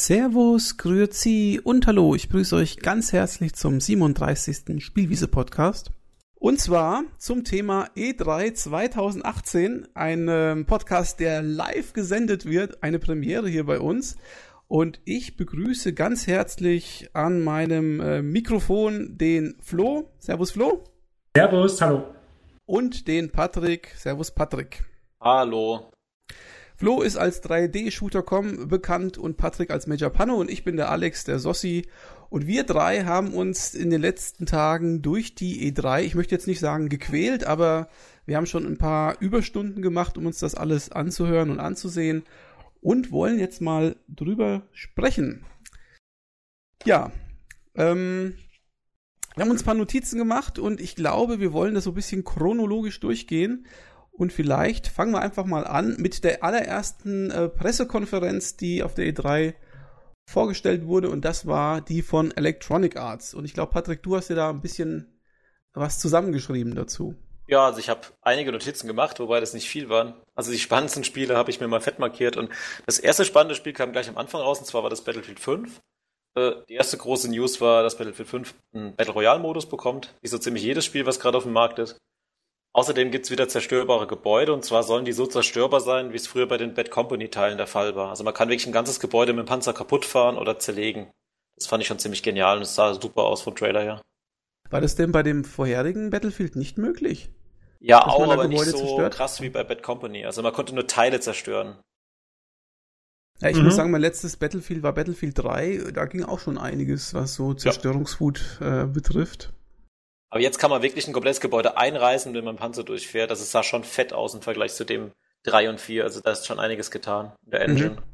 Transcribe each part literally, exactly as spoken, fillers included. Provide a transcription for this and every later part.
Servus, Grüezi und Hallo, ich grüße euch ganz herzlich zum siebenunddreißigsten Spielwiese-Podcast. Und zwar zum Thema E drei zweitausendachtzehn, ein ähm, Podcast, der live gesendet wird, eine Premiere hier bei uns. Und ich begrüße ganz herzlich an meinem äh, Mikrofon den Flo. Servus Flo. Servus, hallo. Und den Patrick. Servus Patrick. Hallo. Flo ist als drei D-Shooter Punkt com bekannt und Patrick als Major Pano und ich bin der Alex, der Sossi. Und wir drei haben uns in den letzten Tagen durch die E drei, ich möchte jetzt nicht sagen gequält, aber wir haben schon ein paar Überstunden gemacht, um uns das alles anzuhören und anzusehen und wollen jetzt mal drüber sprechen. Ja, ähm, wir haben uns ein paar Notizen gemacht und ich glaube, wir wollen das so ein bisschen chronologisch durchgehen. Und vielleicht fangen wir einfach mal an mit der allerersten äh, Pressekonferenz, die auf der E drei vorgestellt wurde. Und das war die von Electronic Arts. Und ich glaube, Patrick, du hast dir da ein bisschen was zusammengeschrieben dazu. Ja, also ich habe einige Notizen gemacht, wobei das nicht viel waren. Also die spannendsten Spiele habe ich mir mal fett markiert. Und das erste spannende Spiel kam gleich am Anfang raus, und zwar war das Battlefield fünf. Äh, die erste große News war, dass Battlefield fünf einen Battle Royale-Modus bekommt. Wie so ziemlich jedes Spiel, was gerade auf dem Markt ist. Außerdem gibt's wieder zerstörbare Gebäude, und zwar sollen die so zerstörbar sein, wie es früher bei den Bad Company-Teilen der Fall war. Also man kann wirklich ein ganzes Gebäude mit dem Panzer kaputt fahren oder zerlegen. Das fand ich schon ziemlich genial und es sah super aus vom Trailer her. War das denn bei dem vorherigen Battlefield nicht möglich? Ja, auch, aber nicht so zerstört? Krass wie bei Bad Company. Also man konnte nur Teile zerstören. Ja, ich Mhm. muss sagen, mein letztes Battlefield war Battlefield drei. Da ging auch schon einiges, was so Zerstörungswut äh, betrifft. Aber jetzt kann man wirklich ein komplettes Gebäude einreißen, wenn man einen Panzer durchfährt. Das sah schon fett aus im Vergleich zu dem drei und vier. Also da ist schon einiges getan in der Engine. Mhm.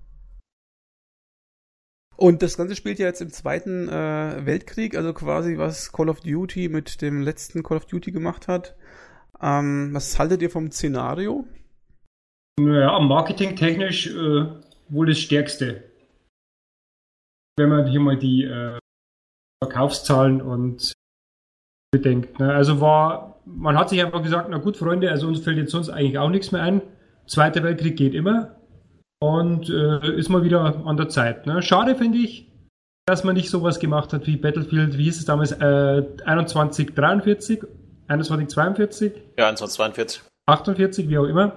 Und das Ganze spielt ja jetzt im Zweiten äh, Weltkrieg, also quasi was Call of Duty mit dem letzten Call of Duty gemacht hat. Ähm, was haltet ihr vom Szenario? Naja, marketingtechnisch äh, wohl das Stärkste. Wenn man hier mal die äh, Verkaufszahlen und bedenkt. Ne? Also war, man hat sich einfach gesagt, na gut, Freunde, also uns fällt jetzt sonst eigentlich auch nichts mehr ein. Zweiter Weltkrieg geht immer und äh, ist mal wieder an der Zeit. Ne? Schade finde ich, dass man nicht sowas gemacht hat wie Battlefield, wie hieß es damals, äh, einundzwanzig dreiundvierzig, einundzwanzig zweiundvierzig? Ja, einundzwanzig zweiundvierzig. achtundvierzig, wie auch immer.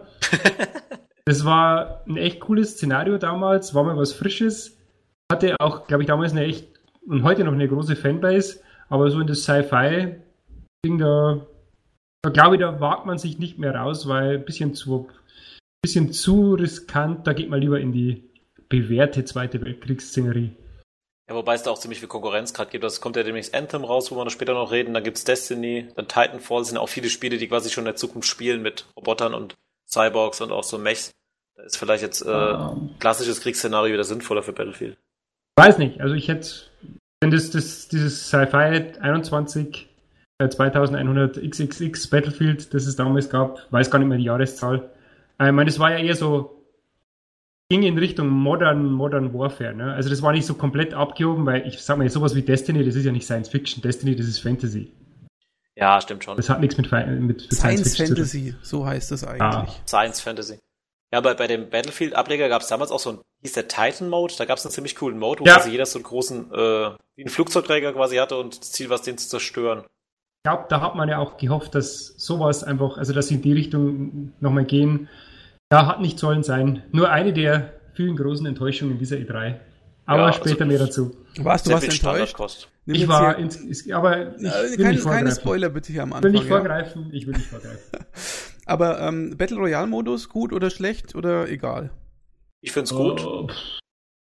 Das war ein echt cooles Szenario damals, war mal was Frisches. Hatte auch, glaube ich, damals eine echt und heute noch eine große Fanbase, aber so in das Sci-Fi Ding, da, da glaube ich, da wagt man sich nicht mehr raus, weil ein bisschen zu, bisschen zu riskant, da geht man lieber in die bewährte Zweite Weltkriegsszenerie. Ja, wobei es da auch ziemlich viel Konkurrenz gerade gibt. Es kommt ja demnächst Anthem raus, wo wir noch später noch reden. Dann gibt's Destiny, dann Titanfall. Das sind auch viele Spiele, die quasi schon in der Zukunft spielen mit Robotern und Cyborgs und auch so Mechs. Da ist vielleicht jetzt äh, Um. klassisches Kriegsszenario wieder sinnvoller für Battlefield. Weiß nicht, also ich hätte, wenn das, das dieses Sci-Fi einundzwanzig äh, zweitausendeinhundert X X X Battlefield, das es damals gab, weiß gar nicht mehr die Jahreszahl. Äh, ich meine, das war ja eher so, ging in Richtung Modern, Modern Warfare, ne? Also das war nicht so komplett abgehoben, weil ich sag mal, sowas wie Destiny, das ist ja nicht Science Fiction. Destiny, das ist Fantasy. Ja, stimmt schon. Das hat nichts mit, mit, mit Science, Science Fiction Fantasy, so heißt es eigentlich. Ah. Science Fantasy. Ja, aber bei dem Battlefield-Ableger gab es damals auch so ein, hieß der Titan-Mode, da gab es einen ziemlich coolen Mode, wo Ja. quasi jeder so einen großen, äh, wie einen Flugzeugträger quasi hatte und das Ziel war es, den zu zerstören. Ich glaube, da hat man ja auch gehofft, dass sowas einfach, also dass sie in die Richtung nochmal gehen. Ja, hat nicht sollen sein. Nur eine der vielen großen Enttäuschungen dieser E drei. Aber Ja, später also mehr dazu. Warst du was enttäuscht? Standardkost. Nimm Ich jetzt war, hier- ins, ist- aber ich Äh, will keine, nicht vorgreifen. keine Spoiler bitte hier am Ich Anfang. will nicht ja. vorgreifen, ich will nicht vorgreifen. Aber ähm, Battle Royale Modus gut oder schlecht oder egal? Ich find's gut. Oh, pff.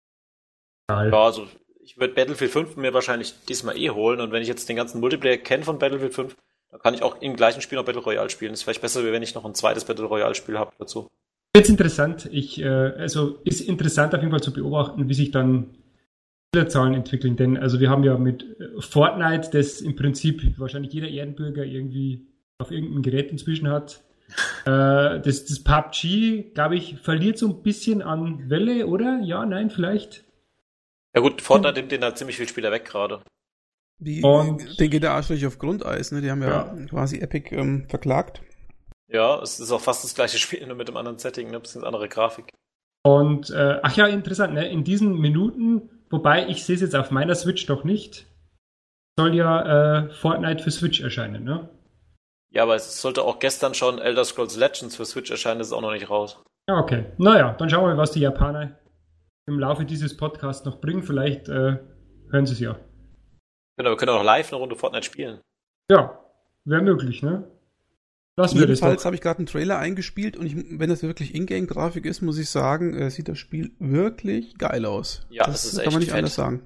Egal. Ja, also ich würde Battlefield fünf mir wahrscheinlich diesmal eh holen und wenn ich jetzt den ganzen Multiplayer kenne von Battlefield fünf, dann kann ich auch im gleichen Spiel noch Battle Royale spielen. Das ist vielleicht besser, wenn ich noch ein zweites Battle Royale Spiel habe dazu. Jetzt interessant. Ich, äh, also ist interessant auf jeden Fall zu beobachten, wie sich dann Spielerzahlen entwickeln. Denn also wir haben ja mit äh, Fortnite, das im Prinzip wahrscheinlich jeder Erdenbürger irgendwie auf irgendeinem Gerät inzwischen hat. Äh, das, das P U B G, glaube ich, verliert so ein bisschen an Welle, oder? Ja, nein, vielleicht. Ja gut, Fortnite nimmt den halt ziemlich viel Spieler weg gerade. Die, Und- den geht der Arsch richtig auf Grundeis, ne? Die haben ja, Ja. quasi Epic ähm, verklagt. Ja, es ist auch fast das gleiche Spiel, nur mit einem anderen Setting, ne? Ein bisschen andere Grafik. Und, äh, ach ja, interessant, ne? In diesen Minuten wobei ich sehe es jetzt auf meiner Switch doch nicht. Soll ja äh, Fortnite für Switch erscheinen, ne? Ja, aber es sollte auch gestern schon Elder Scrolls Legends für Switch erscheinen, das ist auch noch nicht raus. Ja, okay. Naja, dann schauen wir mal, was die Japaner im Laufe dieses Podcasts noch bringen. Vielleicht äh, hören sie es ja. Genau, wir können auch live eine Runde Fortnite spielen. Ja, wäre möglich, ne? Lassen wir das doch. Jedenfalls habe ich gerade einen Trailer eingespielt und ich, wenn das wirklich Ingame-Grafik ist, muss ich sagen, äh, sieht das Spiel wirklich geil aus. Ja, das, das ist kann echt man nicht fett. anders sagen.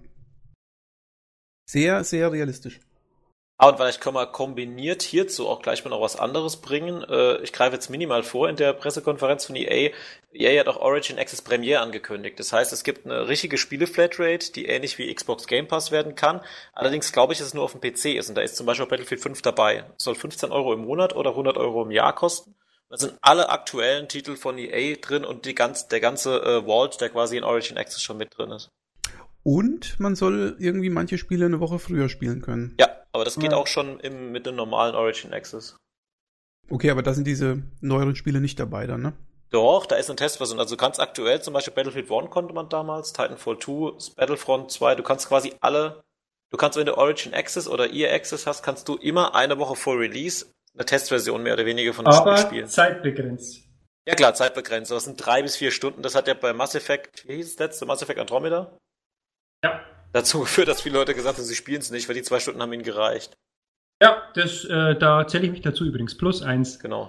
Sehr, sehr realistisch. Ah, und vielleicht können wir kombiniert hierzu auch gleich mal noch was anderes bringen. Äh, ich greife jetzt minimal vor in der Pressekonferenz von E A. E A hat auch Origin Access Premiere angekündigt. Das heißt, es gibt eine richtige Spiele-Flatrate, die ähnlich wie Xbox Game Pass werden kann. Allerdings glaube ich, dass es nur auf dem P C ist. Und da ist zum Beispiel auch Battlefield fünf dabei. Es soll fünfzehn Euro im Monat oder hundert Euro im Jahr kosten. Da sind alle aktuellen Titel von E A drin und die ganz, der ganze äh, Vault, der quasi in Origin Access schon mit drin ist. Und man soll irgendwie manche Spiele eine Woche früher spielen können. Ja, aber das geht Ja. auch schon im, mit dem normalen Origin Access. Okay, aber da sind diese neueren Spiele nicht dabei dann, ne? Doch, da ist eine Testversion. Also du kannst aktuell zum Beispiel Battlefield eins konnte man damals, Titanfall zwei, Battlefront zwei, du kannst quasi alle, du kannst, wenn du Origin Access oder E A Access hast, kannst du immer eine Woche vor Release eine Testversion mehr oder weniger von dem Aber Spiel spielen. zeitbegrenzt. Ja klar, zeitbegrenzt. Das sind drei bis vier Stunden. Das hat ja bei Mass Effect, wie hieß es letzte, Mass Effect Andromeda? Ja. Dazu geführt, dass viele Leute gesagt haben, sie spielen es nicht, weil die zwei Stunden haben ihnen gereicht. Ja, das, äh, da zähle ich mich dazu übrigens. Plus eins. Genau.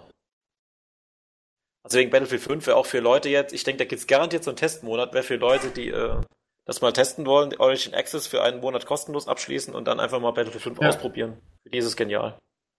Also wegen Battlefield fünf wäre auch für Leute jetzt, ich denke, da gibt es garantiert so einen Testmonat, wäre für Leute, die äh, das mal testen wollen, die Origin Access für einen Monat kostenlos abschließen und dann einfach mal Battlefield fünf Ja. ausprobieren. Für die ist es genial.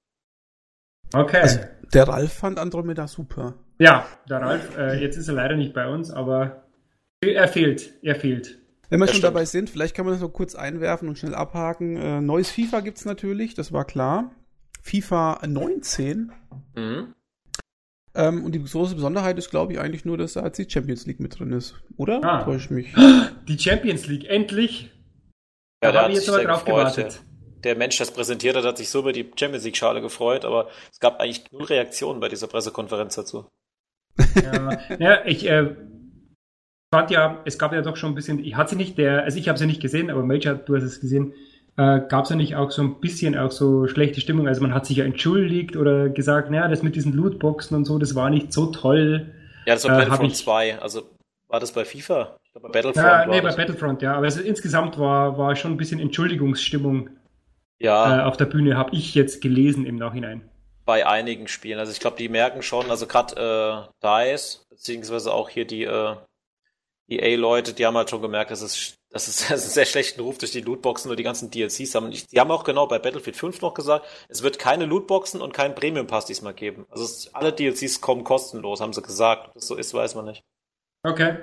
Okay. Also, der Ralf fand Andromeda super. Ja, der Ralf, äh, jetzt ist er leider nicht bei uns, aber er fehlt. Er fehlt. Wenn wir Ja, schon stimmt. dabei sind, vielleicht kann man das noch kurz einwerfen und schnell abhaken. Äh, neues FIFA gibt's natürlich, das war klar. FIFA neunzehn. Mhm. Ähm, und die große Besonderheit ist, glaube ich, eigentlich nur, dass da jetzt die Champions League mit drin ist. Oder? Ah. Täusche ich mich. Die Champions League, endlich. Ja, Da da habe hat ich jetzt sich aber sehr drauf gefreut. gewartet. Der, der Mensch, das präsentiert hat, hat sich so über die Champions League Schale gefreut, aber es gab eigentlich null Reaktionen bei dieser Pressekonferenz dazu. Ja, ja ich äh, fand ja, es gab ja doch schon ein bisschen, ich hatte sie nicht, der, also ich habe sie nicht gesehen, aber Major, du hast es gesehen, äh, gab es ja nicht auch so ein bisschen auch so schlechte Stimmung, also man hat sich ja entschuldigt oder gesagt, naja, das mit diesen Lootboxen und so, das war nicht so toll. Ja, das war Äh, Battlefront hab ich- zwei. Also war das bei FIFA? Ich glaube, bei Battlefront Ja, war nee, bei das. Battlefront, ja, aber es, insgesamt war, war schon ein bisschen Entschuldigungsstimmung Ja, äh, auf der Bühne, habe ich jetzt gelesen im Nachhinein. bei einigen Spielen. Also ich glaube, die merken schon, also gerade äh, DICE, beziehungsweise auch hier die äh, E A-Leute, die haben halt schon gemerkt, dass es, dass es einen sehr schlechten Ruf durch die Lootboxen und die ganzen D L Cs haben. Und ich, die haben auch genau bei Battlefield fünf noch gesagt, es wird keine Lootboxen und keinen Premium-Pass diesmal geben. Also es, alle D L Cs kommen kostenlos, haben sie gesagt. Ob das so ist, weiß man nicht. Okay.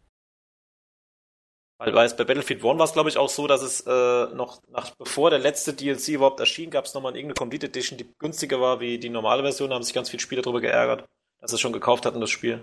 Weil, weil es bei Battlefield eins war es, glaube ich, auch so, dass es äh, noch, nach, bevor der letzte D L C überhaupt erschien, gab es nochmal irgendeine Complete Edition, die günstiger war wie die normale Version. Da haben sich ganz viele Spieler darüber geärgert, dass sie es schon gekauft hatten, das Spiel.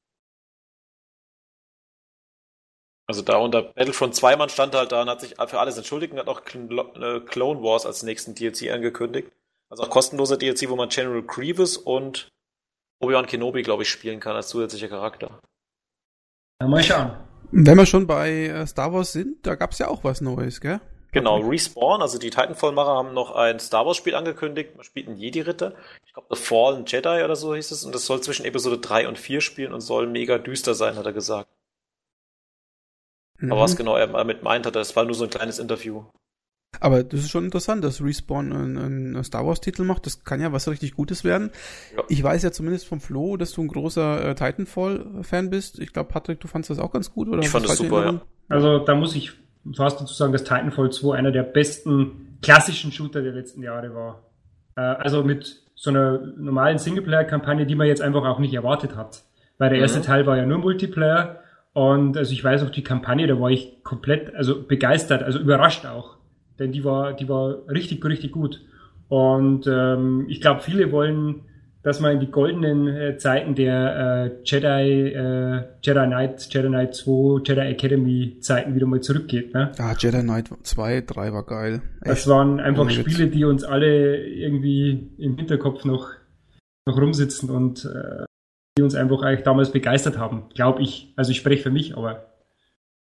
Also da unter Battlefront zwei Mann stand halt da und hat sich für alles entschuldigt und hat auch Cl- äh, Clone Wars als nächsten D L C angekündigt. Also auch kostenloser D L C, wo man General Grievous und Obi-Wan Kenobi, glaube ich, spielen kann als zusätzlicher Charakter. Na, mal schauen. Wenn wir schon bei äh, Star Wars sind, da gab's ja auch was Neues, gell? Genau, Respawn, also die Titanfall-Macher haben noch ein Star Wars-Spiel angekündigt. Man spielt einen Jedi-Ritter. Ich glaube, The Fallen Jedi oder so hieß es. Und das soll zwischen Episode drei und vier spielen und soll mega düster sein, hat er gesagt. Mhm. Aber was genau er damit meint hat, das war nur so ein kleines Interview. Aber das ist schon interessant, dass Respawn einen, einen Star Wars-Titel macht. Das kann ja was richtig Gutes werden. Ja. Ich weiß ja zumindest vom Flo, dass du ein großer äh, Titanfall-Fan bist. Ich glaube, Patrick, du fandst das auch ganz gut, oder? Ich fand Was das falsch in super, Erinnerung? Also da muss ich fast dazu sagen, dass Titanfall zwei einer der besten klassischen Shooter der letzten Jahre war. Äh, also mit so einer normalen Singleplayer-Kampagne, die man jetzt einfach auch nicht erwartet hat. Weil der Mhm. erste Teil war ja nur Multiplayer und also ich weiß auch die Kampagne, da war ich komplett, also begeistert, also überrascht auch. Denn die war, die war richtig, richtig gut. Und ähm, ich glaube, viele wollen, dass man in die goldenen äh, Zeiten der äh, Jedi, äh, Jedi Knight, Jedi Knight zwei, Jedi Academy Zeiten wieder mal zurückgeht. Ne? Ja, Jedi Knight zwei, drei war geil. Das waren einfach Ohne Witz. Spiele, die uns alle irgendwie im Hinterkopf noch, noch rumsitzen und äh, die uns einfach eigentlich damals begeistert haben, glaube ich. Also ich spreche für mich, aber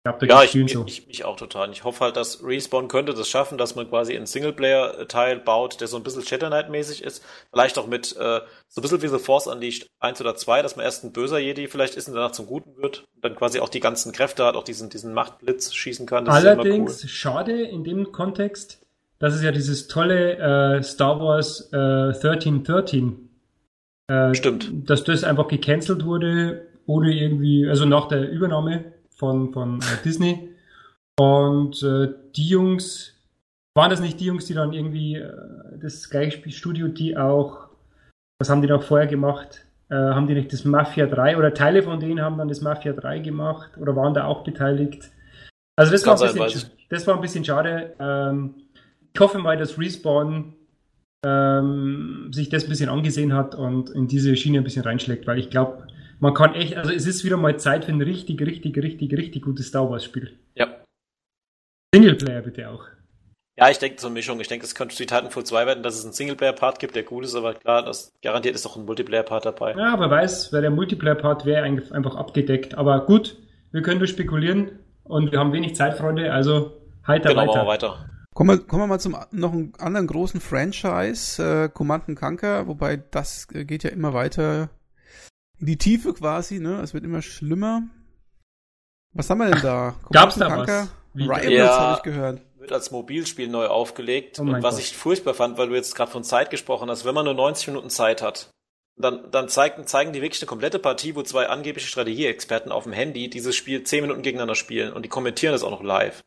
Ich glaube, da Ja, geht's ich, vielen so. ich, ich auch total. Ich hoffe halt, dass Respawn könnte das schaffen, dass man quasi einen Singleplayer-Teil baut, der so ein bisschen Shadow Knight-mäßig ist. Vielleicht auch mit äh, so ein bisschen wie The Force Unleashed eins oder zwei, dass man erst ein böser Jedi vielleicht ist und danach zum Guten wird. Und dann quasi auch die ganzen Kräfte hat, auch diesen, diesen Machtblitz schießen kann. Das Allerdings ist ja schade in dem Kontext, dass es ja dieses tolle äh, Star Wars äh, dreizehn dreizehn äh, Stimmt. dass das einfach gecancelt wurde, ohne irgendwie, also nach der Übernahme von, von äh, Disney. Und äh, die Jungs, waren das nicht die Jungs, die dann irgendwie äh, das gleiche Studio, die auch, was haben die noch vorher gemacht? Äh, haben die nicht das Mafia drei oder Teile von denen haben dann das Mafia drei gemacht oder waren da auch beteiligt? Also das, Das war, kann ein bisschen, sein, weiß ich. das war ein bisschen schade. Ähm, ich hoffe mal, dass Respawn ähm, sich das ein bisschen angesehen hat und in diese Schiene ein bisschen reinschlägt, weil ich glaube, man kann echt, also es ist wieder mal Zeit für ein richtig, richtig, richtig, richtig gutes Star Wars Spiel. Ja. Singleplayer bitte auch. Ja, ich denke, so eine Mischung. Ich denke, es könnte Titanfall zwei werden, dass es einen Singleplayer-Part gibt, der gut ist, aber klar, das garantiert ist auch ein Multiplayer-Part dabei. Ja, wer weiß, weil der Multiplayer-Part wäre einfach abgedeckt. Aber gut, wir können nur spekulieren und wir haben wenig Zeit, Freunde, also heiter Genau, weiter. machen wir weiter. Kommen wir, kommen wir mal zum noch einen anderen großen Franchise, äh, Command and Conquer, wobei das äh, geht ja immer weiter in die Tiefe quasi, ne? Es wird immer schlimmer. Was haben wir denn da? Command Gab's da and Conquer? was? Wie- Rivals Ja. habe ich gehört. Wird als Mobilspiel neu aufgelegt. Oh mein und was Gott. ich furchtbar fand, weil du jetzt gerade von Zeit gesprochen hast, wenn man nur neunzig Minuten Zeit hat, dann, dann zeigen, zeigen die wirklich eine komplette Partie, wo zwei angebliche Strategieexperten auf dem Handy dieses Spiel zehn Minuten gegeneinander spielen und die kommentieren das auch noch live.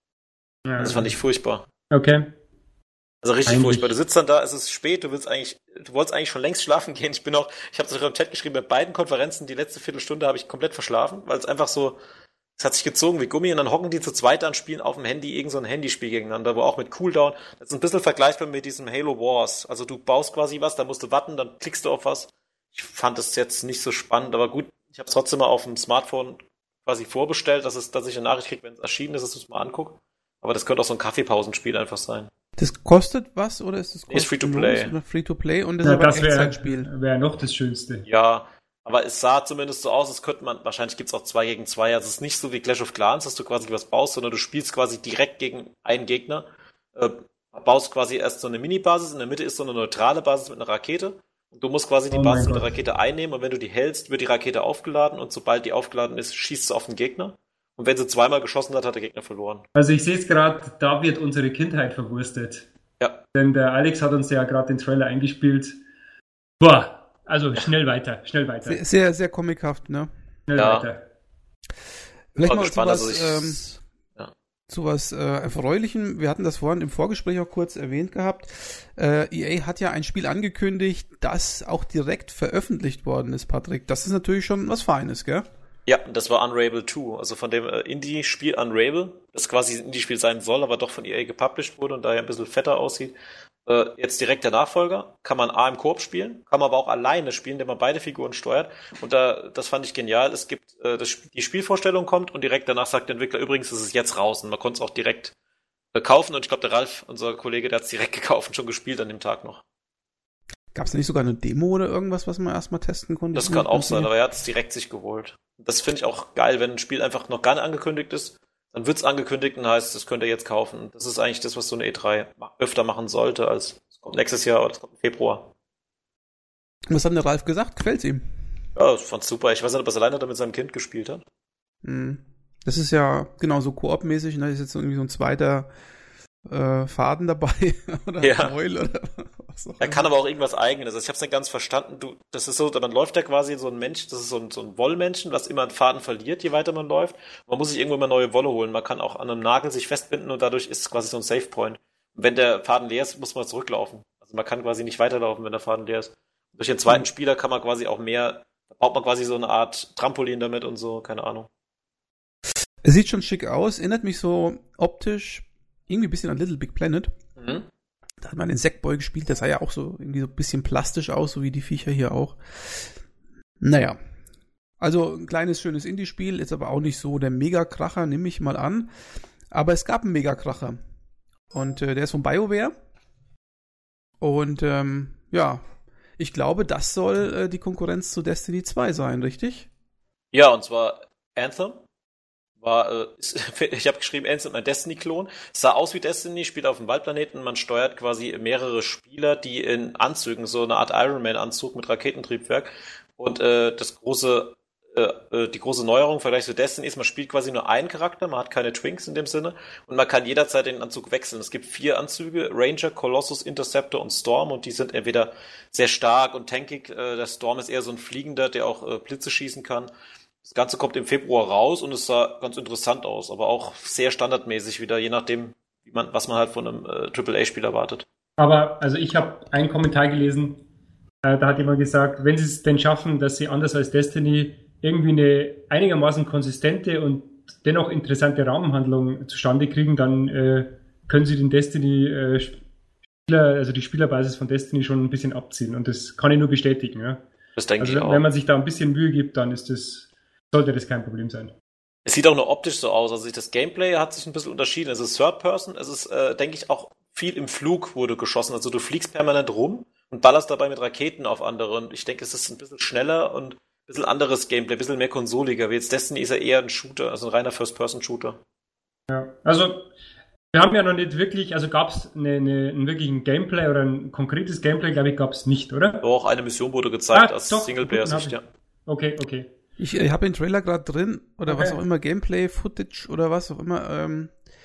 Ja. Das fand ich furchtbar. Okay. Also richtig Eigentlich- furchtbar. Du sitzt dann da, es ist spät, du willst eigentlich, du wolltest eigentlich schon längst schlafen gehen. Ich bin auch, ich habe es auch im Chat geschrieben, bei beiden Konferenzen die letzte Viertelstunde habe ich komplett verschlafen, weil es einfach so, es hat sich gezogen wie Gummi und dann hocken die zu zweit an, spielen auf dem Handy irgend so ein Handyspiel gegeneinander, wo auch mit Cooldown, das ist ein bisschen vergleichbar mit diesem Halo Wars. Also du baust quasi was, da musst du warten, dann klickst du auf was. Ich fand es jetzt nicht so spannend, aber gut, ich habe es trotzdem mal auf dem Smartphone quasi vorbestellt, dass, es, dass ich eine Nachricht kriege, wenn es erschienen ist, dass ich es mal angucke. Aber das könnte auch so ein Kaffeepausenspiel einfach sein. Das kostet was oder ist das Nee, ist Free-to-play. kostenlos oder Free-to-Play und das Ja, ist aber das ein wäre Echtzeitspiel. wär noch das Schönste. Ja, aber es sah zumindest so aus, als könnte man, wahrscheinlich gibt's auch zwei gegen zwei, also es ist nicht so wie Clash of Clans, dass du quasi was baust, sondern du spielst quasi direkt gegen einen Gegner, äh, baust quasi erst so eine Mini-Basis, in der Mitte ist so eine neutrale Basis mit einer Rakete und du musst quasi die Oh Basis mein mit der Gott. Rakete einnehmen und wenn du die hältst, wird die Rakete aufgeladen und sobald die aufgeladen ist, schießt sie auf den Gegner und wenn sie zweimal geschossen hat, hat der Gegner verloren. Also ich sehe es gerade, da wird unsere Kindheit verwurstet. Ja. Denn der Alex hat uns ja gerade den Trailer eingespielt. Boah, also schnell weiter, schnell weiter, Sehr, sehr, sehr comichaft, ne? schnell Ja. weiter. Vielleicht War mal zu gespannt, was, also ich, ähm, zu was äh, Erfreulichem. Wir hatten das vorhin im Vorgespräch auch kurz erwähnt gehabt. Äh, E A hat ja ein Spiel angekündigt, das auch direkt veröffentlicht worden ist, Patrick. Das ist natürlich schon was Feines, gell? Ja, das war Unravel zwei, also von dem äh, Indie-Spiel Unravel, das quasi ein Indie-Spiel sein soll, aber doch von E A gepublished wurde und daher ein bisschen fetter aussieht. Äh, jetzt direkt der Nachfolger, kann man A im Koop spielen, kann man aber auch alleine spielen, indem man beide Figuren steuert. Und da, das fand ich genial. Es gibt, äh, das, die Spielvorstellung kommt und direkt danach sagt der Entwickler, übrigens ist es jetzt raus und man konnte es auch direkt äh, kaufen und ich glaube, der Ralf, unser Kollege, der hat es direkt gekauft und schon gespielt an dem Tag noch. Gab es da nicht sogar eine Demo oder irgendwas, was man erstmal testen konnte? Das kann auch sein, aber er hat es direkt sich geholt. Das finde ich auch geil, wenn ein Spiel einfach noch gar nicht angekündigt ist, dann wird's angekündigt und heißt, das könnt ihr jetzt kaufen. Das ist eigentlich das, was so eine E drei öfter machen sollte, als es kommt nächstes Jahr oder es kommt im Februar. Was hat der Ralf gesagt? Gefällt's ihm? Ja, ich fand's super. Ich weiß nicht, ob er alleine da mit seinem Kind gespielt hat. Hm. Das ist ja genau so Koop-mäßig, ne? Ist jetzt irgendwie so ein zweiter äh, Faden dabei oder Ja. Foil oder was auch Er immer. kann aber auch irgendwas Eigenes. Also ich hab's nicht ganz verstanden. Du, das ist so, man läuft ja quasi so ein Mensch, das ist so ein, so ein Wollmännchen, was immer einen Faden verliert, je weiter man läuft. Man muss sich irgendwo immer neue Wolle holen. Man kann auch an einem Nagel sich festbinden und dadurch ist es quasi so ein Save Point. Und wenn der Faden leer ist, muss man zurücklaufen. Also man kann quasi nicht weiterlaufen, wenn der Faden leer ist. Durch den zweiten Spieler kann man quasi auch mehr, da baut man quasi so eine Art Trampolin damit und so, keine Ahnung. Es sieht schon schick aus, erinnert mich so optisch irgendwie ein bisschen an Little Big Planet. Mhm. Da hat man den Sackboy gespielt, der sah ja auch so irgendwie so ein bisschen plastisch aus, so wie die Viecher hier auch. Naja. Also ein kleines, schönes Indie-Spiel, ist aber auch nicht so der Megakracher, nehme ich mal an. Aber es gab einen Megakracher. Und äh, der ist von BioWare. Und ähm, ja, ich glaube, das soll äh, die Konkurrenz zu Destiny zwei sein, richtig? Ja, und zwar Anthem. war, äh, ist, ich habe geschrieben, Ansem, ein Destiny-Klon. Es sah aus wie Destiny, spielt auf dem Waldplaneten. Man steuert quasi mehrere Spieler, die in Anzügen, so eine Art Iron Man-Anzug mit Raketentriebwerk. Und äh, das große, äh, die große Neuerung im Vergleich zu Destiny ist, man spielt quasi nur einen Charakter, man hat keine Twinks in dem Sinne und man kann jederzeit den Anzug wechseln. Es gibt vier Anzüge, Ranger, Colossus, Interceptor und Storm, und die sind entweder sehr stark und tankig. Äh, der Storm ist eher so ein Fliegender, der auch äh, Blitze schießen kann. Das Ganze kommt im Februar raus und es sah ganz interessant aus, aber auch sehr standardmäßig wieder, je nachdem, wie man, was man halt von einem äh, Triple A-Spiel erwartet. Aber, also ich habe einen Kommentar gelesen, äh, da hat jemand gesagt, wenn sie es denn schaffen, dass sie anders als Destiny irgendwie eine einigermaßen konsistente und dennoch interessante Rahmenhandlung zustande kriegen, dann äh, können sie den Destiny-Spieler, also die Spielerbasis von Destiny schon ein bisschen abziehen, und das kann ich nur bestätigen. Ja? Das denke also, ich auch. Wenn man sich da ein bisschen Mühe gibt, dann ist das sollte das kein Problem sein. Es sieht auch nur optisch so aus. Also das Gameplay hat sich ein bisschen unterschieden. Es ist Third Person. Es ist, äh, denke ich, auch viel im Flug wurde geschossen. Also du fliegst permanent rum und ballerst dabei mit Raketen auf andere. Und ich denke, es ist ein bisschen schneller und ein bisschen anderes Gameplay, ein bisschen mehr konsoliger. Wie jetzt Destiny ist ja eher ein Shooter, also ein reiner First-Person-Shooter. Ja, also wir haben ja noch nicht wirklich, also gab es eine, eine, einen wirklichen Gameplay oder ein konkretes Gameplay, glaube ich, gab es nicht, oder? Auch eine Mission wurde gezeigt ah, aus doch, Singleplayer-Sicht, ja. Okay, okay. Ich, ich habe den Trailer gerade drin, oder okay. was auch immer, Gameplay, Footage oder was auch immer. Ähm.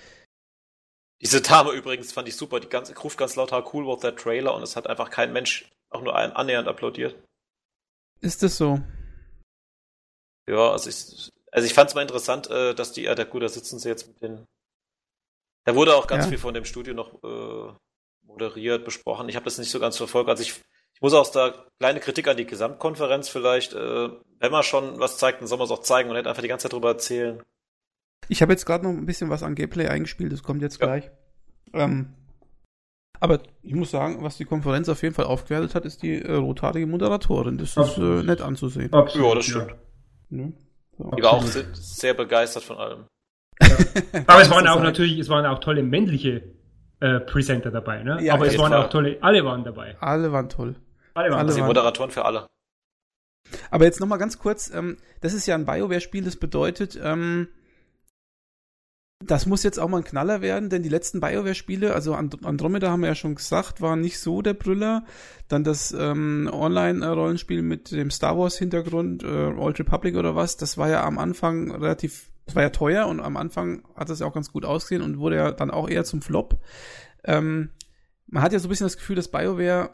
Diese Dame übrigens fand ich super, die ganze ruft ganz laut, how cool was that Trailer, und es hat einfach kein Mensch auch nur einen annähernd applaudiert. Ist das so? Ja, also ich, also ich fand es mal interessant, äh, dass die, äh, der, gut, da sitzen sie jetzt mit den, da wurde auch ganz ja. viel von dem Studio noch äh, moderiert, besprochen. Ich habe das nicht so ganz verfolgt, also ich Ich muss auch da kleine Kritik an die Gesamtkonferenz vielleicht. Äh, wenn man schon was zeigt, dann soll man es auch zeigen und nicht einfach die ganze Zeit drüber erzählen. Ich habe jetzt gerade noch ein bisschen was an Gameplay eingespielt, das kommt jetzt ja. gleich. Ähm, aber ich muss sagen, was die Konferenz auf jeden Fall aufgewertet hat, ist die äh, rothaarige Moderatorin. Das ist äh, nett anzusehen. Absolut, ja, das stimmt. Ja. Ne? So. Die war auch sehr, sehr begeistert von allem. Ja. Aber es waren auch natürlich, es waren auch tolle männliche äh, Presenter dabei, ne? Ja, aber es waren Fall. auch tolle, alle waren dabei. Alle waren toll. Alle waren Alle Also die waren- Moderatoren für alle. Aber jetzt nochmal ganz kurz, ähm, das ist ja ein BioWare-Spiel, das bedeutet, ähm, das muss jetzt auch mal ein Knaller werden, denn die letzten BioWare-Spiele, also And- Andromeda haben wir ja schon gesagt, waren nicht so der Brüller. Dann das ähm, Online-Rollenspiel mit dem Star Wars-Hintergrund, äh, Old Republic oder was, das war ja am Anfang relativ, das war ja teuer und am Anfang hat das ja auch ganz gut ausgesehen und wurde ja dann auch eher zum Flop. Ähm, man hat ja so ein bisschen das Gefühl, dass BioWare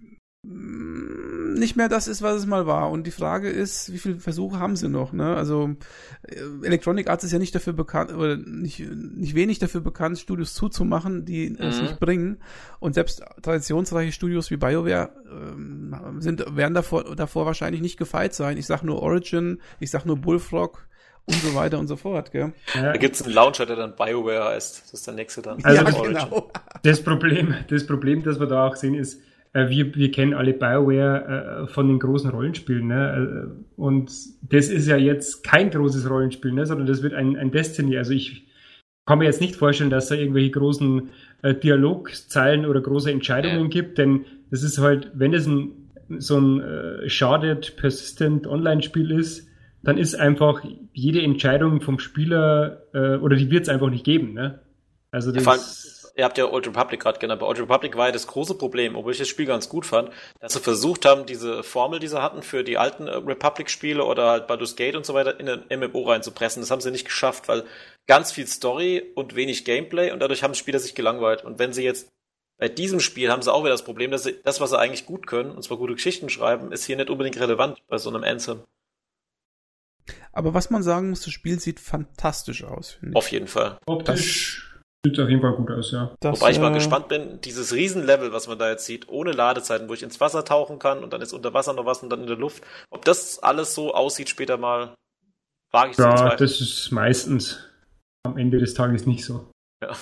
nicht mehr das ist, was es mal war. Und die Frage ist, wie viele Versuche haben sie noch? Ne? Also Electronic Arts ist ja nicht dafür bekannt, oder nicht, nicht wenig dafür bekannt, Studios zuzumachen, die mhm. es nicht bringen. Und selbst traditionsreiche Studios wie BioWare ähm, sind, werden davor, davor wahrscheinlich nicht gefeit sein. Ich sag nur Origin, ich sag nur Bullfrog und so weiter und so fort. Gell? Ja. Da gibt es einen Launcher, der dann BioWare heißt. Das ist der nächste dann. Also ja, Origin. genau. Das Problem, das Problem, das wir da auch sehen, ist, Wir, wir kennen alle BioWare äh, von den großen Rollenspielen, ne? Und das ist ja jetzt kein großes Rollenspiel, ne? Sondern das wird ein, ein Destiny. Also ich kann mir jetzt nicht vorstellen, dass da irgendwelche großen äh, Dialogzeilen oder große Entscheidungen ja. gibt, denn das ist halt, wenn es ein, so ein äh, Sharded Persistent Online-Spiel ist, dann ist einfach jede Entscheidung vom Spieler äh, oder die wird es einfach nicht geben, ne? Also das ja, ihr habt ja Old Republic gerade genannt. Bei Old Republic war ja das große Problem, obwohl ich das Spiel ganz gut fand, dass sie versucht haben, diese Formel, die sie hatten für die alten Republic-Spiele oder halt Baldur's Gate und so weiter in ein M M O reinzupressen. Das haben sie nicht geschafft, weil ganz viel Story und wenig Gameplay und dadurch haben Spieler sich gelangweilt. Und wenn sie jetzt bei diesem Spiel haben sie auch wieder das Problem, dass sie das, was sie eigentlich gut können, und zwar gute Geschichten schreiben, ist hier nicht unbedingt relevant bei so einem Anthem. Aber was man sagen muss, das Spiel sieht fantastisch aus. Auf jeden Fall. Optisch sieht auf jeden Fall gut aus, ja. Das, Wobei ich mal äh, gespannt bin, dieses Riesenlevel, was man da jetzt sieht, ohne Ladezeiten, wo ich ins Wasser tauchen kann und dann ist unter Wasser noch was und dann in der Luft. Ob das alles so aussieht später mal, wage ich zu Ja, bezweifeln. das ist meistens am Ende des Tages nicht so. Ja.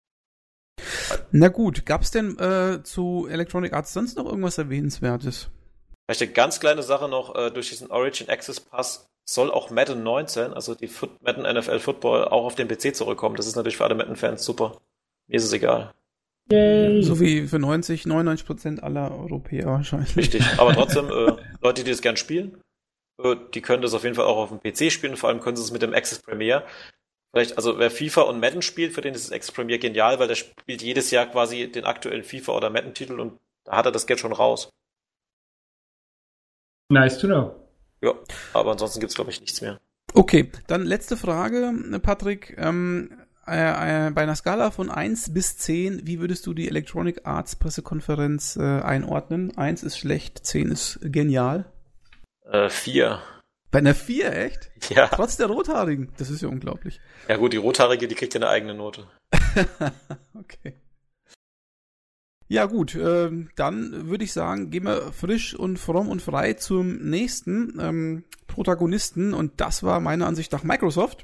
Na gut, gab's denn äh, zu Electronic Arts sonst noch irgendwas Erwähnenswertes? Vielleicht eine ganz kleine Sache noch, äh, durch diesen Origin Access Pass soll auch Madden neunzehn, also die Foot- Madden N F L Football, auch auf den P C zurückkommen. Das ist natürlich für alle Madden-Fans super. Mir ist es egal. Yay. So wie für neunzig, neunundneunzig Prozent aller Europäer wahrscheinlich. Richtig, aber trotzdem, äh, Leute, die das gern spielen, äh, die können das auf jeden Fall auch auf dem P C spielen, vor allem können sie es mit dem Access Premier. Vielleicht, also wer FIFA und Madden spielt, für den ist das Extra Premier genial, weil der spielt jedes Jahr quasi den aktuellen FIFA- oder Madden-Titel und da hat er das Geld schon raus. Nice to know. Ja, aber ansonsten gibt's glaube ich nichts mehr. Okay, dann letzte Frage, Patrick. Ähm, äh, äh, bei einer Skala von eins bis zehn, wie würdest du die Electronic Arts Pressekonferenz äh, einordnen? eins ist schlecht, zehn ist genial. Äh, vier. Bei einer vier, echt? Ja. Trotz der Rothaarigen, das ist ja unglaublich. Ja gut, die Rothaarige, die kriegt ja eine eigene Note. Okay. Ja gut, ähm, dann würde ich sagen, gehen wir frisch und fromm und frei zum nächsten ähm, Protagonisten und das war meiner Ansicht nach Microsoft.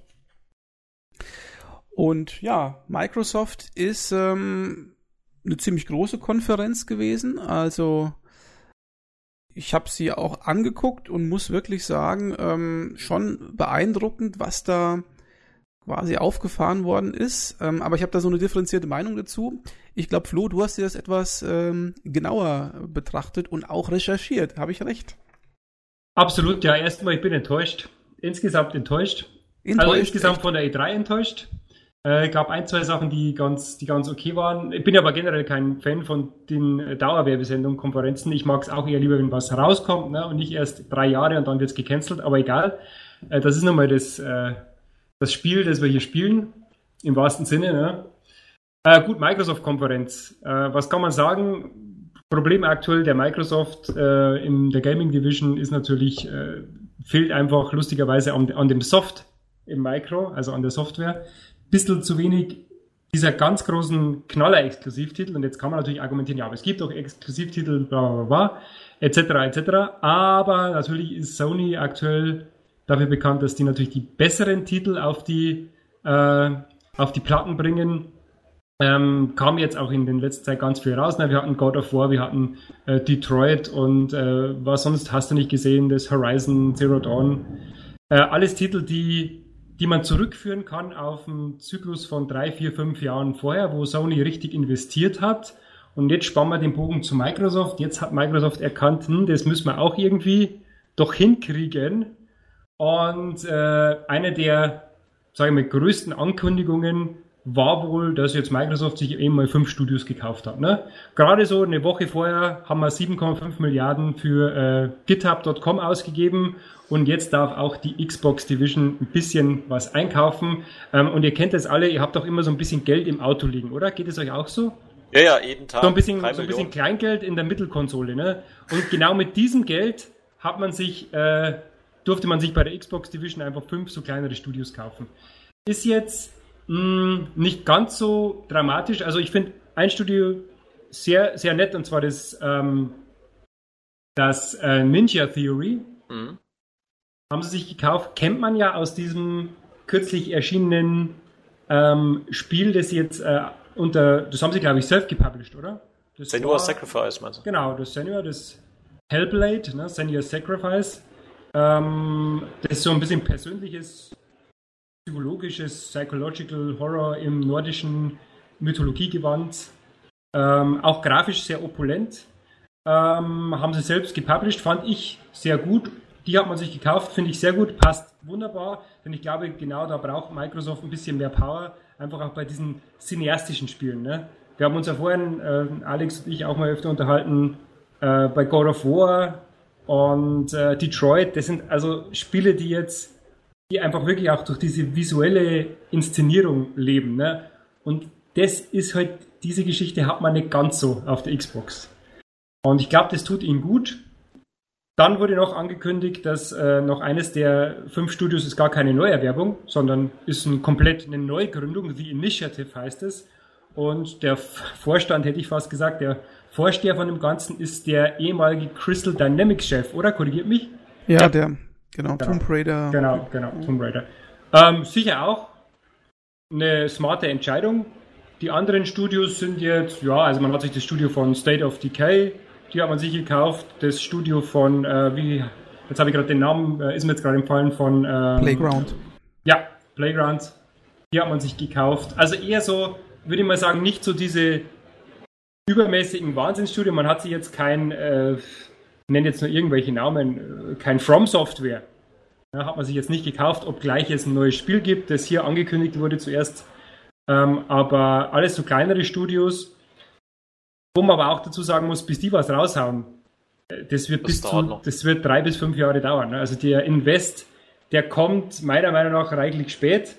Und ja, Microsoft ist ähm, eine ziemlich große Konferenz gewesen, also ich habe sie auch angeguckt und muss wirklich sagen, ähm, schon beeindruckend, was da quasi aufgefahren worden ist. Ähm, aber ich habe da so eine differenzierte Meinung dazu. Ich glaube, Flo, du hast dir das etwas ähm, genauer betrachtet und auch recherchiert. Habe ich recht? Absolut, ja. Erstmal, ich bin enttäuscht. Insgesamt enttäuscht. enttäuscht also insgesamt echt? von der E drei enttäuscht. Äh, gab ein, zwei Sachen, die ganz, die ganz okay waren. Ich bin aber generell kein Fan von den Dauerwerbesendungen, Konferenzen. Ich mag es auch eher lieber, wenn was rauskommt, ne? Und nicht erst drei Jahre und dann wird es gecancelt. Aber egal. Äh, das ist nochmal das, äh, das Spiel, das wir hier spielen. Im wahrsten Sinne. Ne? Äh, gut, Microsoft-Konferenz. Äh, was kann man sagen? Problem aktuell der Microsoft äh, in der Gaming Division ist natürlich, äh, fehlt einfach lustigerweise an, an dem Soft im Micro, also an der Software. Bisschen zu wenig dieser ganz großen Knaller-Exklusivtitel. Und jetzt kann man natürlich argumentieren, ja, aber es gibt auch Exklusivtitel, bla bla bla, et cetera et cetera. Aber natürlich ist Sony aktuell dafür bekannt, dass die natürlich die besseren Titel auf die, äh, auf die Platten bringen. Ähm, kam jetzt auch in den letzten Zeit ganz viel raus. Ne? Wir hatten God of War, wir hatten äh, Detroit und äh, was sonst hast du nicht gesehen, das Horizon Zero Dawn. Äh, alles Titel, die die man zurückführen kann auf einen Zyklus von drei, vier, fünf Jahren vorher, wo Sony richtig investiert hat. Und jetzt spannen wir den Bogen zu Microsoft. Jetzt hat Microsoft erkannt, hm, das müssen wir auch irgendwie doch hinkriegen. Und äh, eine der, sage ich mal, größten Ankündigungen war wohl, dass jetzt Microsoft sich eben mal fünf Studios gekauft hat. Ne? Gerade so eine Woche vorher haben wir sieben Komma fünf Milliarden für äh, GitHub Punkt com ausgegeben und jetzt darf auch die Xbox Division ein bisschen was einkaufen. Ähm, und ihr kennt das alle, ihr habt doch immer so ein bisschen Geld im Auto liegen, oder? Geht es euch auch so? Ja, ja, jeden Tag. So ein bisschen, so ein bisschen Kleingeld in der Mittelkonsole. Ne? Und genau mit diesem Geld hat man sich, äh, durfte man sich bei der Xbox Division einfach fünf so kleinere Studios kaufen. Ist jetzt mh, nicht ganz so dramatisch. Also ich finde ein Studio sehr, sehr nett, und zwar das, ähm, das äh, Ninja Theory. Mhm. Haben sie sich gekauft. Kennt man ja aus diesem kürzlich erschienenen ähm, Spiel, das jetzt äh, unter, das haben sie, glaube ich, self-gepublished, oder? Senua's Sacrifice, meinst du? Genau, das Senua, das Hellblade, ne, Senua's Sacrifice. Ähm, das ist so ein bisschen persönliches, psychologisches, psychological Horror im nordischen Mythologiegewand. Ähm, auch grafisch sehr opulent. Ähm, haben sie selbst gepublished, fand ich sehr gut. Die hat man sich gekauft, finde ich sehr gut, passt wunderbar, denn ich glaube, genau da braucht Microsoft ein bisschen mehr Power, einfach auch bei diesen cineastischen Spielen. Ne? Wir haben uns ja vorhin, äh, Alex und ich, auch mal öfter unterhalten, äh, bei God of War und äh, Detroit. Das sind also Spiele, die jetzt, die einfach wirklich auch durch diese visuelle Inszenierung leben. Ne? Und das ist halt, diese Geschichte hat man nicht ganz so auf der Xbox. Und ich glaube, das tut ihnen gut. Dann wurde noch angekündigt, dass äh, noch eines der fünf Studios ist gar keine Neuerwerbung, sondern ist ein komplett eine Neugründung, The Initiative heißt es. Und der Vorstand, hätte ich fast gesagt, der Vorsteher von dem Ganzen ist der ehemalige Crystal Dynamics Chef, oder? Korrigiert mich? Ja, ja. der, genau, genau, Tomb Raider. Genau, genau, Tomb Raider. Ähm, sicher auch eine smarte Entscheidung. Die anderen Studios sind jetzt, ja, also man hat sich das Studio von State of Decay, die hat man sich gekauft, das Studio von, äh, wie, jetzt habe ich gerade den Namen, äh, ist mir jetzt gerade entfallen, von ähm, Playground. Ja, Playground, die hat man sich gekauft. Also eher so, würde ich mal sagen, nicht so diese übermäßigen Wahnsinnsstudio. Man hat sich jetzt kein, äh, ich nenne jetzt nur irgendwelche Namen, äh, kein From Software Ja, hat man sich jetzt nicht gekauft, obgleich es ein neues Spiel gibt, das hier angekündigt wurde zuerst. Ähm, aber alles so kleinere Studios, wo man aber auch dazu sagen muss, bis die was raushauen, das wird, das bis zu, das wird drei bis fünf Jahre dauern. Ne? Also der Invest, der kommt meiner Meinung nach reichlich spät.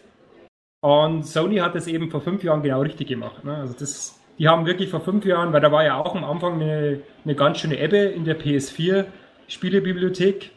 Und Sony hat das eben vor fünf Jahren genau richtig gemacht. Ne? Also das, die haben wirklich vor fünf Jahren, weil da war ja auch am Anfang eine, eine ganz schöne Ebbe in der P S vier Spielebibliothek.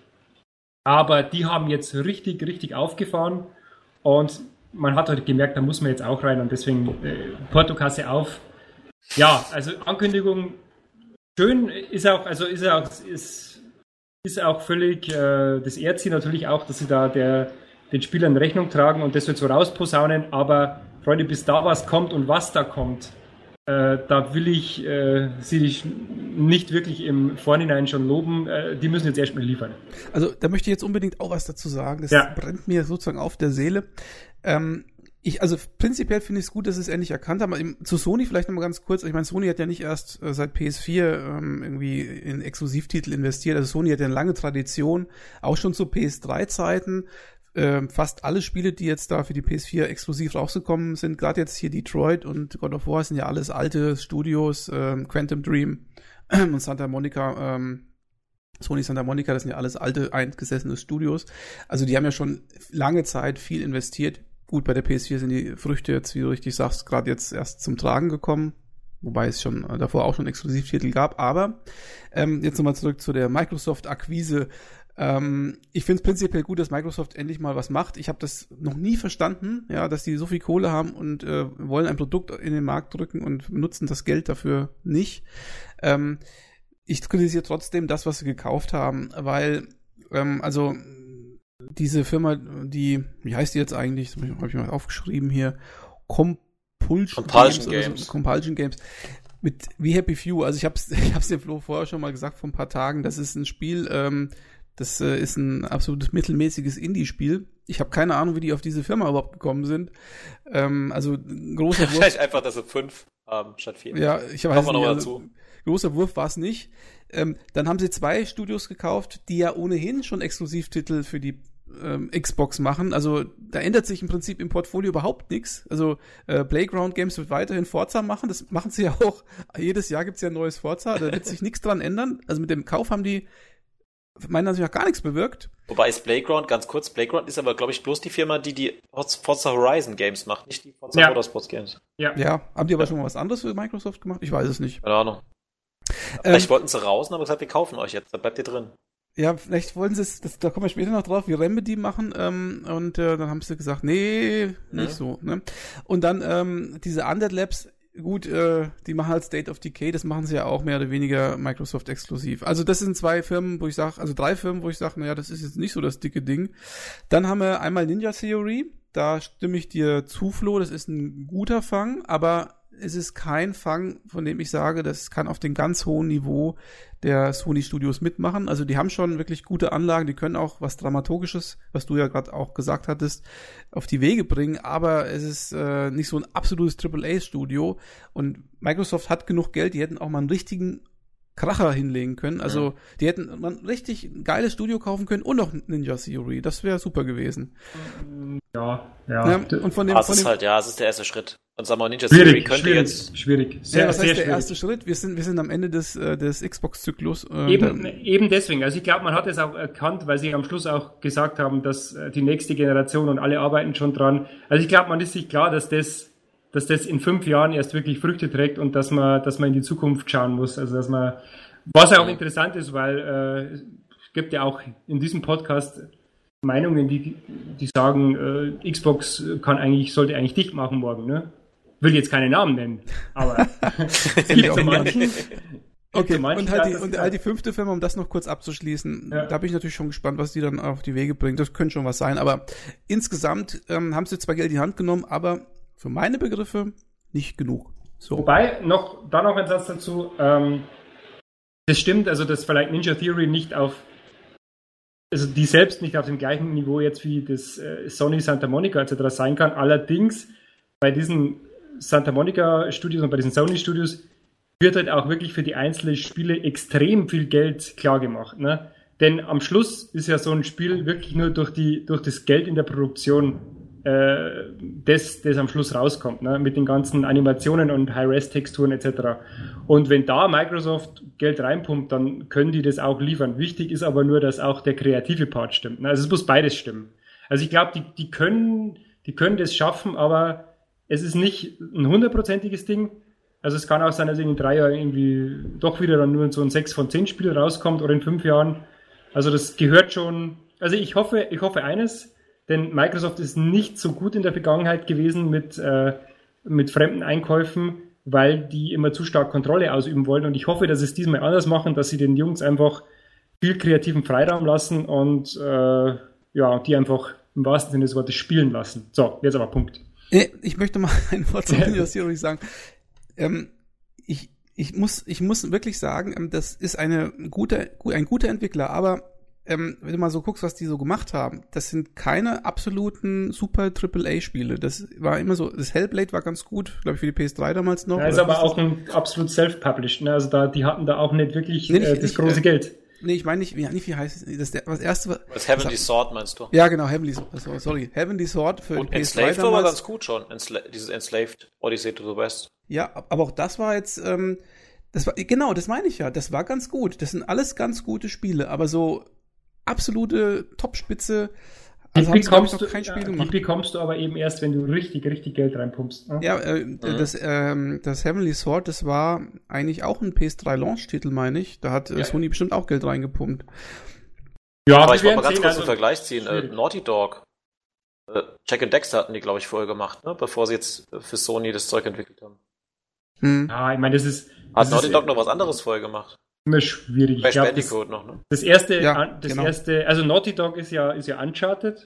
Aber die haben jetzt richtig, richtig aufgefahren. Und man hat halt gemerkt, da muss man jetzt auch rein. Und deswegen äh, Portokasse auf. Ja, also Ankündigung schön, ist auch, also ist auch, ist, ist auch völlig, äh, das ehrt sie natürlich auch, dass sie da der, den Spielern Rechnung tragen und das wird so rausposaunen, aber Freunde, bis da was kommt und was da kommt, äh, da will ich äh, sie nicht wirklich im Vorhinein schon loben, äh, die müssen jetzt erstmal liefern. Also da möchte ich jetzt unbedingt auch was dazu sagen, das ja. brennt mir sozusagen auf der Seele. Ähm, Ich, also prinzipiell finde ich es gut, dass sie es endlich erkannt haben. Aber zu Sony vielleicht nochmal ganz kurz. Ich meine, Sony hat ja nicht erst äh, seit P S vier ähm, irgendwie in Exklusivtitel investiert. Also Sony hat ja eine lange Tradition, auch schon zu P S drei Zeiten. Ähm, fast alle Spiele, die jetzt da für die P S vier exklusiv rausgekommen sind, gerade jetzt hier Detroit und God of War, sind ja alles alte Studios, ähm, Quantum Dream und Santa Monica, ähm, Sony Santa Monica, das sind ja alles alte, eingesessene Studios. Also die haben ja schon lange Zeit viel investiert. Gut, bei der P S vier sind die Früchte jetzt, wie du richtig sagst, gerade jetzt erst zum Tragen gekommen, wobei es schon äh, davor auch schon Exklusivtitel gab. Aber ähm, jetzt nochmal zurück zu der Microsoft-Akquise. Ähm, ich finde es prinzipiell gut, dass Microsoft endlich mal was macht. Ich habe das noch nie verstanden, ja, dass die so viel Kohle haben und äh, wollen ein Produkt in den Markt drücken und nutzen das Geld dafür nicht. Ähm, ich kritisiere trotzdem das, was sie gekauft haben, weil, ähm, also diese Firma, die, wie heißt die jetzt eigentlich? Das habe ich mal aufgeschrieben hier. Compulsion, Compulsion Games. Games. So, Compulsion Games. Mit We Happy Few. Also ich habe es ich hab's dem Flo vorher schon mal gesagt, vor ein paar Tagen. Das ist ein Spiel, ähm, das äh, ist ein absolutes mittelmäßiges Indie-Spiel. Ich habe keine Ahnung, wie die auf diese Firma überhaupt gekommen sind. Ähm, also großer Wurf. Vielleicht einfach, dass sie fünf haben statt vier. Ja, ich weiß nicht. Also, großer Wurf war es nicht. Ähm, dann haben sie zwei Studios gekauft, die ja ohnehin schon Exklusivtitel für die ähm, Xbox machen. Also da ändert sich im Prinzip im Portfolio überhaupt nichts. Also äh, Playground Games wird weiterhin Forza machen. Das machen sie ja auch. Jedes Jahr gibt's ja ein neues Forza. Da wird sich nichts dran ändern. Also mit dem Kauf haben die meiner Ansicht nach gar nichts bewirkt. Wobei ist Playground, ganz kurz, Playground ist aber, glaube ich, bloß die Firma, die die Forza Horizon Games macht, nicht die Forza ja. Motorsports Games. Ja. ja, haben die aber ja. schon mal was anderes für Microsoft gemacht? Ich weiß es nicht. Keine Ahnung. Vielleicht ähm, wollten sie raus und haben gesagt, wir kaufen euch jetzt, da bleibt ihr drin. Ja, vielleicht wollen sie es, das, da kommen wir später noch drauf, wie Remedy machen, ähm, und äh, dann haben sie gesagt, nee, nicht ja. so. Ne? Und dann ähm, diese Undead Labs, gut, äh, die machen halt State of Decay, das machen sie ja auch mehr oder weniger Microsoft exklusiv. Also das sind zwei Firmen, wo ich sage, also drei Firmen, wo ich sage, naja, das ist jetzt nicht so das dicke Ding. Dann haben wir einmal Ninja Theory, da stimme ich dir zu, Flo, das ist ein guter Fang, aber es ist kein Fang, von dem ich sage, das kann auf dem ganz hohen Niveau der Sony Studios mitmachen. Also die haben schon wirklich gute Anlagen, die können auch was Dramaturgisches, was du ja gerade auch gesagt hattest, auf die Wege bringen, aber es ist äh, nicht so ein absolutes Triple A Studio und Microsoft hat genug Geld, die hätten auch mal einen richtigen Kracher hinlegen können. Also ja. die hätten man richtig ein geiles Studio kaufen können und noch Ninja Theory. Das wäre super gewesen. Ja, ja. ja und von dem, das von ist dem, halt, ja, es ist der erste Schritt. Und sagen wir, Ninja schwierig, Theory könnte schwierig, jetzt... Schwierig, sehr, ja, was sehr heißt schwierig. Der erste Schritt? Wir sind, wir sind am Ende des, äh, des Xbox-Zyklus. Äh, eben, eben deswegen. Also ich glaube, man hat es auch erkannt, weil sie am Schluss auch gesagt haben, dass äh, die nächste Generation und alle arbeiten schon dran. Also ich glaube, man ist sich klar, dass das dass das in fünf Jahren erst wirklich Früchte trägt und dass man, dass man in die Zukunft schauen muss. Also dass man, was auch interessant ist, weil äh, es gibt ja auch in diesem Podcast Meinungen, die, die sagen, äh, Xbox kann eigentlich, sollte eigentlich dicht machen morgen, ne? Will jetzt keine Namen nennen, aber es gibt so manchen. Okay, so manchen, und halt die, und halt die fünfte Firma, um das noch kurz abzuschließen, ja. da bin ich natürlich schon gespannt, was die dann auf die Wege bringt. Das könnte schon was sein, aber insgesamt ähm, haben sie zwar Geld in die Hand genommen, aber für meine Begriffe nicht genug. So. Wobei, noch, da noch ein Satz dazu, ähm, das stimmt, also dass vielleicht Ninja Theory nicht auf, also die selbst nicht auf dem gleichen Niveau jetzt wie das äh, Sony Santa Monica et cetera sein kann, allerdings bei diesen Santa Monica Studios und bei diesen Sony Studios wird halt auch wirklich für die einzelnen Spiele extrem viel Geld klar gemacht, ne? Denn am Schluss ist ja so ein Spiel wirklich nur durch die durch das Geld in der Produktion, äh, das, das am Schluss rauskommt, ne? Mit den ganzen Animationen und High-Res-Texturen et cetera. Und wenn da Microsoft Geld reinpumpt, dann können die das auch liefern. Wichtig ist aber nur, dass auch der kreative Part stimmt. Ne? Also es muss beides stimmen. Also ich glaube, die, die können, die können das schaffen, aber es ist nicht ein hundertprozentiges Ding. Also es kann auch sein, dass in drei Jahren irgendwie doch wieder dann nur so ein sechs von zehn Spiel rauskommt oder in fünf Jahren. Also das gehört schon, also ich hoffe, ich hoffe eines, denn Microsoft ist nicht so gut in der Vergangenheit gewesen mit, äh, mit fremden Einkäufen, weil die immer zu stark Kontrolle ausüben wollen. Und ich hoffe, dass sie es diesmal anders machen, dass sie den Jungs einfach viel kreativen Freiraum lassen und äh, ja, die einfach im wahrsten Sinne des Wortes spielen lassen. So, jetzt aber Punkt. Ich möchte mal ein Wort zu Windows Theory sagen. Ähm, ich, ich muss, ich muss wirklich sagen, ähm, das ist eine gute, ein guter Entwickler, aber ähm, wenn du mal so guckst, was die so gemacht haben, das sind keine absoluten super Triple A Spiele. Das war immer so, das Hellblade war ganz gut, glaube ich, für die P S drei damals noch. Ja, ist aber auch ein absolut self-published, ne? Also da, die hatten da auch nicht wirklich nee, nicht, äh, das nicht, große äh, Geld. Nee, ich meine nicht, wie, nicht, wie heißt es? Das, das erste. Das Heavenly Sword meinst du? Ja, genau, Heavenly Sword. Sorry, Heavenly Sword für und die P S drei Enslaved war damals. ganz gut schon. Ensla- dieses Enslaved Odyssey to the West. Ja, aber auch das war jetzt, ähm, das war, genau, das meine ich ja, das war ganz gut. Das sind alles ganz gute Spiele, aber so absolute Topspitze, also haben sie, glaub ich, noch kein Spiel du, gemacht. Die bekommst du aber eben erst, wenn du richtig, richtig Geld reinpumpst. Ne? Ja, äh, mhm. das, ähm, das Heavenly Sword, das war eigentlich auch ein P S drei Launch-Titel, meine ich. Da hat äh, ja. Sony bestimmt auch Geld reingepumpt. Ja, aber ich wollte mal ganz kurz also, einen Vergleich ziehen. Äh, Naughty Dog, äh, Jack and Dexter hatten die, glaube ich, vorher gemacht, ne? Bevor sie jetzt für Sony das Zeug entwickelt haben. Hm. Ja, ich meine, das ist... Das Hat Naughty ist, Dog noch was anderes vorher gemacht? Immer schwierig. Crash glaub, Bandicoot das, noch, ne? Das erste, ja, das genau. erste, also Naughty Dog ist ja, ist ja Uncharted.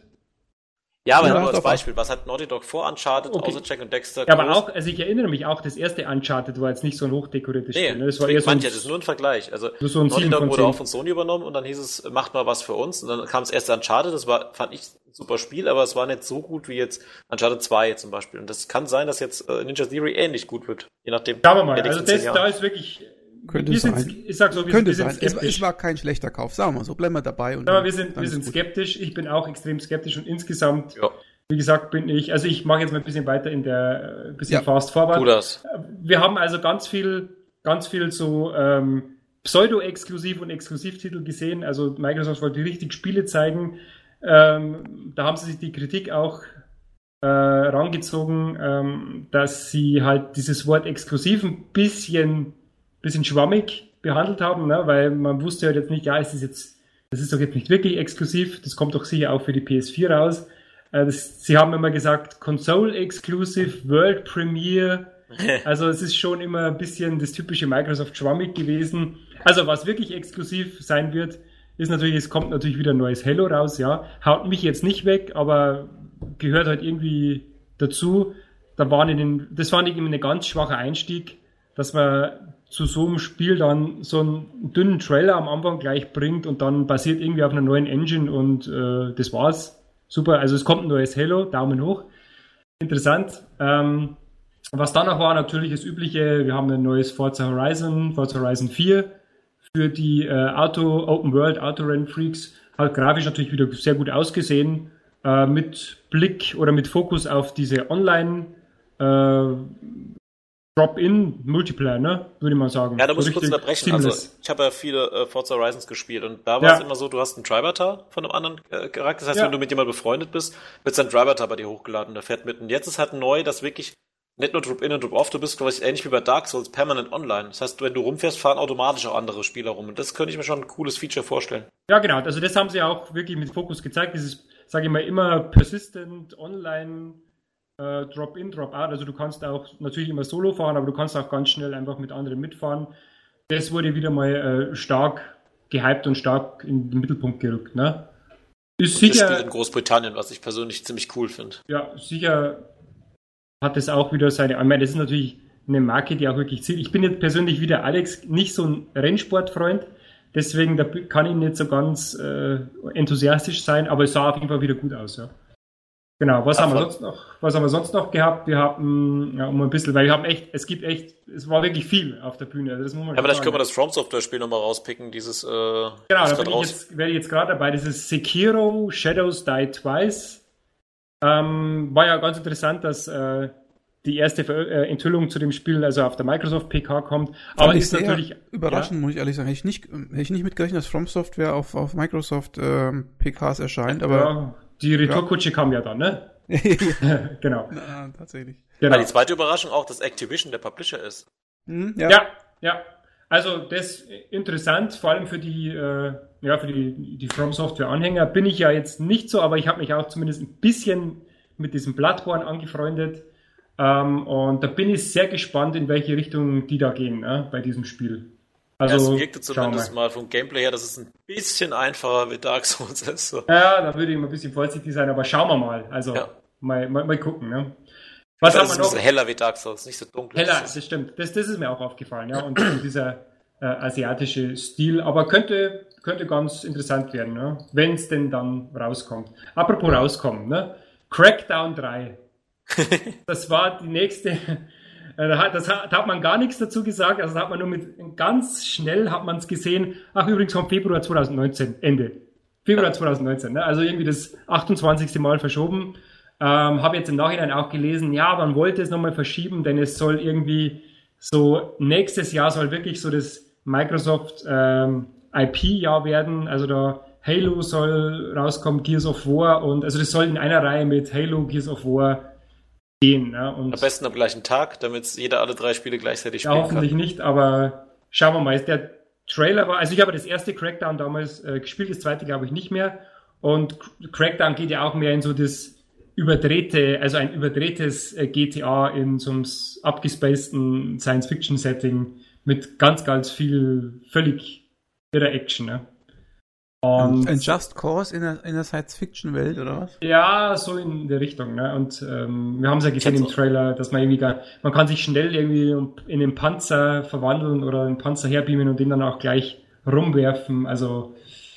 Ja, aber Ja, nur als doch, Beispiel. Was hat Naughty Dog vor Uncharted, Okay. außer Jack and Dexter? Ja, aber groß? auch, also ich erinnere mich auch, das erste Uncharted war jetzt nicht so ein hochdekoriertes Nee, Spiel. Ne? Das war deswegen eher so ein, meinte ich, das ist nur ein Vergleich. Also nur so ein Naughty sieben Dog von wurde zehn. auch von Sony übernommen und dann hieß es, macht mal was für uns. Und dann kam das erste Uncharted, das war, fand ich ein super Spiel, aber es war nicht so gut wie jetzt Uncharted zwei zum Beispiel. Und das kann sein, dass jetzt äh, Ninja Theory ähnlich gut wird. Je nachdem. Schauen wir mal, in den also nächsten das, zehn da Jahren. ist wirklich, Könnte wir sein. sind, ich sag so, wir, Könnte wir sind sein. Es, war- skeptisch. es war kein schlechter Kauf. Sagen wir mal so, bleiben wir dabei. Und Aber dann- wir sind, dann wir ist sind gut. skeptisch. Ich bin auch extrem skeptisch und insgesamt, Ja, wie gesagt, bin ich, also ich mache jetzt mal ein bisschen weiter in der, ein bisschen Ja. fast forward. tu das. Wir haben also ganz viel, ganz viel so ähm, Pseudo-Exklusiv- und Exklusivtitel gesehen. Also Microsoft wollte richtig Spiele zeigen. Ähm, da haben sie sich die Kritik auch äh, rangezogen, ähm, dass sie halt dieses Wort exklusiv ein bisschen, bisschen schwammig behandelt haben, ne? Weil man wusste halt jetzt nicht, ja, ist das jetzt, das ist doch jetzt nicht wirklich exklusiv, das kommt doch sicher auch für die P S vier raus. Äh, das, sie haben immer gesagt, Console Exclusive, World Premiere. Also es ist schon immer ein bisschen das typische Microsoft schwammig gewesen. Also was wirklich exklusiv sein wird, ist natürlich, es kommt natürlich wieder ein neues Halo raus, ja. Haut mich jetzt nicht weg, aber gehört halt irgendwie dazu. Da waren in den, das fand ich immer ein ganz schwacher Einstieg, dass man zu so einem Spiel dann so einen dünnen Trailer am Anfang gleich bringt und dann basiert irgendwie auf einer neuen Engine und äh, das war's. Super, also es kommt ein neues Halo, Daumen hoch. Interessant. Ähm, was dann noch war, natürlich das Übliche, wir haben ein neues Forza Horizon, Forza Horizon vier für die äh, Auto, Open World, Autorennen-Freaks. Hat grafisch natürlich wieder sehr gut ausgesehen, äh, mit Blick oder mit Fokus auf diese Online- äh, Drop-in-Multiplayer, ne? Würde ich mal sagen. Ja, da muss so ich kurz richtig unterbrechen. seamless. Also, ich habe ja viele äh, Forza Horizons gespielt und da war Ja. es immer so, du hast einen Driver-Tar von einem anderen äh, Charakter. Das heißt, Ja. wenn du mit jemandem befreundet bist, wird sein Driver-Tar bei dir hochgeladen und der fährt mit. Und jetzt ist halt neu, dass wirklich nicht nur Drop-in und Drop-off, du bist, glaube ich, ähnlich wie bei Dark Souls, permanent online. Das heißt, wenn du rumfährst, fahren automatisch auch andere Spieler rum. Und das könnte ich mir schon ein cooles Feature vorstellen. Ja, genau. Also das haben sie auch wirklich mit Fokus gezeigt. Dieses, sage ich mal, immer persistent online äh, Drop-in, Drop-out. Also du kannst auch natürlich immer solo fahren, aber du kannst auch ganz schnell einfach mit anderen mitfahren. Das wurde wieder mal äh, stark gehypt und stark in den Mittelpunkt gerückt. Ne? Ist Und das sicher, spielt in Großbritannien, was ich persönlich ziemlich cool finde. ja, sicher hat es auch wieder seine, ich meine, das ist natürlich eine Marke, die auch wirklich zieht. Ich bin jetzt persönlich wie der Alex nicht so ein Rennsportfreund, deswegen da kann ich nicht so ganz äh, enthusiastisch sein, aber es sah auf jeden Fall wieder gut aus, ja. Genau, was haben wir Davon- sonst noch, was haben wir sonst noch gehabt? Wir haben, ja, um ein bisschen, weil wir haben echt, es gibt echt, es war wirklich viel auf der Bühne, also das muss man Ja, schon vielleicht sagen. können wir das From Software-Spiel nochmal rauspicken, dieses, äh, Genau, ist da grad bin ich raus. jetzt, wäre ich jetzt gerade dabei, dieses Sekiro Shadows Die Twice. Ähm, war ja ganz interessant, dass äh, die erste Ver äh, Enthüllung zu dem Spiel also auf der Microsoft P K kommt. Aber Fand ich ist sehr natürlich überraschend, muss ich ehrlich sagen. Hätte ich nicht, hätte ich nicht mitgerechnet, dass From Software auf, auf Microsoft ähm, P Ks erscheint, Ja, aber ja, die Retourkutsche kam ja dann, ne? Genau. Na, tatsächlich. genau. Ah, die zweite Überraschung auch, dass Activision der Publisher ist. Hm, Ja, ja. Also das ist interessant, vor allem für die, äh, ja, für die, die From Software Anhänger bin ich ja jetzt nicht so, aber ich habe mich auch zumindest ein bisschen mit diesem Bloodborne angefreundet. Ähm, und da bin ich sehr gespannt, in welche Richtung die da gehen, ne, bei diesem Spiel. Also, Ja, es wirkte schauen zumindest wir. mal vom Gameplay her, dass es ein bisschen einfacher wie Dark Souls ist. So. Ja, da würde ich mal ein bisschen vorsichtig sein, aber schauen wir mal. Also Ja. mal, mal, mal gucken. Ne? Was Das haben ist wir ein noch? bisschen heller wie Dark Souls, nicht so dunkel. Heller, Das ist- das stimmt. Das, das ist mir auch aufgefallen, ja. Und dieser äh, asiatische Stil, aber könnte, könnte ganz interessant werden, ne? Wenn es denn dann rauskommt. Apropos rauskommen, ne? Crackdown drei. Das war die nächste. äh, Da hat, das hat, da hat man gar nichts dazu gesagt, also da hat man nur mit ganz schnell hat man es gesehen. Ach, übrigens vom Februar zwanzig neunzehn, Ende. Februar zwanzig neunzehn, ne? Also irgendwie das achtundzwanzigste Mal verschoben. Ähm, habe jetzt im Nachhinein auch gelesen, ja, man wollte es nochmal verschieben, denn es soll irgendwie so, nächstes Jahr soll wirklich so das Microsoft ähm, I P-Jahr werden, also da Halo soll rauskommen, Gears of War und also das soll in einer Reihe mit Halo, Gears of War gehen. Ne? Und Am besten am gleichen Tag, damit jeder alle drei Spiele gleichzeitig ja, spielen hoffentlich kann. nicht, aber schauen wir mal. Der Trailer war, also ich habe das erste Crackdown damals äh, gespielt, das zweite glaube ich nicht mehr. Und Crackdown geht ja auch mehr in so das überdrehte, also ein überdrehtes äh, G T A in so einem s- abgespaceden Science-Fiction-Setting mit ganz, ganz viel völlig irrer Action. Ne? Und Ein Just Cause in der, in der Science-Fiction-Welt, oder was? ja, so in der Richtung. Ne? Und ähm, wir haben es ja gesehen Ich im hab's auch- Trailer, dass man irgendwie gar, man kann sich schnell irgendwie in den Panzer verwandeln oder einen Panzer herbeamen und den dann auch gleich rumwerfen. Also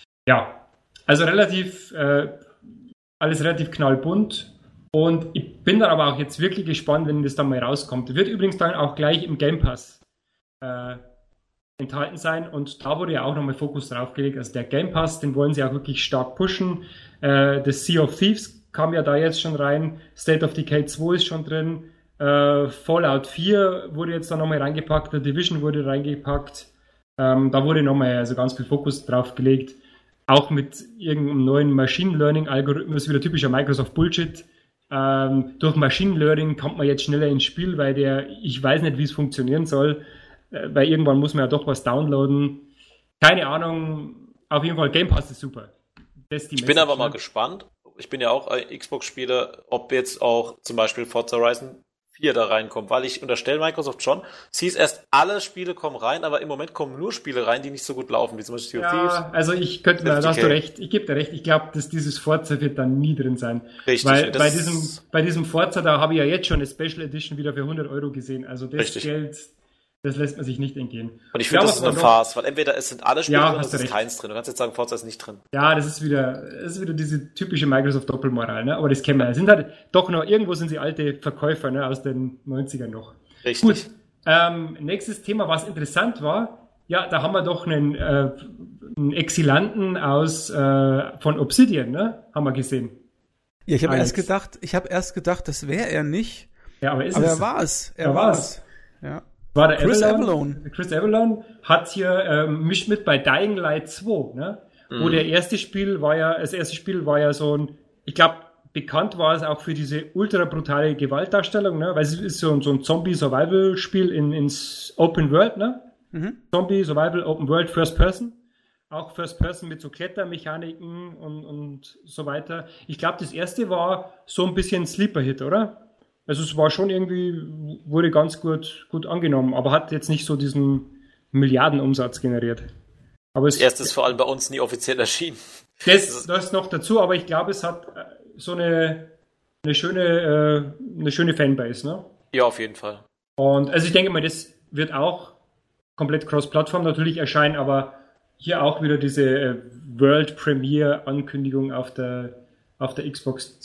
ja, also relativ äh, alles relativ knallbunt. Und ich bin dann aber auch jetzt wirklich gespannt, wenn das dann mal rauskommt. Wird übrigens dann auch gleich im Game Pass äh, enthalten sein und da wurde ja auch nochmal Fokus drauf gelegt. Also der Game Pass, den wollen sie auch wirklich stark pushen. Äh, das Sea of Thieves kam ja da jetzt schon rein. State of Decay zwei ist schon drin. Äh, Fallout vier wurde jetzt da nochmal reingepackt. The Division wurde reingepackt. Ähm, da wurde nochmal also ganz viel Fokus drauf gelegt. Auch mit irgendeinem neuen Machine Learning Algorithmus, wieder typischer Microsoft Bullshit. Ähm, durch Machine Learning kommt man jetzt schneller ins Spiel, weil der, ich weiß nicht, wie es funktionieren soll, äh, weil irgendwann muss man ja doch was downloaden. Keine Ahnung, auf jeden Fall Game Pass ist super. Das ist die Ich bin Message, aber mal ne? gespannt. Ich bin ja auch ein Xbox-Spieler, ob jetzt auch zum Beispiel Forza Horizon vier da reinkommt, weil ich unterstelle Microsoft schon, es hieß erst, alle Spiele kommen rein, aber im Moment kommen nur Spiele rein, die nicht so gut laufen, wie zum Beispiel Sea of Thieves. Ja, also ich könnte mir, F D da hast K. du recht, ich gebe dir recht, ich glaube, dass dieses Forza wird dann nie drin sein. Richtig, Weil das bei ist- diesem, bei diesem Forza, da habe ich ja jetzt schon eine Special Edition wieder für hundert Euro gesehen. Also das Richtig. Geld, das lässt man sich nicht entgehen. Und ich finde, Ja, das was ist eine man noch- Farce, weil entweder es sind alle Spiele Ja, drin, oder hast es du ist recht. keins drin. Du kannst jetzt sagen, Forza ist nicht drin. Ja, das ist wieder, das ist wieder diese typische Microsoft-Doppelmoral, ne? Aber das kennen wir. Es sind halt doch noch, irgendwo sind sie alte Verkäufer, ne? Aus den neunzigern noch. Richtig. Gut, ähm, nächstes Thema, was interessant war, ja, da haben wir doch einen, äh, einen Exilanten aus, äh, von Obsidian, ne? Haben wir gesehen. Ja, ich habe Alex. erst gedacht, ich habe erst gedacht, das wäre er nicht, Ja, aber ist aber es. er war es. Er Er war war's. es. Ja. War der Chris Avalon, Avalon. Chris Avalon hat hier ähm, mischt mit bei Dying Light zwei, ne? Mhm. Wo der erste Spiel war ja, das erste Spiel war ja so ein, ich glaube, bekannt war es auch für diese ultra brutale Gewaltdarstellung, ne? Weil es ist so, ein- so ein Zombie-Survival-Spiel in, ins Open World, ne? Mhm. Zombie, Survival, Open World, First Person. Auch First Person mit so Klettermechaniken und, und so weiter. Ich glaube, das erste war so ein bisschen Sleeper-Hit, oder? Also es war schon irgendwie, wurde ganz gut, gut angenommen, aber hat jetzt nicht so diesen Milliardenumsatz generiert. Aber es, Das erste ist vor allem bei uns nie offiziell erschienen. das, das noch dazu, aber ich glaube, es hat äh, so eine, eine schöne, äh, eine schöne Fanbase, ne? Ja, auf jeden Fall. Und also ich denke mal, das wird auch komplett cross-Plattform natürlich erscheinen, aber hier auch wieder diese äh, World Premiere Ankündigung auf der auf der Xbox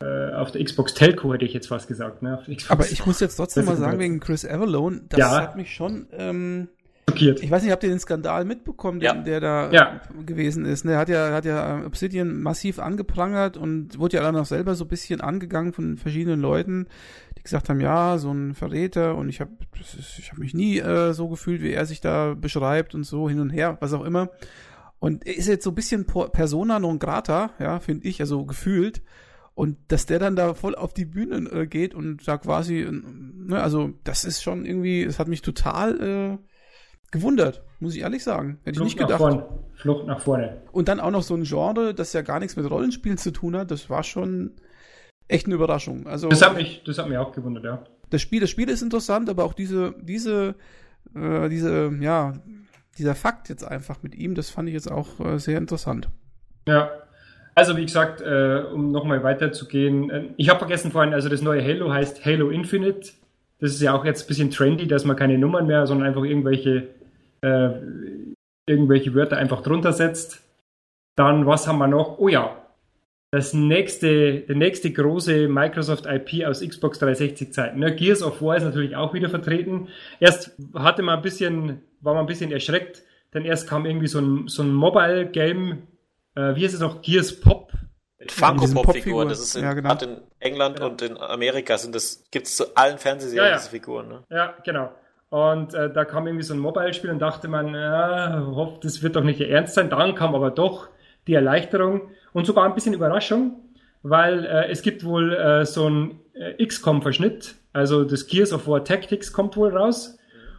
äh, auf der Xbox Telco, hätte ich jetzt fast gesagt. Ne? Auf Xbox. Aber ich muss jetzt trotzdem mal sagen, wegen Chris Avellone, das ja. hat mich schon ähm, schockiert. Ich weiß nicht, habt ihr den Skandal mitbekommen, den, ja. der da ja. gewesen ist? Der hat ja, hat ja Obsidian massiv angeprangert und wurde ja dann auch selber so ein bisschen angegangen von verschiedenen Leuten, die gesagt haben, ja, so ein Verräter und ich habe ich hab mich nie äh, so gefühlt, wie er sich da beschreibt und so hin und her, was auch immer. Und er ist jetzt so ein bisschen Persona non grata, ja, finde ich, also gefühlt. Und dass der dann da voll auf die Bühne äh, geht und da quasi, äh, ne, also das ist schon irgendwie, es hat mich total äh, gewundert, muss ich ehrlich sagen. Hätte ich nicht gedacht. Nach vorne. Flucht nach vorne. Und dann auch noch so ein Genre, das ja gar nichts mit Rollenspielen zu tun hat, das war schon echt eine Überraschung. Also, das hat mich, das hat mich auch gewundert, ja. Das Spiel, das Spiel ist interessant, aber auch diese, diese, äh, diese, ja, dieser Fakt jetzt einfach mit ihm, das fand ich jetzt auch äh, sehr interessant. Ja, also wie gesagt, äh, um nochmal weiterzugehen, äh, ich habe vergessen vorhin, also das neue Halo heißt Halo Infinite. Das ist ja auch jetzt ein bisschen trendy, dass man keine Nummern mehr, sondern einfach irgendwelche, äh, irgendwelche Wörter einfach drunter setzt. Dann, was haben wir noch? Oh ja, das nächste, der nächste große Microsoft I P aus Xbox dreihundertsechzig Zeiten. Ne? Gears of War ist natürlich auch wieder vertreten. Erst hatte man ein bisschen, war man ein bisschen erschreckt, denn erst kam irgendwie so ein, so ein Mobile-Game, äh, wie heißt es noch, Gears Pop. Mit Funko-Pop-Figuren, das ist in, ja, genau. hat in England ja. und in Amerika sind das, gibt es zu allen Fernsehserien ja, ja. diese Figuren. Ne? Ja, genau. Und äh, da kam irgendwie so ein Mobile-Spiel und dachte man, äh, hofft, das wird doch nicht ernst sein. Dann kam aber doch die Erleichterung und sogar ein bisschen Überraschung, weil äh, es gibt wohl äh, so einen äh, X COM-Verschnitt, also das Gears of War Tactics kommt wohl raus.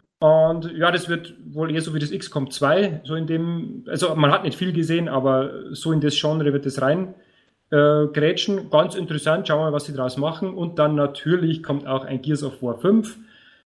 Und ja, das wird wohl eher so wie das X COM zwei, so in dem, also man hat nicht viel gesehen, aber so in das Genre wird es rein äh, grätschen. Ganz interessant, schauen wir mal, was sie draus machen. Und dann natürlich kommt auch ein Gears of War fünf.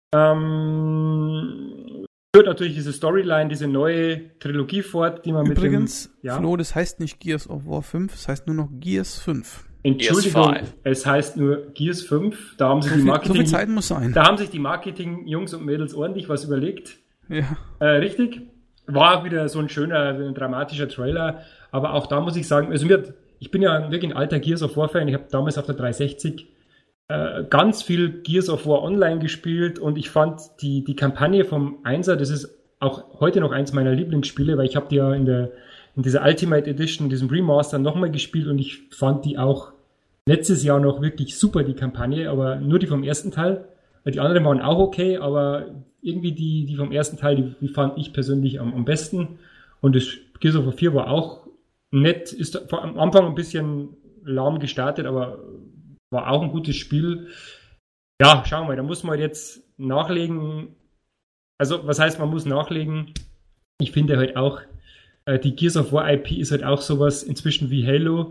Ähm, führt natürlich diese Storyline, diese neue Trilogie fort, die man Übrigens, mit dem... Ja? Flo, das heißt nicht Gears of War fünf, das heißt nur noch Gears fünf. Entschuldigung, Gears es heißt nur Gears fünf. Da haben sich So die viel, Marketing, so viel Zeit muss sein. da haben sich die Marketing-Jungs und Mädels ordentlich was überlegt. Ja. Äh, richtig. War wieder so ein schöner, ein dramatischer Trailer. Aber auch da muss ich sagen, also mir, ich bin ja wirklich ein alter Gears of War-Fan. Ich habe damals auf der dreihundertsechzig äh, ganz viel Gears of War Online gespielt und ich fand die, die Kampagne vom Einser, das ist auch heute noch eins meiner Lieblingsspiele, weil ich habe die ja in der in dieser Ultimate Edition, in diesem Remaster nochmal gespielt und ich fand die auch letztes Jahr noch wirklich super, die Kampagne, aber nur die vom ersten Teil. Die anderen waren auch okay, aber irgendwie die, die vom ersten Teil, die, die fand ich persönlich am, am besten. Und das Gears of War vier war auch nett, ist am Anfang ein bisschen lahm gestartet, aber war auch ein gutes Spiel. Ja, schauen wir mal, da muss man jetzt nachlegen. Also, was heißt, man muss nachlegen? Ich finde halt auch, die Gears of War I P ist halt auch sowas inzwischen wie Halo.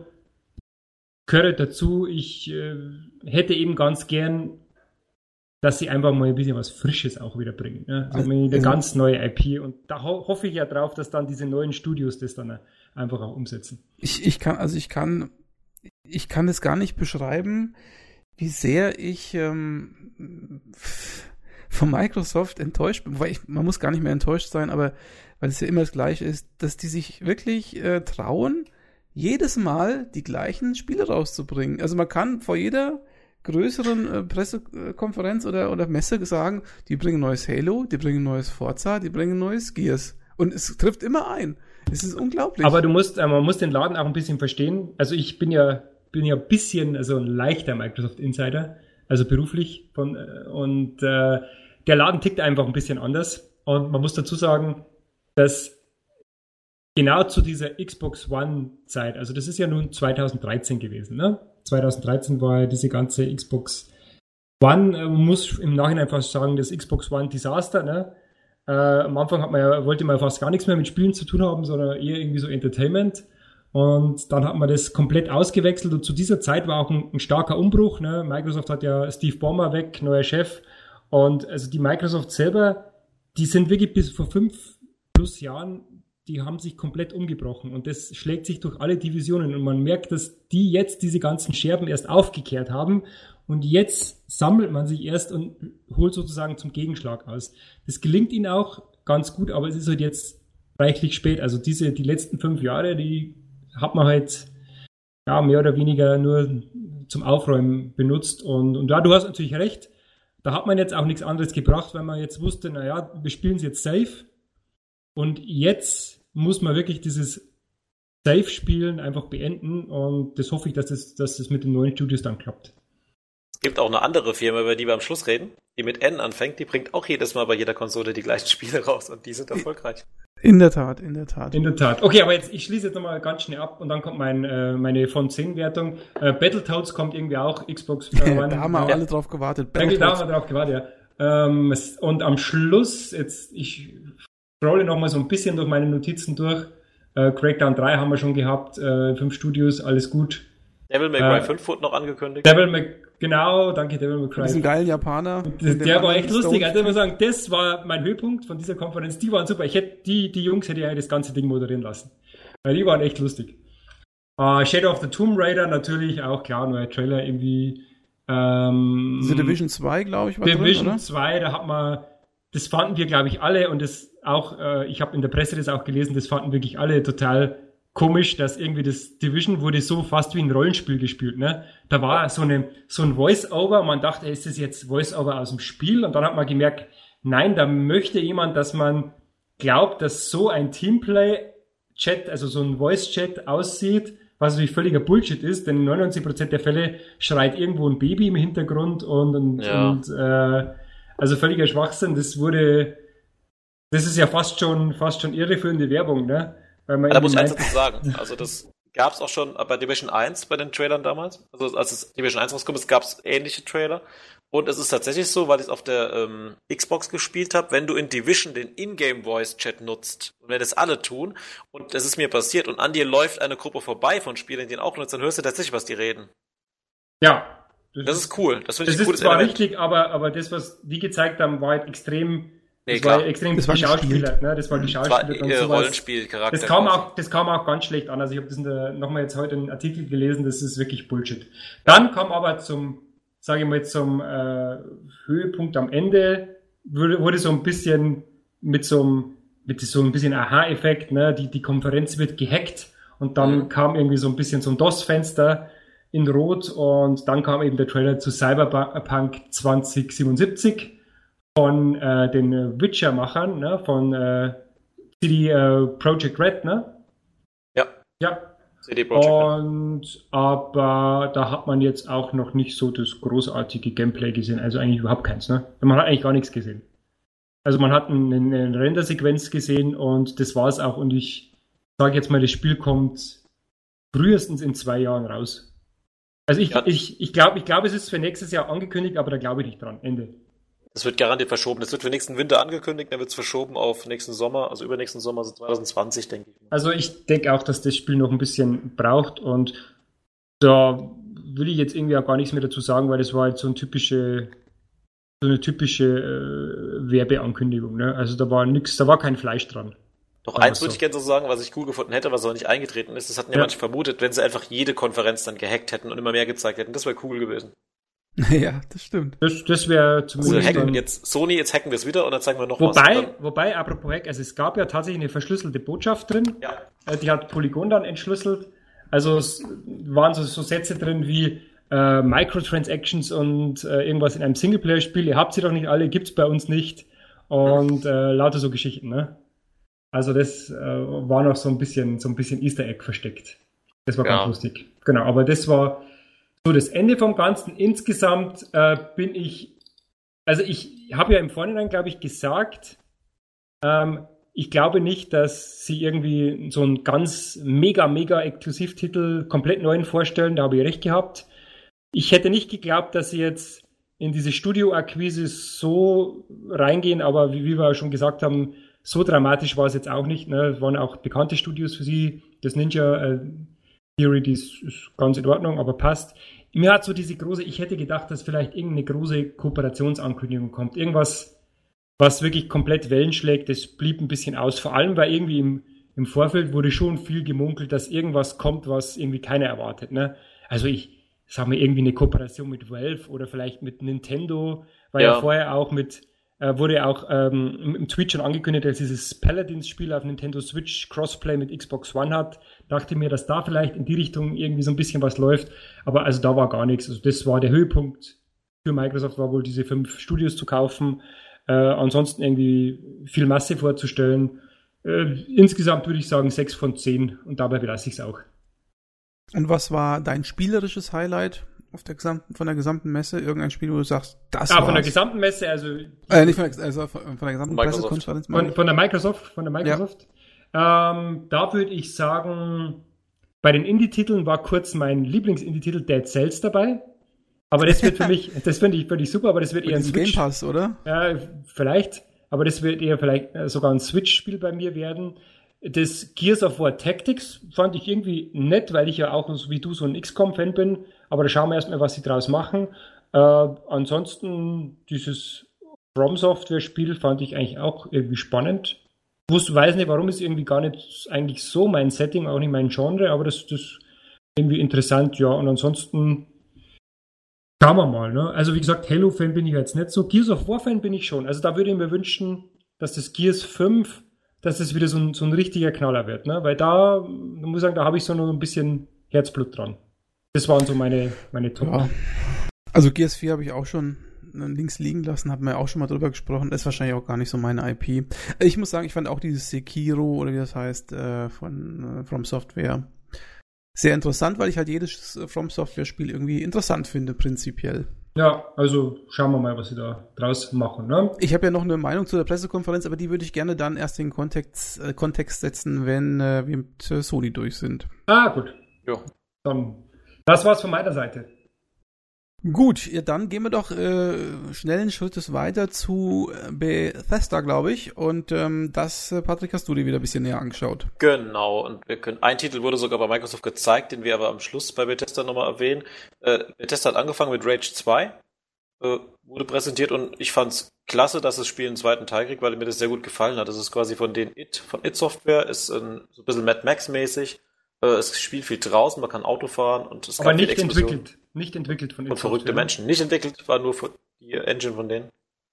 Gehört dazu, ich äh, hätte eben ganz gern, dass sie einfach mal ein bisschen was Frisches auch wieder bringen. Ne? Also, also eine also, ganz neue I P und da ho- hoffe ich ja drauf, dass dann diese neuen Studios das dann einfach auch umsetzen. Ich, ich kann, also ich kann, ich kann es gar nicht beschreiben, wie sehr ich ähm, von Microsoft enttäuscht bin, weil ich, man muss gar nicht mehr enttäuscht sein, aber weil es ja immer das Gleiche ist, dass die sich wirklich äh, trauen, jedes Mal die gleichen Spiele rauszubringen. Also man kann vor jeder größeren äh, Pressekonferenz oder, oder Messe sagen, die bringen neues Halo, die bringen neues Forza, die bringen neues Gears. Und es trifft immer ein. Es ist unglaublich. Aber du musst, äh, man muss den Laden auch ein bisschen verstehen. Also ich bin ja, bin ja ein bisschen, also ein leichter Microsoft-Insider, also beruflich. Von, äh, und äh, der Laden tickt einfach ein bisschen anders. Und man muss dazu sagen, dass genau zu dieser Xbox One-Zeit, also das ist ja nun zweitausenddreizehn gewesen, ne? zweitausenddreizehn war ja diese ganze Xbox One, man muss im Nachhinein fast sagen, das Xbox One Desaster, ne? Äh, am Anfang hat man ja, wollte man ja fast gar nichts mehr mit Spielen zu tun haben, sondern eher irgendwie so Entertainment. Und dann hat man das komplett ausgewechselt und zu dieser Zeit war auch ein, ein starker Umbruch, ne? Microsoft hat ja Steve Ballmer weg, neuer Chef. Und also die Microsoft selber, die sind wirklich bis vor fünf plus Jahren, die haben sich komplett umgebrochen und das schlägt sich durch alle Divisionen und man merkt, dass die jetzt diese ganzen Scherben erst aufgekehrt haben und jetzt sammelt man sich erst und holt sozusagen zum Gegenschlag aus. Das gelingt ihnen auch ganz gut, aber es ist halt jetzt reichlich spät. Also diese, die letzten fünf Jahre, die hat man halt ja mehr oder weniger nur zum Aufräumen benutzt. Und, und ja, du hast natürlich recht. Da hat man jetzt auch nichts anderes gebracht, weil man jetzt wusste, naja, wir spielen es jetzt safe. Und jetzt muss man wirklich dieses Safe-Spielen einfach beenden. Und das hoffe ich, dass das, dass das mit den neuen Studios dann klappt. Es gibt auch eine andere Firma, über die wir am Schluss reden, die mit N anfängt. Die bringt auch jedes Mal bei jeder Konsole die gleichen Spiele raus. Und die sind erfolgreich. In der Tat, in der Tat. In der Tat. Okay, aber jetzt, ich schließe jetzt nochmal ganz schnell ab und dann kommt mein, äh, meine von zehn Wertung. Äh, Battletoads kommt irgendwie auch, Xbox One. Da haben wir ja. alle drauf gewartet. Da, da haben wir drauf gewartet, ja. Ähm, und am Schluss, jetzt, ich scrolle nochmal so ein bisschen durch meine Notizen durch. Äh, Crackdown drei haben wir schon gehabt, äh, fünf Studios, alles gut. Devil May Cry äh, fünf wurde noch angekündigt. Devil May, genau, danke Devil May Cry. Diesen geilen Japaner. Das, der war echt lustig. Also ich muss sagen, das war mein Höhepunkt von dieser Konferenz. Die waren super. Ich hätte die, die Jungs hätte ja das ganze Ding moderieren lassen. Weil die waren echt lustig. Uh, Shadow of the Tomb Raider natürlich auch klar, neuer Trailer irgendwie. Ähm, Diese Division zwei, glaube ich, war Division drin, oder? zwei, da hat man, das fanden wir, glaube ich, alle und das auch, äh, ich habe in der Presse das auch gelesen, das fanden wirklich alle total komisch, dass irgendwie das Division wurde so fast wie ein Rollenspiel gespielt, ne? Da war so eine, so ein Voice-Over, man dachte, ist das jetzt Voice-Over aus dem Spiel? Und dann hat man gemerkt, nein, da möchte jemand, dass man glaubt, dass so ein Teamplay-Chat, also so ein Voice-Chat aussieht, was natürlich völliger Bullshit ist, denn in neunundneunzig Prozent der Fälle schreit irgendwo ein Baby im Hintergrund und, und, ja. und äh, also völliger Schwachsinn. Das wurde, das ist ja fast schon, fast schon irreführende Werbung, ne? Weil man da muss ich meint, eins dazu sagen. Also das gab es auch schon bei Division eins bei den Trailern damals. Also als es Division eins rauskommt, es gab ähnliche Trailer. Und es ist tatsächlich so, weil ich es auf der ähm, Xbox gespielt habe, wenn du in Division den Ingame-Voice-Chat nutzt, und wenn das alle tun, und es ist mir passiert, und an dir läuft eine Gruppe vorbei von Spielern, die den auch nutzen, dann hörst du tatsächlich, was die reden. Ja. Das, das ist cool. Das, das ist zwar Element. Richtig, aber, aber das, was die gezeigt haben, war halt extrem... Nee, das klar. war extrem das war Schauspieler, ne? Das war die Schauspieler. Das war, äh, Rollenspielcharakter. Das kam auch, das kam auch ganz schlecht an. Also ich habe das in der, nochmal jetzt heute einen Artikel gelesen, das ist wirklich Bullshit. Dann kam aber zum, sage ich mal, zum äh, Höhepunkt am Ende, wurde, wurde so ein bisschen mit so einem, mit so ein bisschen Aha-Effekt, ne? Die, die Konferenz wird gehackt und dann mhm. kam irgendwie so ein bisschen so ein DOS-Fenster in Rot und dann kam eben der Trailer zu Cyberpunk zwanzig siebenundsiebzig. Von äh, den Witcher-Machern, ne? Von äh, C D äh, Projekt Red, ne? Ja. Ja. C D Projekt Red. Und aber da hat man jetzt auch noch nicht so das großartige Gameplay gesehen, also eigentlich überhaupt keins, ne? Man hat eigentlich gar nichts gesehen. Also man hat eine, eine Render-Sequenz gesehen und das war's auch. Und ich sage jetzt mal, das Spiel kommt frühestens in zwei Jahren raus. Also ich, ja. ich, ich glaube, ich glaube, es ist für nächstes Jahr angekündigt, aber da glaube ich nicht dran. Ende. Das wird garantiert verschoben. Das wird für nächsten Winter angekündigt, dann wird es verschoben auf nächsten Sommer, also übernächsten Sommer, also zwanzig zwanzig, denke ich. Also ich denke auch, dass das Spiel noch ein bisschen braucht und da will ich jetzt irgendwie auch gar nichts mehr dazu sagen, weil das war halt so eine typische, so eine typische äh, Werbeankündigung, ne? Also da war nichts, da war kein Fleisch dran. Doch eins würde so. ich gerne so sagen, was ich cool gefunden hätte, was aber nicht eingetreten ist. Das hatten ja, ja manche vermutet, wenn sie einfach jede Konferenz dann gehackt hätten und immer mehr gezeigt hätten. Das wäre cool gewesen. Ja, das stimmt. Das, das wäre zumindest... Also hacken jetzt Sony, jetzt hacken wir es wieder und dann zeigen wir noch wobei, was. Wobei, apropos Hack, also es gab ja tatsächlich eine verschlüsselte Botschaft drin. Ja. Die hat Polygon dann entschlüsselt. Also es waren so, so Sätze drin wie äh, Microtransactions und äh, irgendwas in einem Singleplayer-Spiel. Ihr habt sie doch nicht alle, gibt's bei uns nicht. Und äh, lauter so Geschichten, ne? Also das äh, war noch so ein bisschen so ein bisschen Easter Egg versteckt. Das war ja. ganz lustig. Genau, aber das war so das Ende vom Ganzen. Insgesamt äh, bin ich, also ich habe ja im Vorhinein, glaube ich, gesagt, ähm, ich glaube nicht, dass sie irgendwie so einen ganz mega, mega Exklusivtitel komplett neuen vorstellen. Da habe ich recht gehabt. Ich hätte nicht geglaubt, dass sie jetzt in diese Studio-Akquise so reingehen, aber wie, wie wir schon gesagt haben, so dramatisch war es jetzt auch nicht. Ne? Es waren auch bekannte Studios für sie. Das Ninja äh, Theory, die ist, ist ganz in Ordnung, aber passt. Mir hat so diese große, ich hätte gedacht, dass vielleicht irgendeine große Kooperationsankündigung kommt. Irgendwas, was wirklich komplett Wellen schlägt, das blieb ein bisschen aus. Vor allem, weil irgendwie im, im Vorfeld wurde schon viel gemunkelt, dass irgendwas kommt, was irgendwie keiner erwartet. Ne? Also ich sag mal irgendwie eine Kooperation mit Valve oder vielleicht mit Nintendo, weil ja, ja vorher auch mit Äh, wurde auch ähm, im, im Tweet schon angekündigt, dass dieses Paladins-Spiel auf Nintendo Switch Crossplay mit Xbox One hat. Dachte mir, dass da vielleicht in die Richtung irgendwie so ein bisschen was läuft. Aber also da war gar nichts. Also das war der Höhepunkt für Microsoft, war wohl diese fünf Studios zu kaufen. Äh, ansonsten irgendwie viel Masse vorzustellen. Äh, insgesamt würde ich sagen sechs von zehn und dabei belasse ich es auch. Und was war dein spielerisches Highlight auf der gesamten, von der gesamten Messe? Irgendein Spiel, wo du sagst, das Ah, war's. von der gesamten Messe, also Äh, nicht von der, also von, von der gesamten Microsoft. Pressekonferenz. meine von, ich. von der Microsoft, von der Microsoft. Ähm, da würde ich sagen, bei den Indie-Titeln war kurz mein Lieblings-Indie-Titel Dead Cells dabei. Aber das wird für mich, das finde ich, finde ich super, aber das wird Mit eher ein diesem Game Switch. Pass, oder? Ja, vielleicht, aber das wird eher vielleicht äh, sogar ein Switch-Spiel bei mir werden. Das Gears of War Tactics fand ich irgendwie nett, weil ich ja auch so wie du so ein X COM-Fan bin. Aber da schauen wir erstmal, was sie draus machen. Äh, ansonsten, dieses From Software-Spiel fand ich eigentlich auch irgendwie spannend. Ich wusste, weiß nicht, warum, ist irgendwie gar nicht eigentlich so mein Setting, auch nicht mein Genre, aber das ist irgendwie interessant, ja. Und ansonsten schauen wir mal, ne? Also wie gesagt, Halo-Fan bin ich jetzt nicht so. Gears of War-Fan bin ich schon. Also da würde ich mir wünschen, dass das Gears fünf, dass das wieder so ein, so ein richtiger Knaller wird, ne? Weil da, da muss ich sagen, da habe ich so noch ein bisschen Herzblut dran. Das waren so meine, meine Top. Ja. Also Gears vier habe ich auch schon links liegen lassen, haben wir auch schon mal drüber gesprochen. Das ist wahrscheinlich auch gar nicht so meine I P. Ich muss sagen, ich fand auch dieses Sekiro, oder wie das heißt, äh, von äh, From Software sehr interessant, weil ich halt jedes From Software-Spiel irgendwie interessant finde, prinzipiell. Ja, also schauen wir mal, was sie da draus machen, ne? Ich habe ja noch eine Meinung zu der Pressekonferenz, aber die würde ich gerne dann erst in den Kontext, äh, Kontext setzen, wenn äh, wir mit äh, Sony durch sind. Ah, gut. Ja. Dann, das war's von meiner Seite. Gut, ja, dann gehen wir doch äh, schnellen Schrittes weiter zu äh, Bethesda, glaube ich. Und ähm, das, äh, Patrick, hast du dir wieder ein bisschen näher angeschaut. Genau, und wir können, ein Titel wurde sogar bei Microsoft gezeigt, den wir aber am Schluss bei Bethesda nochmal erwähnen. Äh, Bethesda hat angefangen mit Rage zwei, äh, wurde präsentiert und ich fand's klasse, dass das Spiel einen zweiten Teil kriegt, weil mir das sehr gut gefallen hat. Das ist quasi von den It, von It Software, ist ein, so ein bisschen Mad Max-mäßig. Äh, es spielt viel draußen, man kann Auto fahren und es Aber gab viel nicht Explosion. entwickelt. Nicht entwickelt von Und verrückte Menschen. Nicht entwickelt, war nur für die Engine von denen.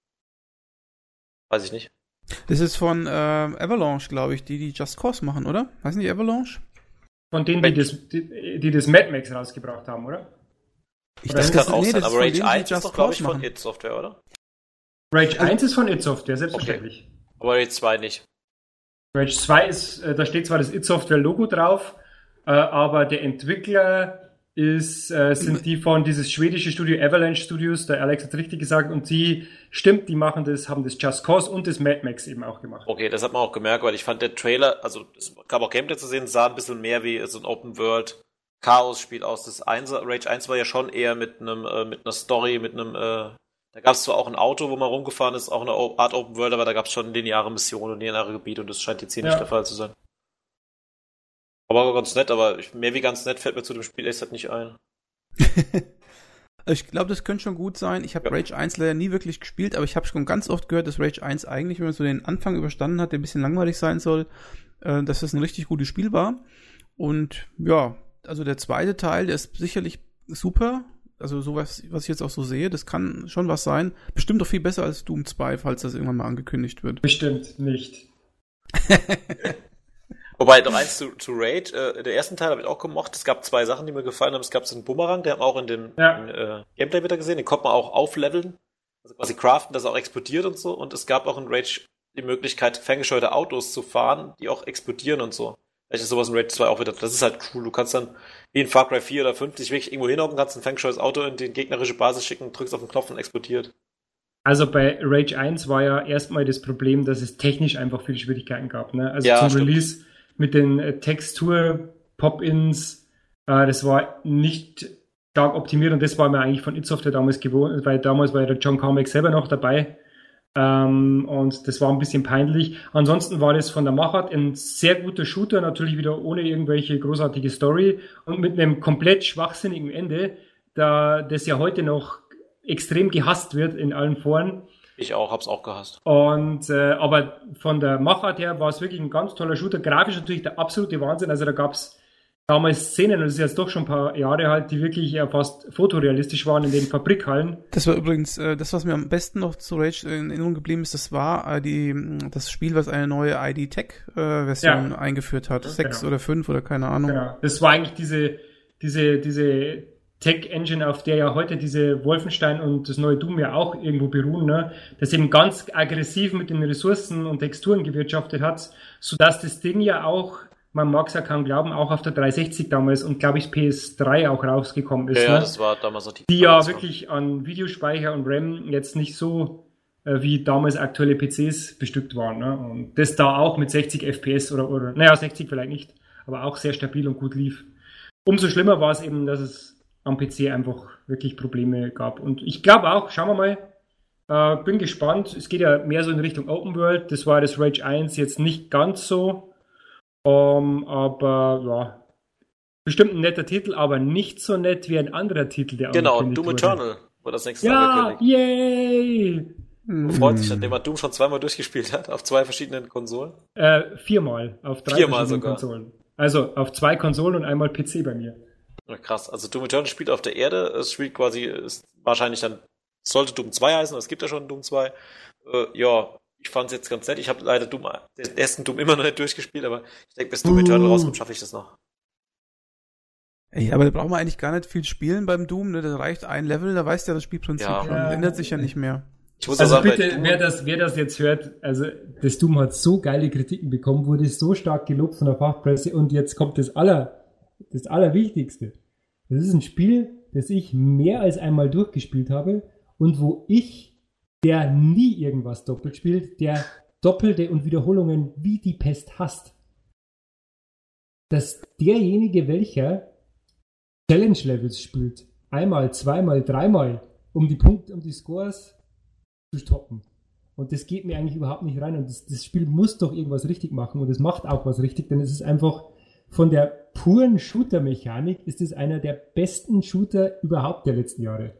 Weiß ich nicht. Das ist von äh, Avalanche, glaube ich, die die Just Cause machen, oder? Heißen die Avalanche? Von denen, die das, die, die das Mad Max rausgebracht haben, oder? Ich Das dachte, kann auch nee, sein, das aber ist von Rage denen, die eins ist Just doch, glaube ich, Cause von machen. It Software, oder? Rage eins ist von It Software, selbstverständlich. Aber Rage zwei nicht. Rage zwei ist, äh, da steht zwar das It Software Logo drauf, äh, aber der Entwickler ist, äh, sind die von dieses schwedische Studio Avalanche Studios, der Alex hat richtig gesagt, und die, stimmt, die machen das, haben das Just Cause und das Mad Max eben auch gemacht. Okay, das hat man auch gemerkt, weil ich fand der Trailer, also es gab auch Gameplay zu sehen, sah ein bisschen mehr wie so ein Open World Chaos-Spiel aus. Das eins, Rage eins war ja schon eher mit einem, äh, mit einer Story, mit einem, äh, da gab es zwar auch ein Auto, wo man rumgefahren ist, auch eine Art Open World, aber da gab es schon lineare Missionen und lineare Gebiete und das scheint jetzt hier Ja. nicht der Fall zu sein. Aber ganz nett, aber mehr wie ganz nett fällt mir zu dem Spiel echt nicht ein. Ich glaube, das könnte schon gut sein. Ich habe Ja. Rage eins leider nie wirklich gespielt, aber ich habe schon ganz oft gehört, dass Rage eins eigentlich, wenn man so den Anfang überstanden hat, der ein bisschen langweilig sein soll, äh, dass das ein richtig gutes Spiel war. Und ja, also der zweite Teil, der ist sicherlich super. Also sowas, was ich jetzt auch so sehe, das kann schon was sein. Bestimmt doch viel besser als Doom zwei, falls das irgendwann mal angekündigt wird. Bestimmt nicht. Wobei, noch eins zu, zu Raid, äh, der ersten Teil habe ich auch gemocht. Es gab zwei Sachen, die mir gefallen haben. Es gab so einen Bumerang, den haben wir auch in dem Ja. in, äh, Gameplay wieder gesehen. Den konnte man auch aufleveln, also quasi craften, dass er auch explodiert und so. Und es gab auch in Rage die Möglichkeit, ferngesteuerte Autos zu fahren, die auch explodieren und so. Vielleicht ist sowas in Rage zwei auch wieder, das ist halt cool. Du kannst dann wie in Far Cry vier oder fünf dich wirklich irgendwo hinhocken, kannst ein ferngesteuertes Auto in die gegnerische Basis schicken, drückst auf den Knopf und explodiert. Also bei Rage eins war ja erstmal das Problem, dass es technisch einfach viele Schwierigkeiten gab. Ne? Also Ja, zum stimmt. Release mit den äh, Textur-Pop-Ins, äh, das war nicht stark optimiert und das war mir eigentlich von It Software damals gewohnt, weil damals war ja der John Carmack selber noch dabei. Ähm, und das war ein bisschen peinlich. Ansonsten war das von der Machart ein sehr guter Shooter, natürlich wieder ohne irgendwelche großartige Story und mit einem komplett schwachsinnigen Ende, da das ja heute noch extrem gehasst wird in allen Foren. Ich auch, hab's auch gehasst. Und äh, aber von der Machart her war es wirklich ein ganz toller Shooter. Grafisch natürlich der absolute Wahnsinn. Also da gab's damals Szenen, und das ist jetzt doch schon ein paar Jahre halt, die wirklich ja fast fotorealistisch waren in den Fabrikhallen. Das war übrigens, äh, das, was mir am besten noch zu Rage in Erinnerung geblieben ist, das war äh, die, das Spiel, was eine neue I D-Tech-Version äh, ja. eingeführt hat. Sechs genau. oder fünf oder keine Ahnung. Genau. Das war eigentlich diese, diese, diese Tech-Engine, auf der ja heute diese Wolfenstein und das neue Doom ja auch irgendwo beruhen, ne? Das eben ganz aggressiv mit den Ressourcen und Texturen gewirtschaftet hat, sodass das Ding ja auch, man mag es ja kaum glauben, auch auf der dreihundertsechzig damals und, glaube ich, P S drei auch rausgekommen ist. Ja, ne? ja, das war damals noch die Die ja wirklich an Videospeicher und RAM jetzt nicht so äh, wie damals aktuelle P Cs bestückt waren. Ne? Und das da auch mit sechzig F P S oder, oder, naja, sechzig vielleicht nicht, aber auch sehr stabil und gut lief. Umso schlimmer war es eben, dass es am P C einfach wirklich Probleme gab. Und ich glaube auch, schauen wir mal, äh, bin gespannt, es geht ja mehr so in Richtung Open World, das war das Rage eins jetzt nicht ganz so. Um, aber ja, bestimmt ein netter Titel, aber nicht so nett wie ein anderer Titel, der genau, Doom wurde. Eternal wurde das nächste ja, angekündigt. Yay! Man freut sich, nachdem man Doom schon zweimal durchgespielt hat, auf zwei verschiedenen Konsolen? Äh, viermal, auf drei viermal verschiedenen sogar. Konsolen. Also auf zwei Konsolen und einmal P C bei mir. Ja, krass, also Doom Eternal spielt auf der Erde, es spielt quasi, ist wahrscheinlich dann, sollte Doom zwei heißen, es gibt ja schon Doom zwei. Äh, ja, ich fand es jetzt ganz nett. Ich habe leider Doom, den ersten Doom immer noch nicht durchgespielt, aber ich denke, bis Doom Eternal rauskommt, schaffe ich das noch. Ey, aber da braucht man eigentlich gar nicht viel spielen beim Doom, ne? Da reicht ein Level, da weißt du ja das Spielprinzip ja. schon. Das ändert sich ja nicht mehr. Ich muss also sagen, bitte, wer das, wer das jetzt hört, also das Doom hat so geile Kritiken bekommen, wurde so stark gelobt von der Fachpresse und jetzt kommt das aller, das Allerwichtigste. Das ist ein Spiel, das ich mehr als einmal durchgespielt habe und wo ich, der nie irgendwas doppelt spielt, der Doppelte und Wiederholungen wie die Pest hasst. Dass derjenige, welcher Challenge-Levels spielt, einmal, zweimal, dreimal, um die Punkte, um die Scores zu stoppen. Und das geht mir eigentlich überhaupt nicht rein. Und das, das Spiel muss doch irgendwas richtig machen. Und es macht auch was richtig, denn es ist einfach von der puren Shooter-Mechanik ist es einer der besten Shooter überhaupt der letzten Jahre.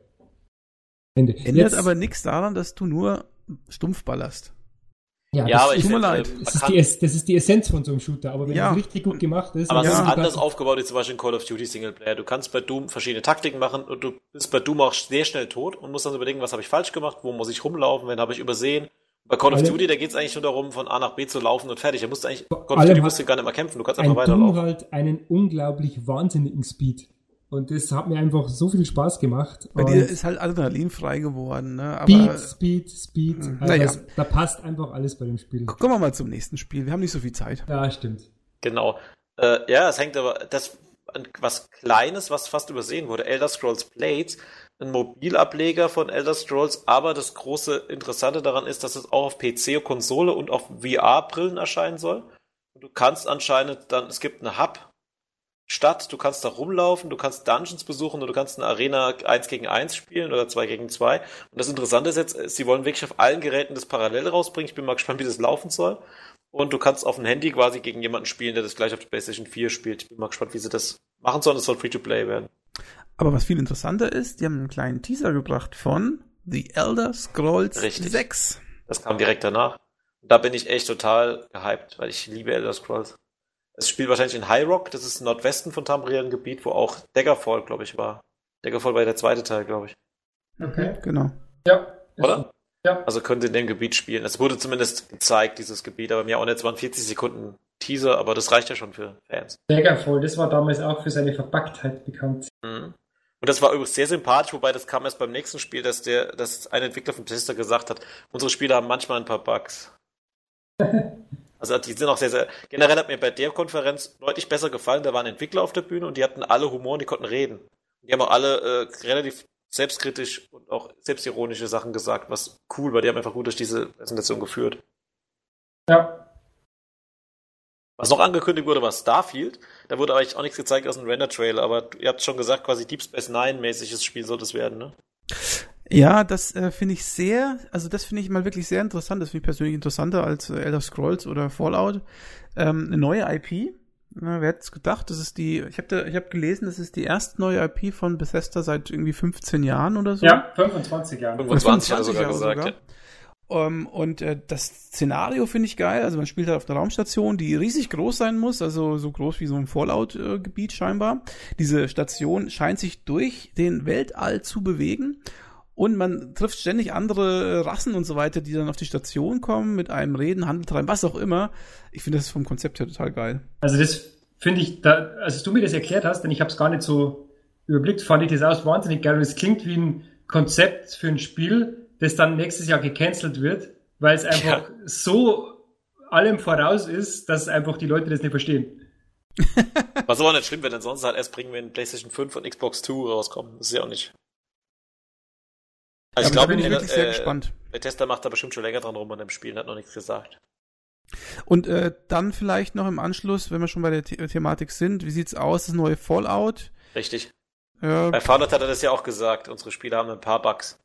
Ende. Ändert Jetzt, aber nichts daran, dass du nur stumpf ballerst. Ja, ja das, aber ich tut mir find, leid. Das ist, die, das ist die Essenz von so einem Shooter, aber wenn ja. das richtig gut gemacht ist... Aber es ja. ist anders aufgebaut wie zum Beispiel in Call of Duty Singleplayer. Du kannst bei Doom verschiedene Taktiken machen und du bist bei Doom auch sehr schnell tot und musst dann überlegen, was habe ich falsch gemacht, wo muss ich rumlaufen, wen habe ich übersehen. Bei Call of Alle, Duty, da geht es eigentlich nur darum, von A nach B zu laufen und fertig. Da musst du eigentlich, Call of Duty musst du gar nicht mehr kämpfen, du kannst einfach weiterlaufen. Doom halt einen unglaublich wahnsinnigen Speed. Und das hat mir einfach so viel Spaß gemacht. Bei dir ist halt Adrenalin frei geworden, ne? Aber Speed, Speed, Speed. Mh, also naja. das, da passt einfach alles bei dem Spiel. Kommen wir mal zum nächsten Spiel. Wir haben nicht so viel Zeit. Ja, stimmt. Genau. Äh, ja, es hängt aber, das, was Kleines, was fast übersehen wurde. Elder Scrolls Blades, ein Mobilableger von Elder Scrolls, aber das große Interessante daran ist, dass es auch auf P C, Konsole und auf V R-Brillen erscheinen soll. Und du kannst anscheinend dann, es gibt eine Hub, Stadt, du kannst da rumlaufen, du kannst Dungeons besuchen und du kannst eine Arena eins gegen eins spielen oder zwei gegen zwei. Und das Interessante ist jetzt, sie wollen wirklich auf allen Geräten das parallel rausbringen. Ich bin mal gespannt, wie das laufen soll. Und du kannst auf dem Handy quasi gegen jemanden spielen, der das gleich auf der PlayStation vier spielt. Ich bin mal gespannt, wie sie das machen sollen. Es soll Free-to-Play werden. Aber was viel interessanter ist, die haben einen kleinen Teaser gebracht von The Elder Scrolls Richtig. sechs. Das kam direkt danach. Und da bin ich echt total gehypt, weil ich liebe Elder Scrolls. Es spielt wahrscheinlich in High Rock, das ist im Nordwesten von Tamriel, ein Gebiet, wo auch Daggerfall, glaube ich, war. Daggerfall war der zweite Teil, glaube ich. Okay. Genau. Ja. Oder? Ja. Also könnte in dem Gebiet spielen. Es wurde zumindest gezeigt, dieses Gebiet, aber mir auch nicht, es waren vierzig Sekunden Teaser, aber das reicht ja schon für Fans. Daggerfall, das war damals auch für seine Verpacktheit bekannt. Mhm. Und das war übrigens sehr sympathisch, wobei das kam erst beim nächsten Spiel, dass der, dass ein Entwickler von Bethesda gesagt hat, unsere Spiele haben manchmal ein paar Bugs. Also die sind auch sehr, sehr, generell hat mir bei der Konferenz deutlich besser gefallen, da waren Entwickler auf der Bühne und die hatten alle Humor und die konnten reden. Die haben auch alle äh, relativ selbstkritisch und auch selbstironische Sachen gesagt, was cool war, die haben einfach gut durch diese Präsentation geführt. Ja. Was noch angekündigt wurde, war Starfield. Da wurde eigentlich auch nichts gezeigt aus dem Render-Trailer, aber ihr habt schon gesagt, quasi Deep Space Nine-mäßiges Spiel soll das werden, ne? Ja, das äh, finde ich sehr, also das finde ich mal wirklich sehr interessant. Das finde ich persönlich interessanter als äh, Elder Scrolls oder Fallout. Ähm, eine neue I P. Na, wer hätte es gedacht? Das ist die, ich habe ich hab gelesen, das ist die erste neue I P von Bethesda seit irgendwie fünfzehn Jahren oder so. Ja, fünfundzwanzig Jahren. fünfundzwanzig hat er sogar gesagt, sogar. ja. Um, und äh, das Szenario finde ich geil. Also man spielt halt auf einer Raumstation, die riesig groß sein muss, also so groß wie so ein Fallout-Gebiet äh, scheinbar. Diese Station scheint sich durch den Weltall zu bewegen und man trifft ständig andere Rassen und so weiter, die dann auf die Station kommen, mit einem reden, Handel treiben, was auch immer. Ich finde das vom Konzept her total geil. Also das finde ich, da, als du mir das erklärt hast, denn ich habe es gar nicht so überblickt, fand ich das auch wahnsinnig geil. Und es klingt wie ein Konzept für ein Spiel, das dann nächstes Jahr gecancelt wird, weil es einfach ja. so allem voraus ist, dass einfach die Leute das nicht verstehen. Was aber nicht schlimm, wenn dann sonst halt erst bringen, wenn PlayStation fünf und Xbox zwei rauskommen. Das ist ja auch nicht. Also ja, ich glaube, bin ich wirklich äh, sehr gespannt. Bethesda macht da bestimmt schon länger dran rum an dem Spiel, hat noch nichts gesagt. Und äh, dann vielleicht noch im Anschluss, wenn wir schon bei der The- Thematik sind, wie sieht's aus, das neue Fallout? Richtig. Ja. Bei Fallout hat er das ja auch gesagt, unsere Spiele haben ein paar Bugs.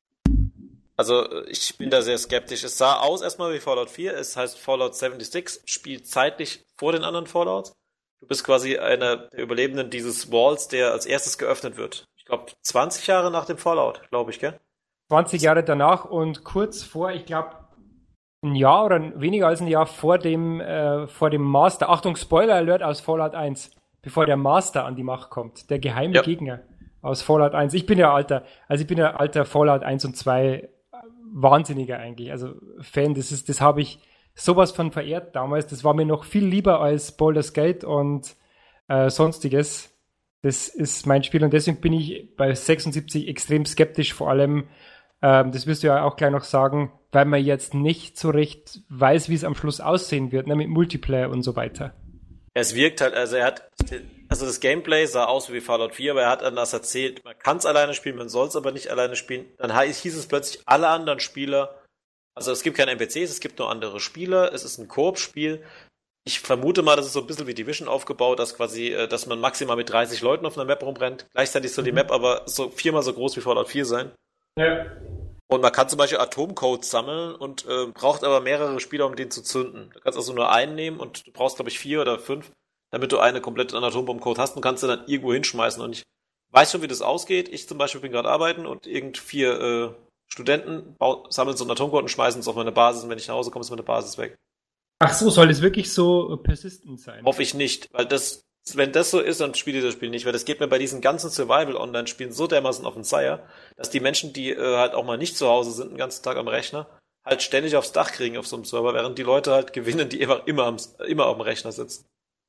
Also ich bin da sehr skeptisch. Es sah aus erstmal wie Fallout vier, es heißt Fallout sechsundsiebzig, spielt zeitlich vor den anderen Fallouts. Du bist quasi einer der Überlebenden dieses Walls, der als erstes geöffnet wird. Ich glaube zwanzig Jahre nach dem Fallout, glaube ich, gell? zwanzig Jahre danach und kurz vor, ich glaube, ein Jahr oder weniger als ein Jahr vor dem, äh, vor dem Master. Achtung, Spoiler Alert aus Fallout eins, bevor der Master an die Macht kommt. Der geheime ja. Gegner aus Fallout eins. Ich bin ja alter, also ich bin ja alter Fallout eins und zwei Wahnsinniger eigentlich, also Fan, das ist, das habe ich sowas von verehrt damals, das war mir noch viel lieber als Baldur's Gate und äh, sonstiges. Das ist mein Spiel und deswegen bin ich bei sechsundsiebzig extrem skeptisch, vor allem, ähm, das wirst du ja auch gleich noch sagen, weil man jetzt nicht so recht weiß, wie es am Schluss aussehen wird, ne, mit Multiplayer und so weiter. Es wirkt halt, also er hat, also das Gameplay sah aus wie Fallout vier, aber er hat anders erzählt, man kann es alleine spielen, man soll es aber nicht alleine spielen. Dann hieß es plötzlich, alle anderen Spieler, also es gibt keine N P Cs, es gibt nur andere Spieler, es ist ein Koop-Spiel. Ich vermute mal, das ist so ein bisschen wie Division aufgebaut, dass quasi, dass man maximal mit dreißig Leuten auf einer Map rumrennt. Gleichzeitig soll die Map aber so viermal so groß wie Fallout vier sein. Ja. Und man kann zum Beispiel Atomcodes sammeln und äh, braucht aber mehrere Spieler, um den zu zünden. Du kannst also nur einen nehmen und du brauchst, glaube ich, vier oder fünf, damit du eine komplette Atombombencode hast und kannst du dann irgendwo hinschmeißen. Und ich weiß schon, wie das ausgeht. Ich zum Beispiel bin gerade arbeiten und irgend vier äh, Studenten bau- sammeln so einen Atomcode und schmeißen es auf meine Basis. Und wenn ich nach Hause komme, ist meine Basis weg. Ach so, soll das wirklich so persistent sein? Hoffe ich nicht, weil das, wenn das so ist, dann spiele ich das Spiel nicht, weil das geht mir bei diesen ganzen Survival-Online-Spielen so dermaßen auf den Zeier, dass die Menschen, die äh, halt auch mal nicht zu Hause sind, den ganzen Tag am Rechner, halt ständig aufs Dach kriegen auf so einem Server, während die Leute halt gewinnen, die einfach immer, am, immer auf dem Rechner sitzen.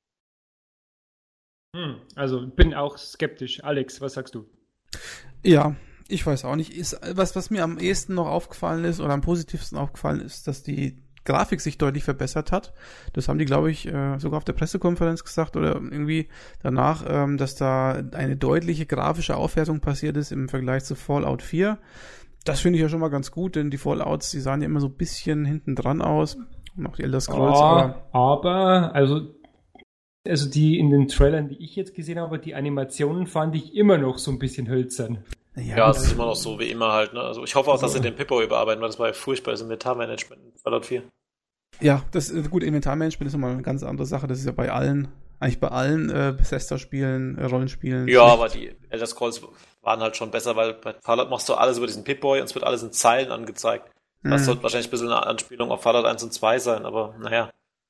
Hm, also bin auch skeptisch. Alex, was sagst du? Ja, ich weiß auch nicht. Ist, was, was mir am ehesten noch aufgefallen ist oder am positivsten aufgefallen ist, dass die Grafik sich deutlich verbessert hat. Das haben die, glaube ich, äh, sogar auf der Pressekonferenz gesagt oder irgendwie danach, ähm, dass da eine deutliche grafische Aufwertung passiert ist im Vergleich zu Fallout vier. Das finde ich ja schon mal ganz gut, denn die Fallouts, die sahen ja immer so ein bisschen hinten dran aus. Und auch die Elder Scrolls. Ah, aber, aber, also, also die in den Trailern, die ich jetzt gesehen habe, die Animationen fand ich immer noch so ein bisschen hölzern. Ja, ja, es ist immer noch so wie immer halt, ne? Also ich hoffe auch, also, dass sie den Pippo überarbeiten, weil das war ja furchtbar, das Inventarmanagement in Fallout vier. Ja, das gut, Inventarmanagement ist nochmal eine ganz andere Sache. Das ist ja bei allen, eigentlich bei allen äh, Bethesda-Spielen, äh, Rollenspielen. Ja, aber die Elder Scrolls waren halt schon besser, weil bei Fallout machst du alles über diesen Pip-Boy und es wird alles in Zeilen angezeigt. Das mhm. sollte wahrscheinlich ein bisschen eine Anspielung auf Fallout eins und zwei sein, aber naja.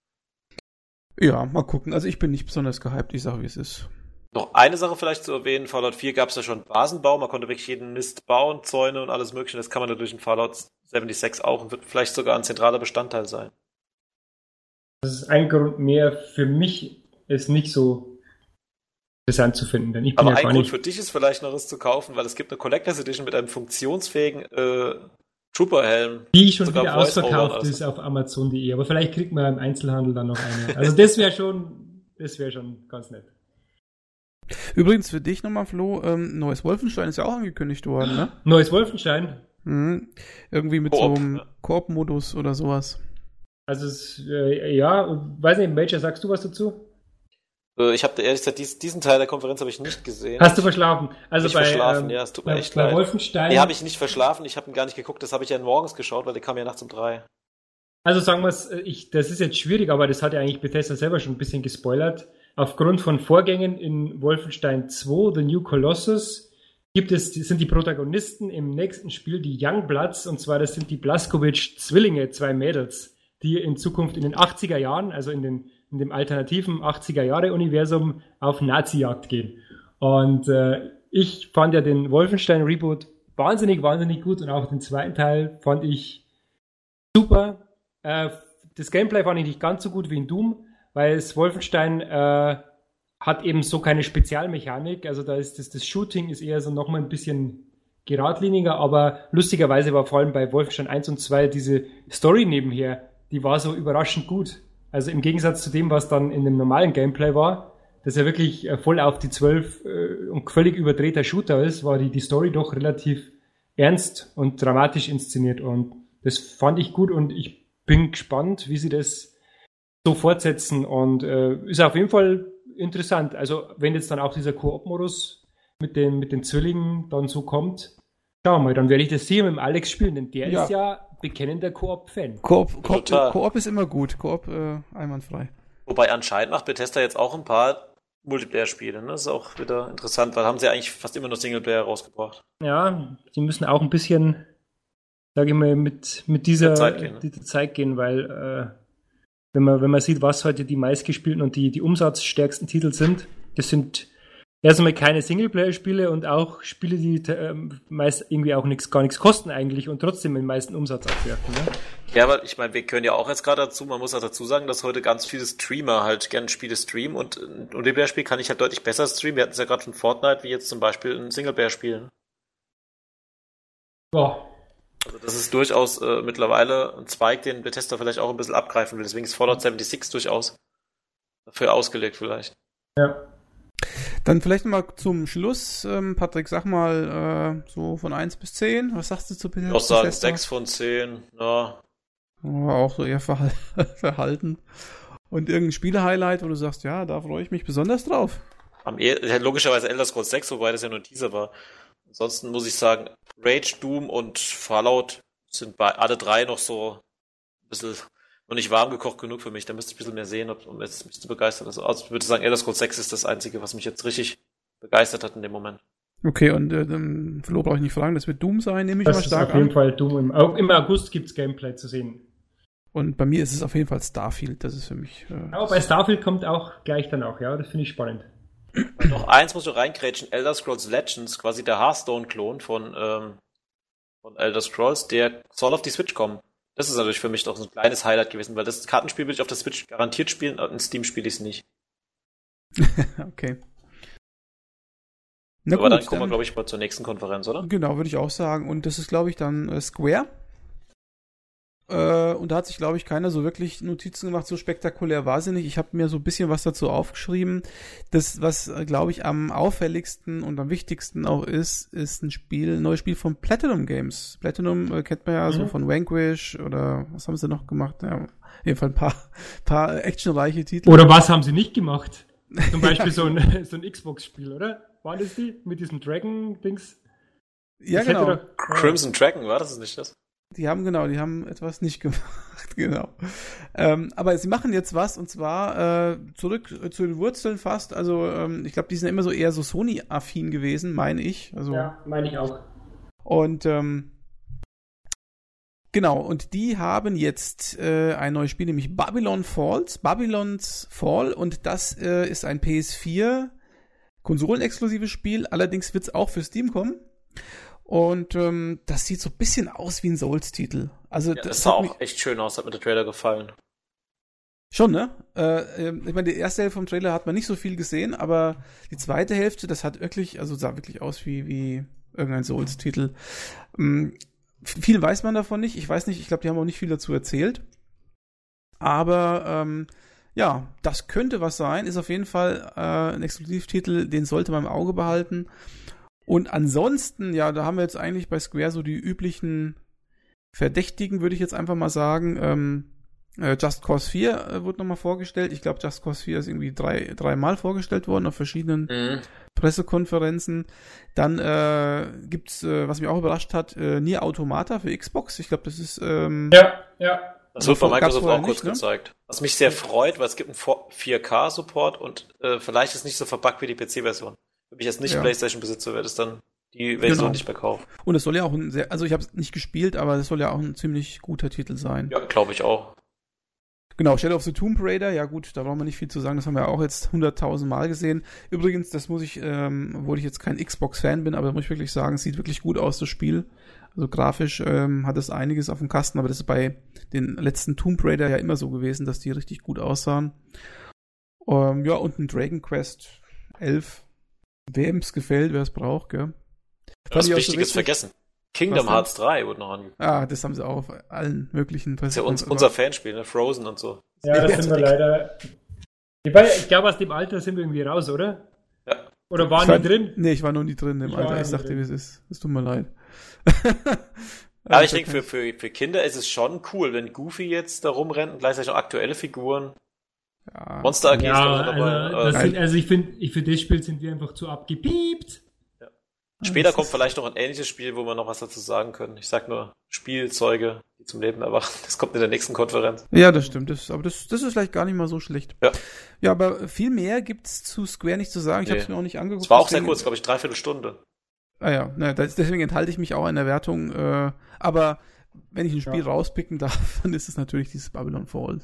Ja, mal gucken. Also ich bin nicht besonders gehypt, ich sage, wie es ist. Noch eine Sache vielleicht zu erwähnen, Fallout vier gab es ja schon Basenbau, man konnte wirklich jeden Mist bauen, Zäune und alles mögliche, das kann man natürlich in Fallout sechsundsiebzig auch und wird vielleicht sogar ein zentraler Bestandteil sein. Das ist ein Grund mehr für mich, es nicht so interessant zu finden, denn ich bin aber ja ein Grund nicht... für dich ist vielleicht noch es zu kaufen, weil es gibt eine Collectors Edition mit einem funktionsfähigen äh, Trooper-Helm. Die schon wieder ausverkauft ist auf Amazon punkt de, aber vielleicht kriegt man im Einzelhandel dann noch eine. Also das wäre schon, das wäre schon ganz nett. Übrigens für dich nochmal, Flo, ähm, neues Wolfenstein ist ja auch angekündigt worden, ne? Neues Wolfenstein? Mhm. Irgendwie mit Koop, so einem ja. Koop-Modus oder sowas. Also es, äh, ja, weiß nicht, Major, sagst du was dazu? Äh, ich habe ehrlich gesagt, dies, diesen Teil der Konferenz habe ich nicht gesehen. Hast du verschlafen? Also ich bei, verschlafen, ähm, ja, es tut mir bei, echt bei leid. Wolfenstein... Nee, habe ich nicht verschlafen, ich habe ihn gar nicht geguckt, das habe ich ja morgens geschaut, weil der kam ja nachts um drei. Also sagen wir es, ich, das ist jetzt schwierig, aber das hat ja eigentlich Bethesda selber schon ein bisschen gespoilert. Aufgrund von Vorgängen in Wolfenstein zwei, The New Colossus, gibt es, sind die Protagonisten im nächsten Spiel die Youngbloods, und zwar das sind die Blazkowicz-Zwillinge, zwei Mädels, die in Zukunft in den achtziger Jahren, also in, den, in dem alternativen achtziger-Jahre-Universum auf Nazi-Jagd gehen. Und äh, ich fand ja den Wolfenstein-Reboot wahnsinnig, wahnsinnig gut, und auch den zweiten Teil fand ich super. Äh, das Gameplay fand ich nicht ganz so gut wie in Doom, weil es Wolfenstein äh, hat eben so keine Spezialmechanik, also da ist das, das Shooting ist eher so nochmal ein bisschen geradliniger, aber lustigerweise war vor allem bei Wolfenstein eins und zwei diese Story nebenher, die war so überraschend gut. Also im Gegensatz zu dem, was dann in dem normalen Gameplay war, das ja wirklich voll auf die zwölf äh, und völlig überdrehter Shooter ist, war die, die Story doch relativ ernst und dramatisch inszeniert, und das fand ich gut, und ich bin gespannt, wie sie das so fortsetzen, und äh, ist auf jeden Fall interessant. Also wenn jetzt dann auch dieser Koop-Modus mit den, mit den Zwillingen dann so kommt, schauen wir mal, dann werde ich das hier mit dem Alex spielen, denn der ja. ist ja bekennender Koop-Fan. Koop, Koop, Koop ist immer gut, Koop äh, einwandfrei. Wobei anscheinend macht Bethesda jetzt auch ein paar Multiplayer-Spiele, ne? Das ist auch wieder interessant, weil haben sie eigentlich fast immer nur Singleplayer rausgebracht. Ja, die müssen auch ein bisschen, sage ich mal, mit, mit dieser Zeit gehen, ne? dieser Zeit gehen, weil äh, wenn man, wenn man sieht, was heute die meistgespielten und die, die umsatzstärksten Titel sind, das sind erstmal keine Singleplayer-Spiele und auch Spiele, die äh, meist irgendwie auch nix, gar nichts kosten eigentlich und trotzdem den meisten Umsatz abwerfen. Ne? Ja, aber ich meine, wir können ja auch jetzt gerade dazu, man muss auch dazu sagen, dass heute ganz viele Streamer halt gerne Spiele streamen, und ein Multiplayer-Spiel kann ich halt deutlich besser streamen. Wir hatten es ja gerade von Fortnite, wie jetzt zum Beispiel ein Singleplayer-Spiel. Boah. Also das ist durchaus äh, mittlerweile ein Zweig, den Bethesda vielleicht auch ein bisschen abgreifen will. Deswegen ist Fallout sechsundsiebzig durchaus dafür ausgelegt vielleicht. Ja. Dann vielleicht mal zum Schluss, ähm, Patrick, sag mal äh, so von eins bis zehn, was sagst du zu Bethesda? Ich würde auch sagen sechs von zehn, ja. Oh, auch so eher verhal- verhalten. Und irgendein Spiele-Highlight, wo du sagst, ja, da freue ich mich besonders drauf. Am e- logischerweise Elder Scrolls sechs, wobei das ja nur ein Teaser war. Ansonsten muss ich sagen, Rage, Doom und Fallout sind bei alle drei noch so ein bisschen noch nicht warm gekocht genug für mich. Da müsste ich ein bisschen mehr sehen, um jetzt mich zu begeistern. Also, also ich würde sagen, Elder Scrolls sechs ist das Einzige, was mich jetzt richtig begeistert hat in dem Moment. Okay, und äh, dann Flo brauche ich nicht fragen, das wird Doom sein, nehme ich das mal stark an. Das ist auf jeden Fall Doom. Im, auch im August gibt es Gameplay zu sehen. Und bei mir ist es auf jeden Fall Starfield, das ist für mich... Äh, Aber bei Starfield kommt auch gleich danach, ja, das finde ich spannend. Und noch eins muss ich reinkrätschen, Elder Scrolls Legends, quasi der Hearthstone-Klon von, ähm, von Elder Scrolls, der soll auf die Switch kommen. Das ist natürlich für mich doch so ein kleines Highlight gewesen, weil das Kartenspiel will ich auf der Switch garantiert spielen, in Steam spiele ich es nicht. Okay. Na Aber gut, dann kommen wir, glaube ich, mal zur nächsten Konferenz, oder? Genau, würde ich auch sagen. Und das ist, glaube ich, dann äh, Square. Äh, und da hat sich, glaube ich, keiner so wirklich Notizen gemacht. So spektakulär war sie nicht. Ich habe mir so ein bisschen was dazu aufgeschrieben. Das, was, äh, glaube ich, am auffälligsten und am wichtigsten auch ist, ist ein Spiel, ein neues Spiel von Platinum Games. Platinum äh, kennt man ja mhm. so von Vanquish oder was haben sie noch gemacht? Ja, auf jeden Fall ein paar, paar actionreiche Titel. Oder was haben sie nicht gemacht? Zum Beispiel so ein, so ein Xbox-Spiel, oder? War das die? Mit diesem Dragon-Dings? Ja, das genau. Doch, Crimson Dragon, war das nicht das? Die haben, genau, die haben etwas nicht gemacht, genau. Ähm, aber sie machen jetzt was, und zwar äh, zurück äh, zu den Wurzeln fast. Also ähm, ich glaube, die sind immer so eher so Sony-affin gewesen, meine ich. Also, ja, meine ich auch. Und ähm, genau, und die haben jetzt äh, ein neues Spiel, nämlich Babylon Falls, Babylon's Fall, und das äh, ist ein P S vier konsolenexklusives Spiel, allerdings wird es auch für Steam kommen. Und ähm, das sieht so ein bisschen aus wie ein Souls-Titel. Also, ja, das, das sah auch echt schön aus, hat mir der Trailer gefallen. Schon, ne? Äh, ich meine, die erste Hälfte vom Trailer hat man nicht so viel gesehen, aber die zweite Hälfte, das hat wirklich, also sah wirklich aus wie, wie irgendein Souls-Titel. Ähm, viel weiß man davon nicht. Ich weiß nicht, ich glaube, die haben auch nicht viel dazu erzählt. Aber ähm, ja, das könnte was sein. Ist auf jeden Fall äh, ein Exklusivtitel, den sollte man im Auge behalten. Und ansonsten, ja, da haben wir jetzt eigentlich bei Square so die üblichen Verdächtigen, würde ich jetzt einfach mal sagen. Ähm, äh, Just Cause vier äh, wurde nochmal vorgestellt. Ich glaube, Just Cause vier ist irgendwie drei dreimal vorgestellt worden auf verschiedenen mhm. Pressekonferenzen. Dann äh, gibt's, äh, was mich auch überrascht hat, äh, Nier Automata für Xbox. Ich glaube, das ist... Ähm, ja, ja. Das wird von Microsoft auch kurz nicht, gezeigt. Ne? Was mich sehr freut, weil es gibt einen vier K-Support und äh, vielleicht ist nicht so verbuggt wie die P C-Version. Wenn ich jetzt nicht ja. PlayStation-Besitzer wäre, das dann die Version Genau. nicht mehr kaufen. Und es soll ja auch ein sehr, also ich habe es nicht gespielt, aber es soll ja auch ein ziemlich guter Titel sein. Ja, glaube ich auch. Genau, Shadow of the Tomb Raider, ja gut, da brauchen wir nicht viel zu sagen, das haben wir ja auch jetzt hunderttausend Mal gesehen. Übrigens, das muss ich, ähm, obwohl ich jetzt kein Xbox-Fan bin, aber muss ich wirklich sagen, es sieht wirklich gut aus, das Spiel. Also grafisch ähm, hat es einiges auf dem Kasten, aber das ist bei den letzten Tomb Raider ja immer so gewesen, dass die richtig gut aussahen. Ähm, ja, und ein Dragon Quest elf. Wem es gefällt, wer es braucht, gell? Du hast ich auch so Wichtiges witzig. vergessen. Was Kingdom denn? Hearts drei wurde noch angekündigt. Ah, das haben sie auch auf allen möglichen Das ist ja uns, unser Fanspiel, ne? Frozen und so. Ja, da sind wir leider. Wobei, ich glaube, aus dem Alter sind wir irgendwie raus, oder? Ja. Oder Ich waren war, die drin? Nee, ich war noch nie drin im Ich war Alter. nie Ich sagte, drin. wie es ist. Es tut mir leid. Aber ich da denke, kann für, für, für Kinder ist es schon cool, wenn Goofy jetzt da rumrennt und gleichzeitig noch aktuelle Figuren. Ja. Monster A G ist Ja, noch dabei. also, das Äh, sind, also ich finde, ich für das Spiel sind wir einfach zu abgepiept. Später das kommt ist- vielleicht noch ein ähnliches Spiel, wo wir noch was dazu sagen können. Ich sag nur Spielzeuge, die zum Leben erwachen. Das kommt in der nächsten Konferenz. Ja, das stimmt. Das, aber das, das ist vielleicht gar nicht mal so schlecht. Ja. Ja, aber viel mehr gibt's zu Square nicht zu sagen. Ich Nee. habe es mir auch nicht angeguckt. Es war auch sehr deswegen- kurz, glaube ich, dreiviertel Stunde. Ah ja, na, das, deswegen enthalte ich mich auch in der Wertung. Äh, aber wenn ich ein Spiel Ja. rauspicken darf, dann ist es natürlich dieses Babylon Fall.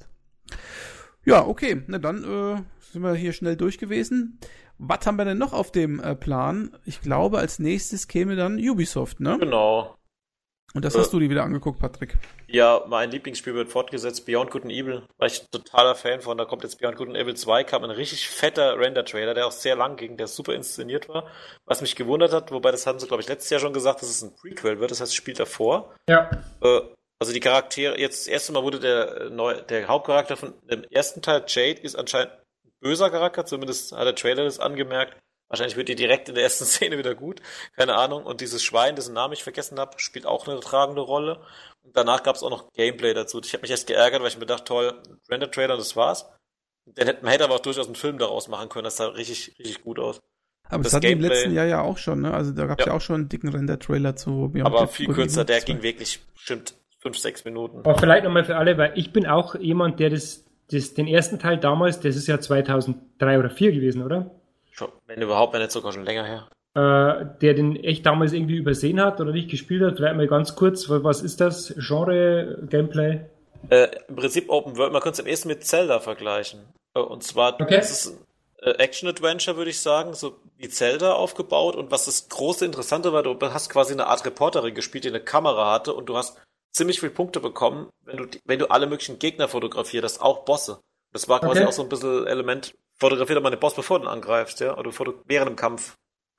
Ja, okay. Na dann äh, sind wir hier schnell durch gewesen. Was haben wir denn noch auf dem äh, Plan? Ich glaube, als nächstes käme dann Ubisoft, ne? Genau. Und das Äh. hast du dir wieder angeguckt, Patrick. Ja, mein Lieblingsspiel wird fortgesetzt, Beyond Good and Evil. War ich totaler Fan von. Da kommt jetzt Beyond Good and Evil zwei, kam ein richtig fetter Render-Trailer, der auch sehr lang ging, der super inszeniert war. Was mich gewundert hat, wobei das haben sie, glaube ich, letztes Jahr schon gesagt, dass es ein Prequel wird, das heißt, es spielt davor. Ja. Äh, also die Charaktere, jetzt das erste Mal wurde der, äh, neu, der Hauptcharakter von dem ersten Teil, Jade, ist anscheinend ein böser Charakter, zumindest hat der Trailer das angemerkt. Wahrscheinlich wird die direkt in der ersten Szene wieder gut, keine Ahnung. Und dieses Schwein, dessen Namen ich vergessen habe, spielt auch eine tragende Rolle. Und danach gab es auch noch Gameplay dazu. Ich habe mich erst geärgert, weil ich mir dachte, toll, Render-Trailer, das war's. Dann hätte, man hätte aber auch durchaus einen Film daraus machen können, das sah richtig, richtig gut aus. Aber das das hatten wir im Gameplay- letzten Jahr ja auch schon, ne? Also da gab es ja. Ja. ja auch schon einen dicken Render-Trailer zu Beyond Aber Good viel and kürzer, Evil der zwei. ging wirklich bestimmt fünf, sechs Minuten. Aber vielleicht nochmal für alle, weil ich bin auch jemand, der das, das, den ersten Teil damals, das ist ja zweitausenddrei oder vier gewesen, oder? Schon, wenn überhaupt, wenn nicht sogar schon länger her. Äh, der den echt damals irgendwie übersehen hat oder nicht gespielt hat. Vielleicht mal ganz kurz, was ist das? Genre, Gameplay? Äh, Im Prinzip Open World, man könnte es am ehesten mit Zelda vergleichen. Äh, und zwar, Okay. es ist ein äh, Action-Adventure, würde ich sagen, so wie Zelda aufgebaut. Und was das große Interessante war, du hast quasi eine Art Reporterin gespielt, die eine Kamera hatte und du hast ziemlich viele Punkte bekommen, wenn du, wenn du alle möglichen Gegner fotografiert hast, auch Bosse. Das war quasi Okay. auch so ein bisschen Element, fotografiert doch mal den Boss, bevor du ihn angreifst, ja, oder foto- während dem Kampf.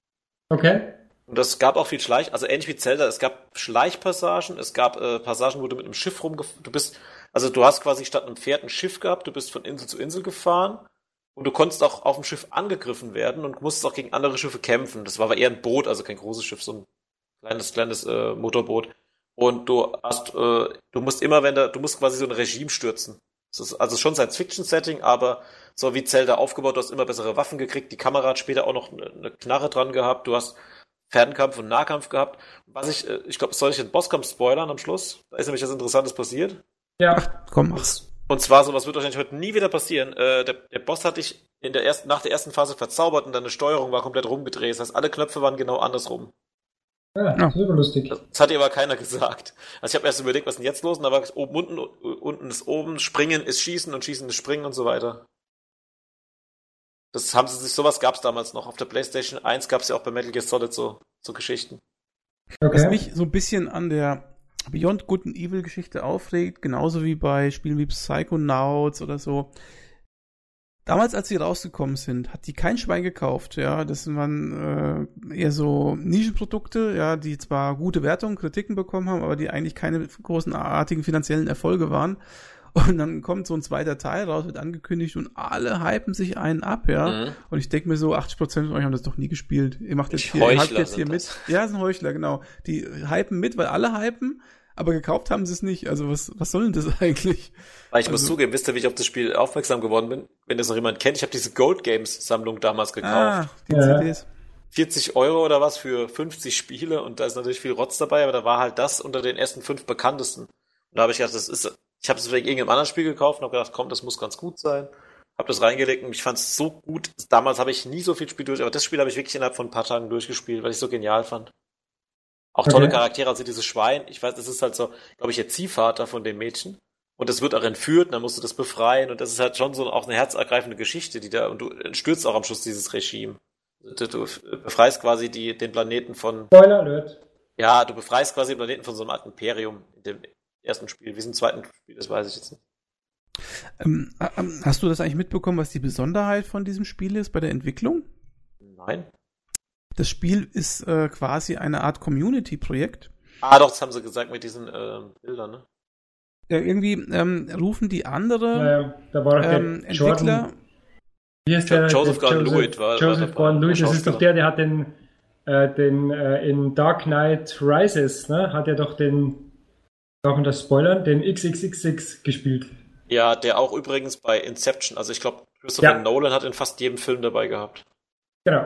Okay. Und es gab auch viel Schleich, also ähnlich wie Zelda, es gab Schleichpassagen, es gab äh, Passagen, wo du mit einem Schiff rumgefahren, du bist, also du hast quasi statt einem Pferd ein Schiff gehabt, du bist von Insel zu Insel gefahren und du konntest auch auf dem Schiff angegriffen werden und musstest auch gegen andere Schiffe kämpfen. Das war aber eher ein Boot, also kein großes Schiff, so ein kleines, kleines äh, Motorboot. Und du hast, äh, du musst immer, wenn da, du musst quasi so ein Regime stürzen. Das ist also schon Science-Fiction-Setting, aber so wie Zelda aufgebaut, du hast immer bessere Waffen gekriegt, die Kamera hat später auch noch eine, eine Knarre dran gehabt, du hast Fernkampf und Nahkampf gehabt. Was ich, äh, ich glaube, soll ich den Bosskampf spoilern am Schluss? Da ist nämlich was Interessantes passiert. Ja. Komm, mach's. Und zwar, sowas wird wahrscheinlich heute nie wieder passieren. Äh, der, der Boss hat dich in der ersten, nach der ersten Phase verzaubert und deine Steuerung war komplett rumgedreht. Das heißt, alle Knöpfe waren genau andersrum. Ah, Ja. super lustig. Das hat dir aber keiner gesagt. Also ich habe erst überlegt, was ist denn jetzt los? Und da war es oben, unten, unten ist oben, Springen ist Schießen und Schießen ist Springen und so weiter. Das haben sie sich, sowas gab es damals noch. Auf der PlayStation eins gab es ja auch bei Metal Gear Solid so, so Geschichten. Was Okay. mich so ein bisschen an der Beyond Good and Evil Geschichte aufregt, genauso wie bei Spielen wie Psychonauts oder so. Damals, als sie rausgekommen sind, hat die kein Schwein gekauft, ja. Das waren äh, eher so Nischenprodukte, ja, die zwar gute Wertungen, Kritiken bekommen haben, aber die eigentlich keine großenartigen finanziellen Erfolge waren. Und dann kommt so ein zweiter Teil raus, wird angekündigt und alle hypen sich einen ab, ja. Mhm. Und ich denke mir so, achtzig Prozent von euch haben das doch nie gespielt. Ihr macht jetzt Die hier, ihr hypt Heuchler jetzt hier sind mit. das. Ja, sind Heuchler, genau. Die hypen mit, weil alle hypen, aber gekauft haben sie es nicht. Also was, was soll denn das eigentlich? Weil ich muss Also- zugeben, wisst ihr, wie ich auf das Spiel aufmerksam geworden bin? Wenn das noch jemand kennt, ich habe diese Gold Games Sammlung damals gekauft. Ah, die Ja. C Ds. vierzig Euro oder was für fünfzig Spiele und da ist natürlich viel Rotz dabei, aber da war halt das unter den ersten fünf bekanntesten. Und da habe ich gedacht, das ist, ich habe es wegen irgendeinem anderen Spiel gekauft und habe gedacht, komm, das muss ganz gut sein. Habe das reingelegt und ich fand es so gut. Damals habe ich nie so viel Spiel durch, aber das Spiel habe ich wirklich innerhalb von ein paar Tagen durchgespielt, weil ich es so genial fand. Auch tolle Okay. Charaktere, also dieses Schwein, ich weiß, das ist halt so, glaube ich, der Ziehvater von dem Mädchen. Und das wird auch entführt und dann musst du das befreien. Und das ist halt schon so auch eine herzergreifende Geschichte, die da, und du stürzt auch am Schluss dieses Regime. Du, du befreist quasi die, den Planeten von, Spoiler Alert. ja, du befreist quasi den Planeten von so einem Art Imperium in dem ersten Spiel. Wie es im zweiten Spiel, das weiß ich jetzt nicht. Ähm, ähm, hast du das eigentlich mitbekommen, was die Besonderheit von diesem Spiel ist bei der Entwicklung? Nein? Das Spiel ist äh, quasi eine Art Community-Projekt. Ah, doch, das haben sie gesagt mit diesen ähm, Bildern, ne? Ja, irgendwie ähm, rufen die andere Ja, ja, da war doch der ähm, Entwickler. Jordan, wie heißt Jo- der? Joseph der Gordon-Levitt war- war Joseph dabei, Gordon-Levitt, der das ist doch der, der hat den, äh, den äh, in Dark Knight Rises, ne, hat er doch den, darf man das spoilern, den X X X sechs gespielt. Ja, der auch übrigens bei Inception, also ich glaube, Christopher Ja. Nolan hat in fast jedem Film dabei gehabt. Genau.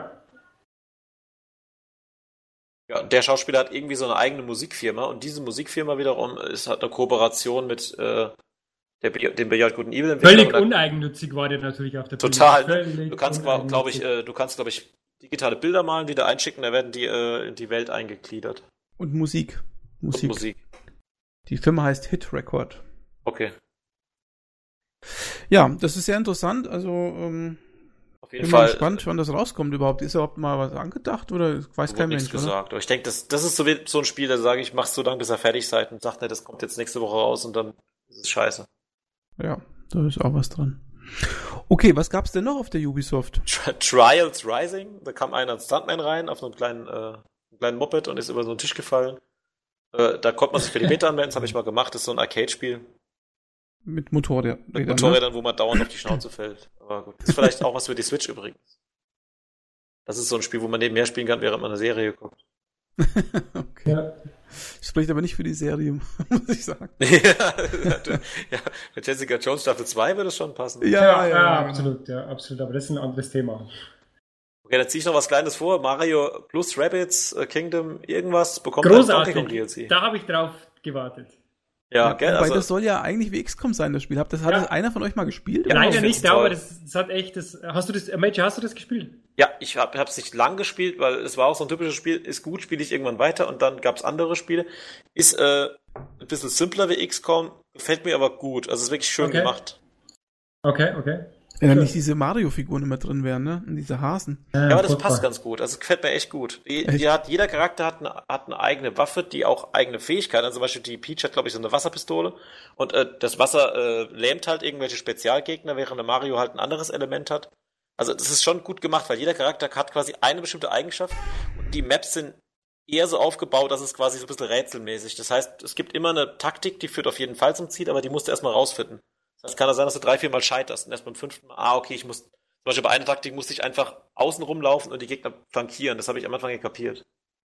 Ja, der Schauspieler hat irgendwie so eine eigene Musikfirma und diese Musikfirma wiederum ist, hat eine Kooperation mit äh, der, dem Beyond Good and Evil Entwickler. Völlig Und da- uneigennützig war der natürlich auf der Total. Bühne. Völlig Du kannst, glaube ich, uneigennützig. äh, du kannst, glaube ich, digitale Bilder malen, die da einschicken, da werden die äh, in die Welt eingegliedert. Und Musik. Musik. Und Musik. Die Firma heißt Hit Record. Okay. Ja, das ist sehr interessant. Also ähm, Auf jeden bin mal Fall. gespannt, wann das rauskommt überhaupt. Ist überhaupt mal was angedacht oder weiß Wurde kein nichts Mensch, oder? gesagt. Aber ich denke, das, das ist so, wie, so ein Spiel, da sage ich, mach's so lange, bis ihr fertig seid und sagt, ne, das kommt jetzt nächste Woche raus und dann ist es scheiße. Ja, da ist auch was dran. Okay, was gab's denn noch auf der Ubisoft? Tri- Trials Rising, da kam einer als Stuntman rein auf einem kleinen, äh, einem kleinen Moped und ist über so einen Tisch gefallen. Äh, da konnte man sich für die Beta anmelden, das habe ich mal gemacht, das ist so ein Arcade-Spiel Mit Motorrädern. mit ne? Motorrädern, wo man dauernd auf die Schnauze fällt. Aber gut, ist vielleicht auch was für die Switch übrigens. Das ist so ein Spiel, wo man nebenher spielen kann, während man eine Serie guckt. Okay. Ja. Spricht aber nicht für die Serie, muss ich sagen. ja, du- ja, mit Jessica Jones Staffel zwei würde es schon passen. Ja, ja, genau. absolut, ja, absolut. Aber das ist ein anderes Thema. Okay, dann ziehe ich noch was Kleines vor. Mario plus Rabbids äh, Kingdom irgendwas bekommt ein Donkey Kong D L C. Großartig. Da habe ich drauf gewartet. Ja, gell? Wobei Also, das soll ja eigentlich wie X COM sein, das Spiel. Hat das, hat Ja. das einer von euch mal gespielt? Ja, oder? ich Leider find's nicht, aber toll. das, das hat echt, das, hast du das, äh, Major, hast du das gespielt? ja, ich habe es nicht lang gespielt, weil es war auch so ein typisches Spiel. Ist gut, spiele ich irgendwann weiter und dann gab's andere Spiele. Ist äh, ein bisschen simpler wie X COM, gefällt mir aber gut. Also ist wirklich schön Okay. gemacht. Okay, okay. Wenn da Schön. nicht diese Mario-Figuren immer drin wären, ne? Und diese Hasen. Ja, aber das furchtbar. passt ganz gut. Also gefällt mir echt gut. Die, Echt? die hat, jeder Charakter hat eine, hat eine eigene Waffe, die auch eigene Fähigkeiten. Also zum Beispiel die Peach hat, glaube ich, so eine Wasserpistole. Und äh, das Wasser äh, lähmt halt irgendwelche Spezialgegner, während der Mario halt ein anderes Element hat. Also das ist schon gut gemacht, weil jeder Charakter hat quasi eine bestimmte Eigenschaft. Und die Maps sind eher so aufgebaut, dass es quasi so ein bisschen rätselmäßig. Das heißt, es gibt immer eine Taktik, die führt auf jeden Fall zum Ziel, aber die musst du erstmal rausfinden. Das heißt, kann es sein, dass du drei, vier Mal scheiterst und erst beim fünften Mal, ah, okay, ich muss, zum Beispiel bei einer Taktik musste ich einfach außen rumlaufen und die Gegner flankieren. Das habe ich am Anfang kapiert.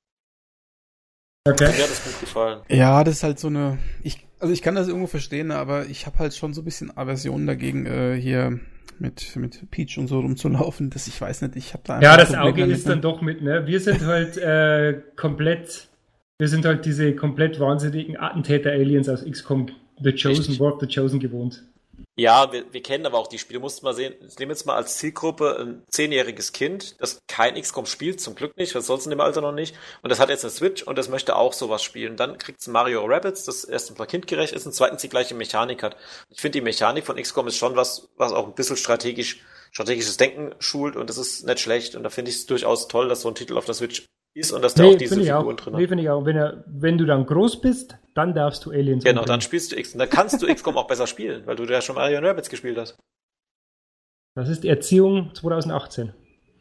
Okay. Mir hat das gut gefallen. Ja, das ist halt so eine. Ich, also ich kann das irgendwo verstehen, aber ich habe halt schon so ein bisschen Aversion dagegen, äh, hier mit, mit Peach und so rumzulaufen. Das, ich weiß nicht, ich habe da Ja, ein das Problem Auge damit, ist ne? dann doch mit, ne? Wir sind halt äh, komplett, wir sind halt diese komplett wahnsinnigen Attentäter-Aliens aus X COM The Chosen, Richtig. War of the Chosen gewohnt. Ja, wir, wir kennen aber auch die Spiele. Du musst mal sehen, ich nehme jetzt mal als Zielgruppe ein zehnjähriges Kind, das kein X COM spielt, zum Glück nicht, was sonst in dem Alter noch nicht. Und das hat jetzt eine Switch und das möchte auch sowas spielen. Dann kriegt es Mario Rabbids, das erstens mal kindgerecht ist und zweitens die gleiche Mechanik hat. Ich finde, die Mechanik von X COM ist schon was, was auch ein bisschen strategisch, strategisches Denken schult und das ist nicht schlecht. Und da finde ich es durchaus toll, dass so ein Titel auf der Switch ist und dass der auch diese finde ich Figuren auch. drin Nee, hat. finde ich auch. Wenn, er, wenn du dann groß bist, dann darfst du Aliens Genau, umbringen. dann spielst du X. Und dann kannst du X COM auch besser spielen, weil du ja schon Mario Rabbids gespielt hast. Das ist die Erziehung zwanzig achtzehn.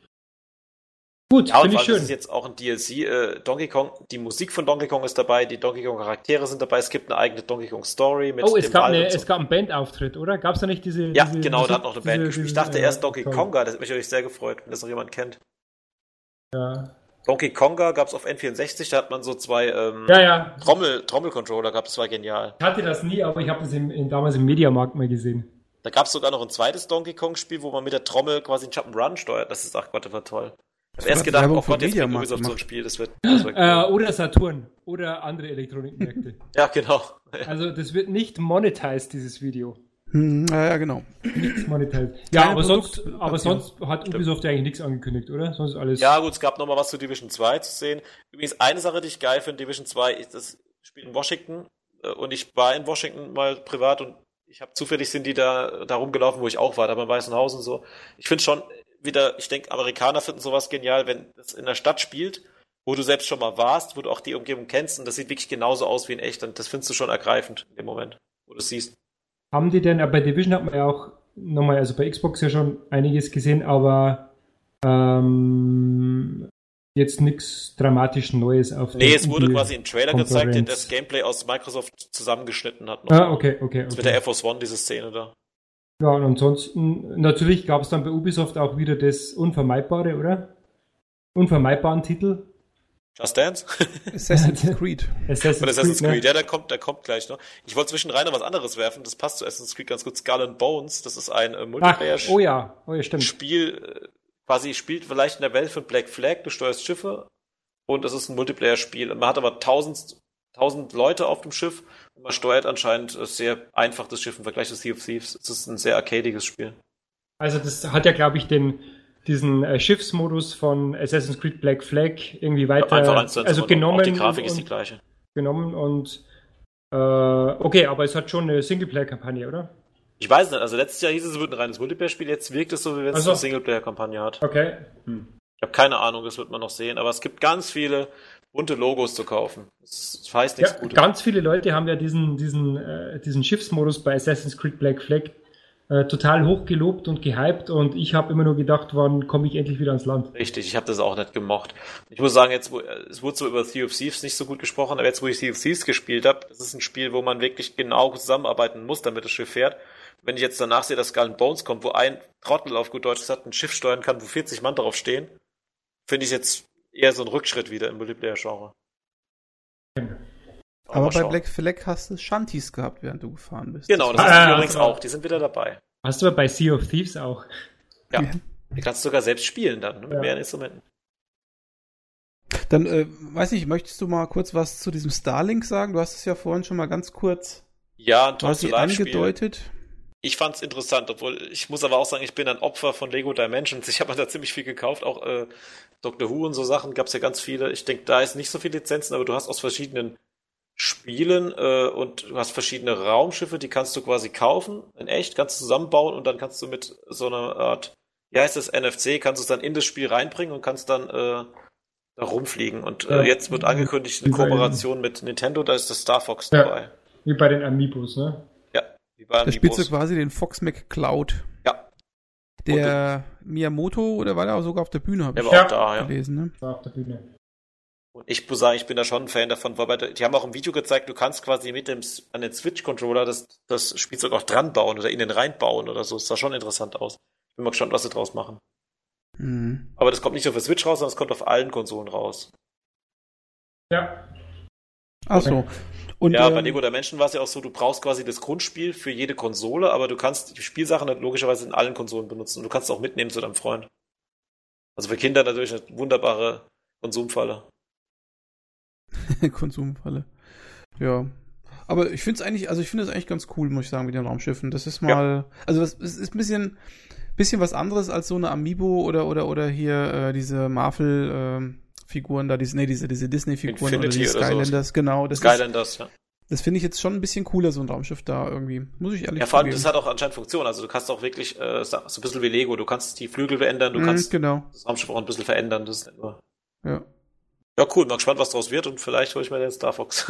Gut, Ja, und finde vor ich allem, das schön. ist jetzt auch ein D L C. Äh, Donkey Kong, die Musik von Donkey Kong ist dabei, die Donkey Kong Charaktere sind dabei, es gibt eine eigene Donkey Kong Story mit Oh, es dem gab, Wald eine, und so. es gab einen Bandauftritt, oder? Gab es da nicht diese. Ja, diese genau, Musik, da hat noch eine Band diese- gespielt. Ich diese- dachte äh, erst Donkey toll. Konga, das hat mich natürlich sehr gefreut, wenn das noch jemand kennt. Ja, Donkey Konga gab's auf N vierundsechzig, da hat man so zwei ähm, ja. ja. Trommel, Trommelcontroller gehabt, das war genial. Ich hatte das nie, aber ich habe das im, in, damals im Mediamarkt mal gesehen. Da gab's sogar noch ein zweites Donkey Kong Spiel, wo man mit der Trommel quasi einen Jump'n'Run steuert. Das ist, ach Gott, das war toll. Ich hab erst hat gedacht, Werbung oh für Gott, jetzt bringt Mediamarkt Ubisoft so ein gemacht. Spiel, das wird, das wird Äh, cool. oder Saturn. Oder andere Elektronikmärkte. Ja, genau. Also, das wird nicht monetized, dieses Video. Hm, ja, ja, genau. Monetized. Ja, aber sonst, aber sonst hat Ubisoft ja eigentlich nichts angekündigt, oder? Sonst alles. Ja, gut, es gab nochmal was zu Division zwei zu sehen. Übrigens, eine Sache, die ich geil finde, Division zwei, ist das Spiel in Washington. Und ich war in Washington mal privat und ich habe zufällig sind die da, da rumgelaufen, wo ich auch war, da beim Weißen Haus und so. Ich finde schon wieder, ich denke, Amerikaner finden sowas genial, wenn das in der Stadt spielt, wo du selbst schon mal warst, wo du auch die Umgebung kennst und das sieht wirklich genauso aus wie in echt und das findest du schon ergreifend in dem Moment, wo du es siehst. Haben die denn, bei Division hat man ja auch nochmal, also bei Xbox ja schon einiges gesehen, aber ähm, jetzt nichts dramatisch Neues auf Nee, es wurde quasi im Trailer gezeigt, den das Gameplay aus Microsoft zusammengeschnitten hat. Noch. Ah, okay, okay. okay. Mit der Air Force One, diese Szene da. Ja, und ansonsten, natürlich gab es dann bei Ubisoft auch wieder das Unvermeidbare, oder? Unvermeidbaren Titel. Just Dance? Assassin's Creed. Assassin's, Assassin's Creed, Creed. Ne? Ja, der kommt, der kommt gleich noch. Ich wollte zwischendrin noch was anderes werfen, das passt zu Assassin's Creed ganz gut. Skull and Bones, das ist ein äh, Multiplayer-Spiel. Oh ja, oh ja, stimmt. Spiel, äh, quasi spielt vielleicht in der Welt von Black Flag, du steuerst Schiffe und es ist ein Multiplayer-Spiel. Man hat aber tausend, tausend Leute auf dem Schiff und man steuert anscheinend sehr einfach das Schiff im Vergleich zu Sea of Thieves. Es ist ein sehr arcadiges Spiel. Also das hat ja, glaube ich, den diesen äh, Schiffsmodus von Assassin's Creed Black Flag irgendwie weiter einfach eins, also genommen. Auch die Grafik und, ist die gleiche. Genommen und äh, okay, aber es hat schon eine Singleplayer-Kampagne, oder? Ich weiß nicht, also letztes Jahr hieß es, es wird ein reines Multiplayer-Spiel, jetzt wirkt es so, wie wenn es also. eine Singleplayer-Kampagne hat. Okay. Hm. Ich habe keine Ahnung, das wird man noch sehen, aber es gibt ganz viele bunte Logos zu kaufen. Das heißt nichts ja, Gutes. Ganz viele Leute haben ja diesen, diesen, äh, diesen Schiffsmodus bei Assassin's Creed Black Flag äh, total hochgelobt und gehypt und ich habe immer nur gedacht, wann komme ich endlich wieder ans Land. Richtig, ich habe das auch nicht gemocht. Ich muss sagen, jetzt, wo, es wurde so über Sea of Thieves nicht so gut gesprochen, aber jetzt, wo ich Sea of Thieves gespielt habe, das ist ein Spiel, wo man wirklich genau zusammenarbeiten muss, damit das Schiff fährt. Wenn ich jetzt danach sehe, dass Skull and Bones kommt, wo ein Trottel auf gut Deutsch gesagt ein Schiff steuern kann, wo vierzig Mann drauf stehen, finde ich jetzt eher so ein Rückschritt wieder im Multiplayer-Genre. Aber bei Black Flag hast du Shanties gehabt, während du gefahren bist. Genau, das ah, hast du ja, übrigens also auch. Die sind wieder dabei. Hast du aber bei Sea of Thieves auch. Ja, die kannst du sogar selbst spielen dann, ne, mit ja. mehreren Instrumenten. Dann, äh, weiß nicht, möchtest du mal kurz was zu diesem Starlink sagen? Du hast es ja vorhin schon mal ganz kurz ja, ein tolles angedeutet. Ich fand's interessant, obwohl ich muss aber auch sagen, ich bin ein Opfer von Lego Dimensions. Ich habe da ziemlich viel gekauft, auch äh, Doctor Who und so Sachen gab's ja ganz viele. Ich denke, da ist nicht so viele Lizenzen, aber du hast aus verschiedenen Spielen äh, und du hast verschiedene Raumschiffe, die kannst du quasi kaufen, in echt, kannst du zusammenbauen und dann kannst du mit so einer Art, wie heißt das, N F C, kannst du es dann in das Spiel reinbringen und kannst dann äh, da rumfliegen. Und äh, jetzt wird angekündigt eine Kooperation mit Nintendo, da ist das Star Fox dabei. Ja, wie bei den Amiibos, ne? Ja, wie bei Amiibos. Da spielst du quasi den Fox McCloud. Ja. Der Miyamoto, oder war der auch sogar auf der Bühne, habe ich ja, auch da, gelesen, ja. Ne? War auf der Bühne. Und ich muss sagen, ich bin da schon ein Fan davon, weil die haben auch ein Video gezeigt, du kannst quasi mit dem an den Switch-Controller das, das Spielzeug auch dran bauen oder in den reinbauen oder so. Das sah schon interessant aus. Ich bin mal gespannt, was sie draus machen. Mhm. Aber das kommt nicht nur für Switch raus, sondern es kommt auf allen Konsolen raus. Ja. Ach so. Und, ja, ähm, bei Lego Dimension war es ja auch so, du brauchst quasi das Grundspiel für jede Konsole, aber du kannst die Spielsachen halt logischerweise in allen Konsolen benutzen und du kannst es auch mitnehmen zu deinem Freund. Also für Kinder natürlich eine wunderbare Konsumfalle. Konsumfalle. Ja. Aber ich finde es eigentlich, also ich finde es eigentlich ganz cool, muss ich sagen, mit den Raumschiffen. Das ist mal, ja. also es ist ein bisschen, bisschen was anderes als so eine Amiibo oder oder oder hier äh, diese Marvel-Figuren äh, da, diese, nee, diese, diese Disney-Figuren oder die Skylanders, so. Genau. Das Skylanders, ist, ja. Das finde ich jetzt schon ein bisschen cooler, so ein Raumschiff da irgendwie. Muss ich ehrlich sagen. Ja, vor allem, das hat auch anscheinend Funktion. Also du kannst auch wirklich, äh, so ein bisschen wie Lego, du kannst die Flügel verändern, du mm, kannst genau. das Raumschiff auch ein bisschen verändern. Das ist nicht nur. Ja. Ja, cool, mal gespannt, was draus wird und vielleicht hole ich mir den Star Fox.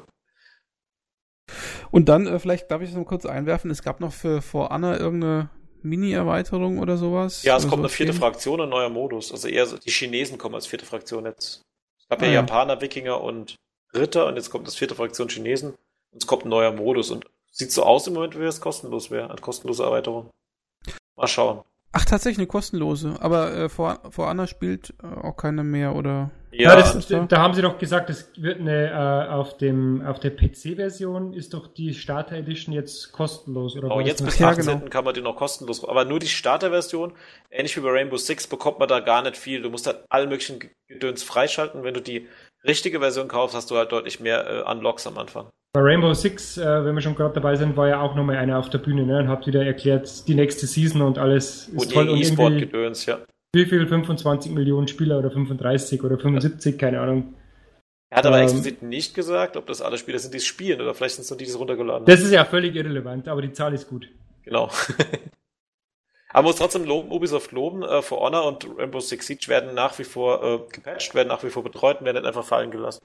Und dann, äh, vielleicht darf ich das mal kurz einwerfen, es gab noch für For Honor irgendeine Mini-Erweiterung oder sowas? Ja, es oder kommt so eine vierte Themen? Fraktion, ein neuer Modus. Also eher so, die Chinesen kommen als vierte Fraktion jetzt. Es gab ja, Ah, ja. Japaner, Wikinger und Ritter und jetzt kommt das vierte Fraktion Chinesen und es kommt ein neuer Modus und sieht so aus im Moment, wie es kostenlos wäre, eine kostenlose Erweiterung. Mal schauen. Ach, tatsächlich eine kostenlose. Aber äh, For, For Honor spielt äh, auch keine mehr, oder? Ja, Ja, das, da? da haben sie doch gesagt, es wird eine äh, auf dem auf der P C-Version ist doch die Starter Edition jetzt kostenlos, oder? oh, war das jetzt nicht? bis Ja, achtzehnten genau. kann man die noch kostenlos, aber nur die Starterversion, ähnlich wie bei Rainbow Six, bekommt man da gar nicht viel. Du musst halt alle möglichen Gedöns freischalten. Wenn du die richtige Version kaufst, hast du halt deutlich mehr äh, Unlocks am Anfang. Bei Rainbow Six, äh, wenn wir schon gerade dabei sind, war ja auch nochmal einer auf der Bühne, ne, und hat wieder erklärt, die nächste Season und alles ist und toll. Und E-Sport-Gedöns, ja. Wie viel? fünfundzwanzig Millionen Spieler oder fünfunddreißig oder fünfundsiebzig, keine Ahnung. Er hat aber ähm, explizit nicht gesagt, ob das alle Spieler sind, die es spielen, oder vielleicht sind es nur die, die es runtergeladen haben. Das ist ja völlig irrelevant, aber die Zahl ist gut. Genau. Aber man muss trotzdem loben, Ubisoft loben, äh, For Honor und Rainbow Six Siege werden nach wie vor äh, gepatcht, werden nach wie vor betreut und werden nicht einfach fallen gelassen.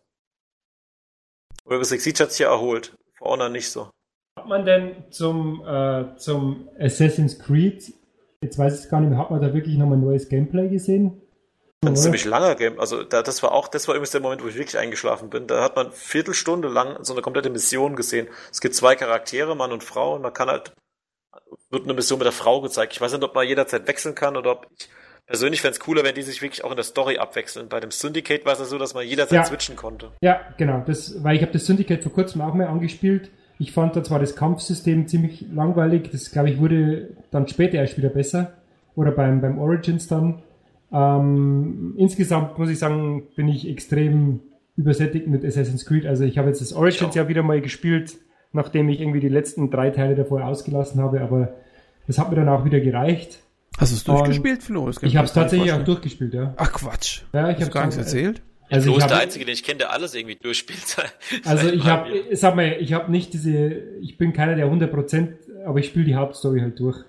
Rainbow Six Siege hat sich ja erholt, For Honor nicht so. Hat man denn zum, äh, zum Assassin's Creed, jetzt weiß ich es gar nicht mehr, hat man da wirklich nochmal neues Gameplay gesehen? Ein ziemlich langer Game, also da, das war auch, das war übrigens der Moment, wo ich wirklich eingeschlafen bin. Da hat man Viertelstunde lang so eine komplette Mission gesehen. Es gibt zwei Charaktere, Mann und Frau, und man kann halt, wird eine Mission mit der Frau gezeigt. Ich weiß nicht, ob man jederzeit wechseln kann oder ob ich, persönlich fände es cooler, wenn die sich wirklich auch in der Story abwechseln. Bei dem Syndicate war es ja so, dass man jederzeit ja. switchen konnte. Ja, genau, das, weil ich habe das Syndicate vor kurzem auch mal angespielt. Ich fand da zwar das Kampfsystem ziemlich langweilig, das glaube ich wurde dann später erst wieder besser. Oder beim, beim Origins dann. Ähm, insgesamt muss ich sagen, bin ich extrem übersättigt mit Assassin's Creed. Also ich habe jetzt das Origins ja wieder mal gespielt, nachdem ich irgendwie die letzten drei Teile davor ausgelassen habe, aber das hat mir dann auch wieder gereicht. Hast du es durchgespielt, Flo? Ich habe es tatsächlich auch durchgespielt, ja. Ach Quatsch. Ja, ich habe gar nichts erzählt. Also Flo ist der Einzige, den ich kenne, der alles irgendwie durchspielt. Also ich habe, sag mal, ich habe nicht diese, ich bin keiner der hundert Prozent, aber ich spiele die Hauptstory halt durch.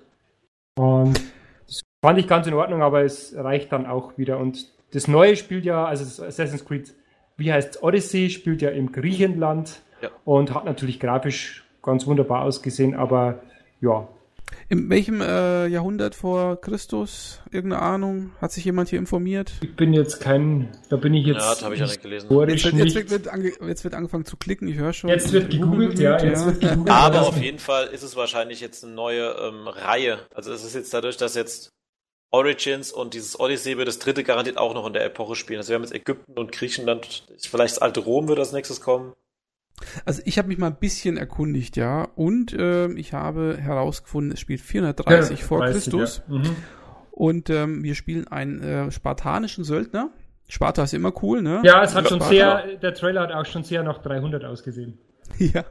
Und das fand ich ganz in Ordnung, aber es reicht dann auch wieder. Und das Neue spielt ja, also das Assassin's Creed, wie heißt es, Odyssey, spielt ja im Griechenland ja. und hat natürlich grafisch ganz wunderbar ausgesehen, aber ja. In welchem äh, Jahrhundert vor Christus? Irgendeine Ahnung? Hat sich jemand hier informiert? Ich bin jetzt kein, da bin ich jetzt. Ja, das habe ich ja nicht gelesen. Jetzt wird, jetzt, wird, wird ange, jetzt wird angefangen zu klicken, ich höre schon. Jetzt wird gegoogelt, ja. Jetzt wird gegoogelt, aber auf jeden Fall ist es wahrscheinlich jetzt eine neue ähm, Reihe. Also es ist jetzt dadurch, dass jetzt Origins und dieses Odyssey wird das dritte garantiert auch noch in der Epoche spielen. Also wir haben jetzt Ägypten und Griechenland, vielleicht das alte Rom wird als nächstes kommen. Also ich habe mich mal ein bisschen erkundigt, ja, und äh, ich habe herausgefunden, es spielt vierhundertdreißig ja, vor dreißig, Christus ja. mhm. und ähm, wir spielen einen äh, spartanischen Söldner. Sparta ist immer cool, ne? Ja, es hat schon Sparta. sehr, der Trailer hat auch schon sehr nach dreihundert ausgesehen. Ja,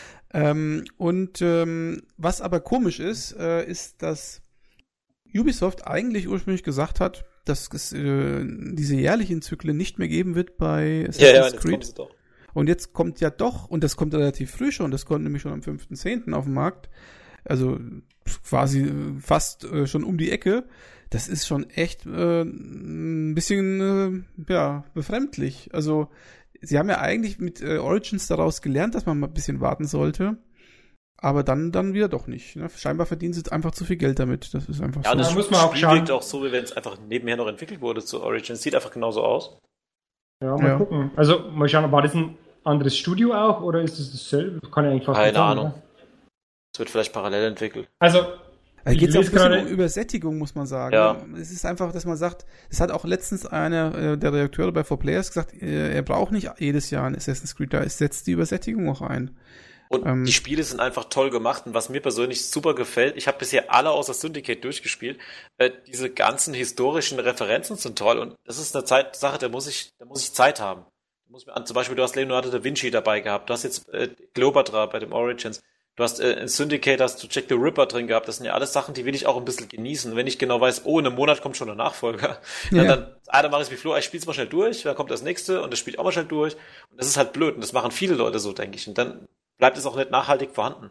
ähm, und ähm, was aber komisch ist, äh, ist, dass Ubisoft eigentlich ursprünglich gesagt hat, dass es äh, diese jährlichen Zyklen nicht mehr geben wird bei Assassin's ja, ja, jetzt Creed. kommt sie doch. Und jetzt kommt ja doch, und das kommt relativ früh schon, das kommt nämlich schon am fünften zehnten auf den Markt, also quasi fast äh, schon um die Ecke. Das ist schon echt äh, ein bisschen äh, ja befremdlich. Also sie haben ja eigentlich mit äh, Origins daraus gelernt, dass man mal ein bisschen warten sollte, aber dann dann wieder doch nicht. Ne? Scheinbar verdienen sie einfach zu viel Geld damit. Das ist einfach ja, so. Das da muss man auch Spiel schauen. wirkt auch so, wie wenn es einfach nebenher noch entwickelt wurde zu Origins. Sieht einfach genauso aus. Ja, mal ja. gucken. Also, mal schauen, war das ein anderes Studio auch oder ist es dasselbe? Kann ich eigentlich fast Keine nicht sagen, Ahnung. Es wird vielleicht parallel entwickelt. Also, da geht es auch ein bisschen um Übersättigung, muss man sagen. Ja. Es ist einfach, dass man sagt, es hat auch letztens einer der Redakteure bei four Players gesagt, er braucht nicht jedes Jahr ein Assassin's Creed, da setzt die Übersättigung auch ein. Und ähm, die Spiele sind einfach toll gemacht und was mir persönlich super gefällt, ich habe bisher alle außer Syndicate durchgespielt, äh, diese ganzen historischen Referenzen sind toll und das ist eine Zeit, Sache, da muss ich, da muss ich Zeit haben. Da muss mir an, zum Beispiel, du hast Leonardo da Vinci dabei gehabt, du hast jetzt äh, Cleopatra bei dem Origins, du hast äh, in Syndicate hast du Jack the Ripper drin gehabt, das sind ja alles Sachen, die will ich auch ein bisschen genießen. Wenn ich genau weiß, oh, in einem Monat kommt schon der Nachfolger, ja. dann, ah, dann mache ich es wie Flo, ich spiel's mal schnell durch, dann kommt das nächste und das spielt auch mal schnell durch und das ist halt blöd und das machen viele Leute so, denke ich, und dann bleibt es auch nicht nachhaltig vorhanden.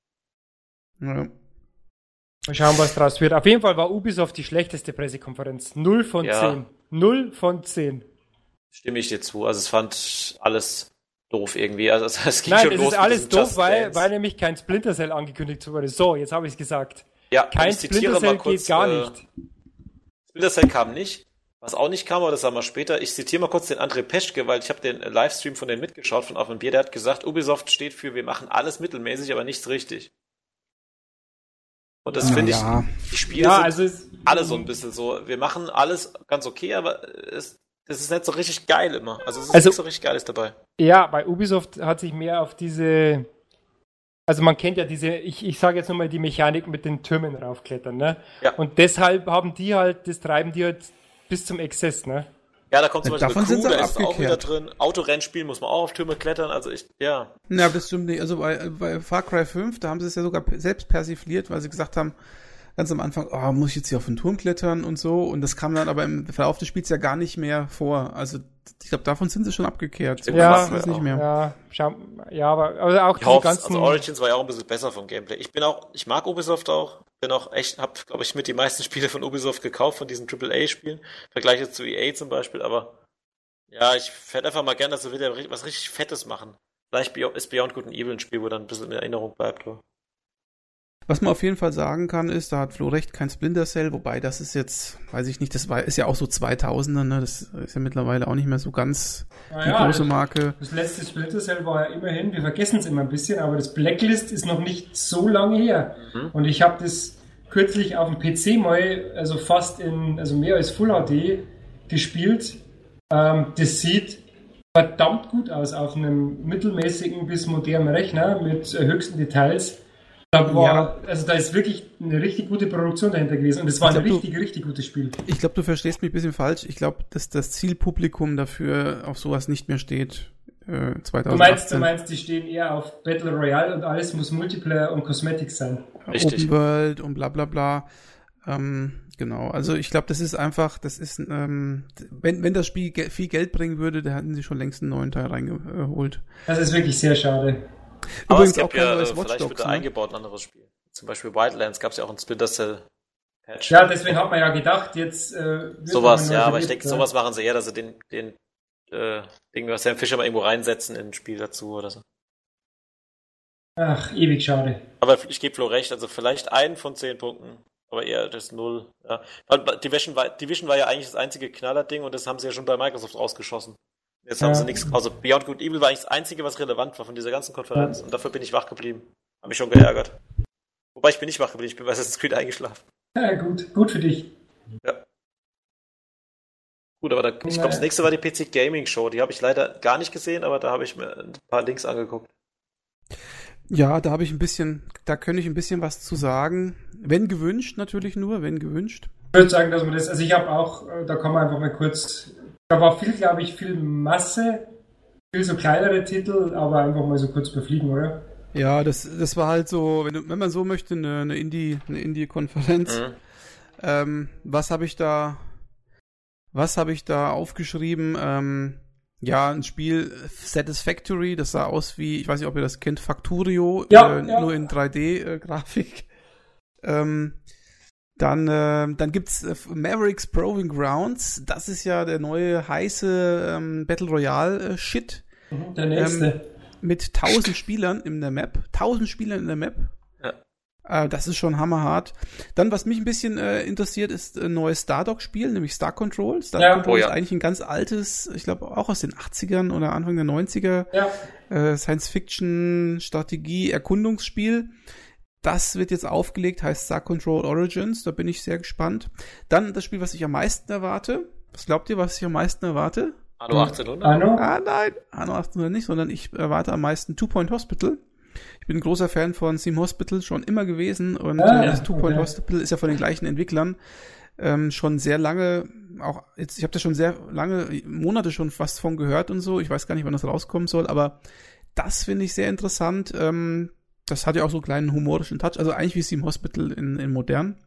Ja. Mal schauen, was draus wird. Auf jeden Fall war Ubisoft die schlechteste Pressekonferenz. Null von ja. zehn. Null von zehn. Stimme ich dir zu. Also es fand alles doof irgendwie. Also es ging Nein, schon es los ist alles doof, weil, Dance. weil nämlich kein Splinter Cell angekündigt wurde. So, jetzt habe ich es gesagt. Ja, kein Splinter Cell kurz, geht gar äh, nicht. Splinter Cell kam nicht. Was auch nicht kam, aber das sagen wir später. Ich zitiere mal kurz den André Peschke, weil ich habe den Livestream von denen mitgeschaut, von Auf dem Bier. Der hat gesagt, Ubisoft steht für, wir machen alles mittelmäßig, aber nichts richtig. Und das finde ja. ich, die Spiele ja, sind also es, alle so ein bisschen so. Wir machen alles ganz okay, aber es, das ist nicht so richtig geil immer. Also es ist also, nicht so richtig Geiles dabei. Ja, bei Ubisoft hat sich mehr auf diese... Also man kennt ja diese, ich, ich sage jetzt nur mal die Mechanik mit den Türmen raufklettern, ne? Ja. Und deshalb haben die halt, das treiben die halt bis zum Exzess, ne? Ja, da kommt zum Ja, Beispiel davon Crew, sind sie da ist es auch wieder abgekehrt. drin. Autorennspielen muss man auch auf Türme klettern, also ich, ja. Ja, das stimmt nicht. Also bei, bei Far Cry fünf, da haben sie es ja sogar selbst persifliert, weil sie gesagt haben, ganz am Anfang, oh, muss ich jetzt hier auf den Turm klettern und so. Und das kam dann aber im Verlauf des Spiels ja gar nicht mehr vor. Also ich glaube, davon sind sie schon abgekehrt. So Ja, ist es nicht mehr. Ja, schau, ja, aber also auch Ich die hoffe, ganzen... also Origins war ja auch ein bisschen besser vom Gameplay. Ich bin auch, ich mag Ubisoft auch, bin auch echt, hab, glaube ich, mit die meisten Spiele von Ubisoft gekauft, von diesen Triple A-Spielen. Vergleiche zu E A zum Beispiel, aber ja, ich hätte einfach mal gern, dass sie wieder was richtig Fettes machen. Vielleicht ist Beyond Good and Evil ein Spiel, wo dann ein bisschen in Erinnerung bleibt. Oder? Was man auf jeden Fall sagen kann, ist, da hat Flo recht, kein Splinter Cell, wobei das ist jetzt, weiß ich nicht, das war, ist ja auch so zweitausender, ne, das ist ja mittlerweile auch nicht mehr so ganz Ah die ja, große Marke. Das letzte Splinter Cell war ja immerhin, wir vergessen es immer ein bisschen, aber das Blacklist ist noch nicht so lange her. Mhm. Und ich habe das kürzlich auf dem P C mal, also fast in, also mehr als Full H D gespielt. Ähm, das sieht verdammt gut aus auf einem mittelmäßigen bis modernen Rechner mit äh, höchsten Details. Da war, ja. also da ist wirklich eine richtig gute Produktion dahinter gewesen und es war glaub, ein richtig, du, richtig gutes Spiel. Ich glaube, du verstehst mich ein bisschen falsch. Ich glaube, dass das Zielpublikum dafür auf sowas nicht mehr steht. Äh, zweitausendachtzehn. Du meinst, du meinst, die stehen eher auf Battle Royale und alles muss Multiplayer und Cosmetics sein. Richtig. Open World und bla bla bla. Ähm, genau, also ich glaube, das ist einfach, das ist, ähm, wenn, wenn das Spiel ge- viel Geld bringen würde, da hätten sie schon längst einen neuen Teil reingeholt. Das ist wirklich sehr schade. Aber Übrigens es auch gab ja, neues äh, Watch vielleicht Dogs, wird da ne? eingebaut ein anderes Spiel. Zum Beispiel Wildlands gab es ja auch ein Splinter Cell Patch. Ja, deswegen hat man ja gedacht, jetzt äh, sowas, ja, aber ich Hit, denke, sowas machen sie eher, dass sie den, den äh, Ding, Sam Fisher mal irgendwo reinsetzen in ein Spiel dazu oder so. Ach, ewig schade. Aber ich gebe Flo recht, also vielleicht einen von zehn Punkten, aber eher das Null. Ja. Division war, Division war ja eigentlich das einzige Knallerding und das haben sie ja schon bei Microsoft rausgeschossen. Jetzt haben ja. sie nichts, also Beyond Good and Evil war eigentlich das Einzige, was relevant war von dieser ganzen Konferenz. Ja. Und dafür bin ich wach geblieben. Hab mich schon geärgert. Wobei ich bin nicht wach geblieben, ich bin bei Assassin's Creed eingeschlafen. Ja, gut, gut für dich. Ja. Gut, aber da, ich glaube, das nächste war die P C Gaming Show. Die habe ich leider gar nicht gesehen, aber da habe ich mir ein paar Links angeguckt. Ja, da habe ich ein bisschen, da könnte ich ein bisschen was zu sagen. Wenn gewünscht, natürlich nur, wenn gewünscht. Ich würde sagen, dass man das, also ich habe auch, da kann man einfach mal kurz, da war viel, glaube ich, viel Masse, viel so kleinere Titel, aber einfach mal so kurz befliegen, oder? Ja, das, das war halt so, wenn, du, wenn man so möchte, eine, eine Indie, eine Indie-Konferenz. Mhm. Ähm, was habe ich da, was habe ich da aufgeschrieben? Ähm, ja, ein Spiel Satisfactory, das sah aus wie, ich weiß nicht, ob ihr das kennt, Factorio, ja, äh, ja. nur in drei D-Grafik. Äh, ähm, dann äh, dann gibt's äh, Mavericks Proving Grounds, das ist ja der neue heiße ähm, Battle Royale äh, Shit. Mhm, der nächste. Ähm, mit tausend Spielern in der Map, tausend Spielern in der Map. Ja. Äh, das ist schon hammerhart. Dann, was mich ein bisschen äh, interessiert, ist ein neues Stardock-Spiel, nämlich Star Control. Star ja. Control oh, ja. ist eigentlich ein ganz altes, ich glaube auch aus den achtzigern oder Anfang der neunziger, ja. äh, Science-Fiction, Strategie, Erkundungsspiel. Das wird jetzt aufgelegt, heißt Star Control Origins, da bin ich sehr gespannt. Dann das Spiel, was ich am meisten erwarte. Was glaubt ihr, was ich am meisten erwarte? Anno achtzehnhundert? Anno? Ah, nein, Anno achtzehnhundert nicht, sondern ich erwarte am meisten Two Point Hospital. Ich bin ein großer Fan von Theme Hospital schon immer gewesen und ah, das Two Point okay. Hospital ist ja von den gleichen Entwicklern ähm, schon sehr lange, auch jetzt, ich habe da schon sehr lange, Monate schon fast von gehört und so. Ich weiß gar nicht, wann das rauskommen soll, aber das finde ich sehr interessant. Ähm, das hat ja auch so einen kleinen humorischen Touch, also eigentlich wie Theme Hospital in, in modern.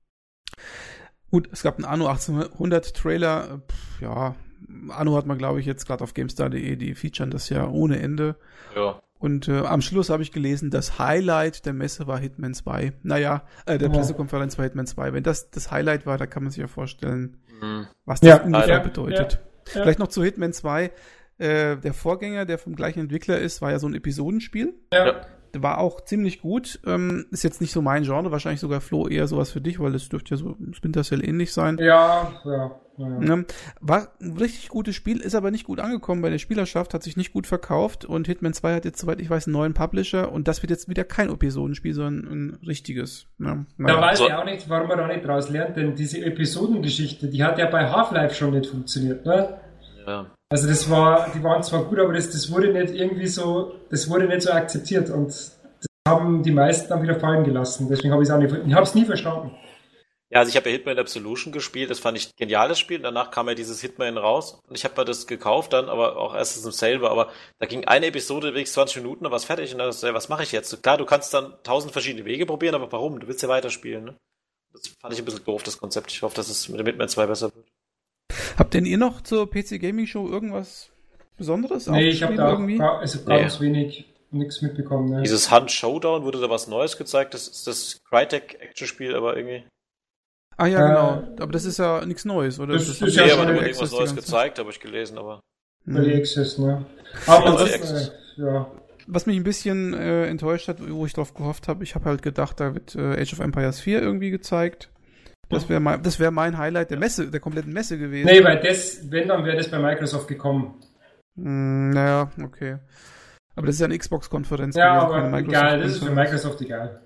Gut, es gab einen Anno achtzehnhundert Trailer, pff, ja, Anno hat man, glaube ich, jetzt gerade auf GameStar punkt de, die featuren das ja ohne Ende. Ja. Und äh, am Schluss habe ich gelesen, das Highlight der Messe war Hitman zwei. Naja, äh, der oh. Pressekonferenz war Hitman zwei. Wenn das das Highlight war, da kann man sich ja vorstellen, mhm. was das ja, ungefähr ja, bedeutet. Ja, ja. Vielleicht noch zu Hitman zwei. Äh, der Vorgänger, der vom gleichen Entwickler ist, war ja so ein Episodenspiel. Ja. Der war auch ziemlich gut. Ähm, ist jetzt nicht so mein Genre, wahrscheinlich sogar Flo eher sowas für dich, weil das dürfte ja so Splinter Cell ähnlich sein. Ja, ja. ja. Ne? War ein richtig gutes Spiel, ist aber nicht gut angekommen bei der Spielerschaft, hat sich nicht gut verkauft und Hitman zwei hat jetzt, soweit ich weiß, einen neuen Publisher und das wird jetzt wieder kein Episodenspiel, sondern ein richtiges. Ne? Da weiß ich auch nicht, warum man da nicht draus lernt, denn diese Episodengeschichte, die hat ja bei Half-Life schon nicht funktioniert, ne? Ja. Also das war, die waren zwar gut, aber das, das wurde nicht irgendwie so, das wurde nicht so akzeptiert und das haben die meisten dann wieder fallen gelassen. Deswegen habe ich es auch nicht, ich habe es nie verstanden. Ja, also ich habe ja Hitman Absolution gespielt, das fand ich ein geniales Spiel. Danach kam ja dieses Hitman raus und ich habe mir das gekauft dann, aber auch erst im Sale war, aber da ging eine Episode wenigstens zwanzig Minuten, dann war es fertig und dann dachte ich, was mache ich jetzt? Klar, du kannst dann tausend verschiedene Wege probieren, aber warum? Du willst ja weiterspielen, ne? Das fand ich ein bisschen doof, das Konzept. Ich hoffe, dass es mit dem Hitman zwei besser wird. Habt denn ihr noch zur P C Gaming Show irgendwas Besonderes? Nee, ich habe da irgendwie? Gar, also ganz nee. wenig, nichts mitbekommen. Ne? Dieses Hunt Showdown, wurde da was Neues gezeigt? Das ist das Crytek-Action-Spiel, aber irgendwie... Ah ja, genau. Äh, aber das ist ja nichts Neues, oder? Das, das das ist ja, ja aber schon irgendwas Neues gezeigt, habe ich gelesen, aber... Early Access, ne? Aber ja, das, Access. Äh, ja. Was mich ein bisschen äh, enttäuscht hat, wo ich drauf gehofft habe, ich habe halt gedacht, da wird äh, Age of Empires vier irgendwie gezeigt. Das wäre mein, das wär mein Highlight der Messe, der kompletten Messe gewesen. Nee, weil das, wenn, dann wäre das bei Microsoft gekommen. Mm, naja, okay. Aber das ist ja eine Xbox-Konferenz. Ja, gewesen, aber egal, das ist für Microsoft egal.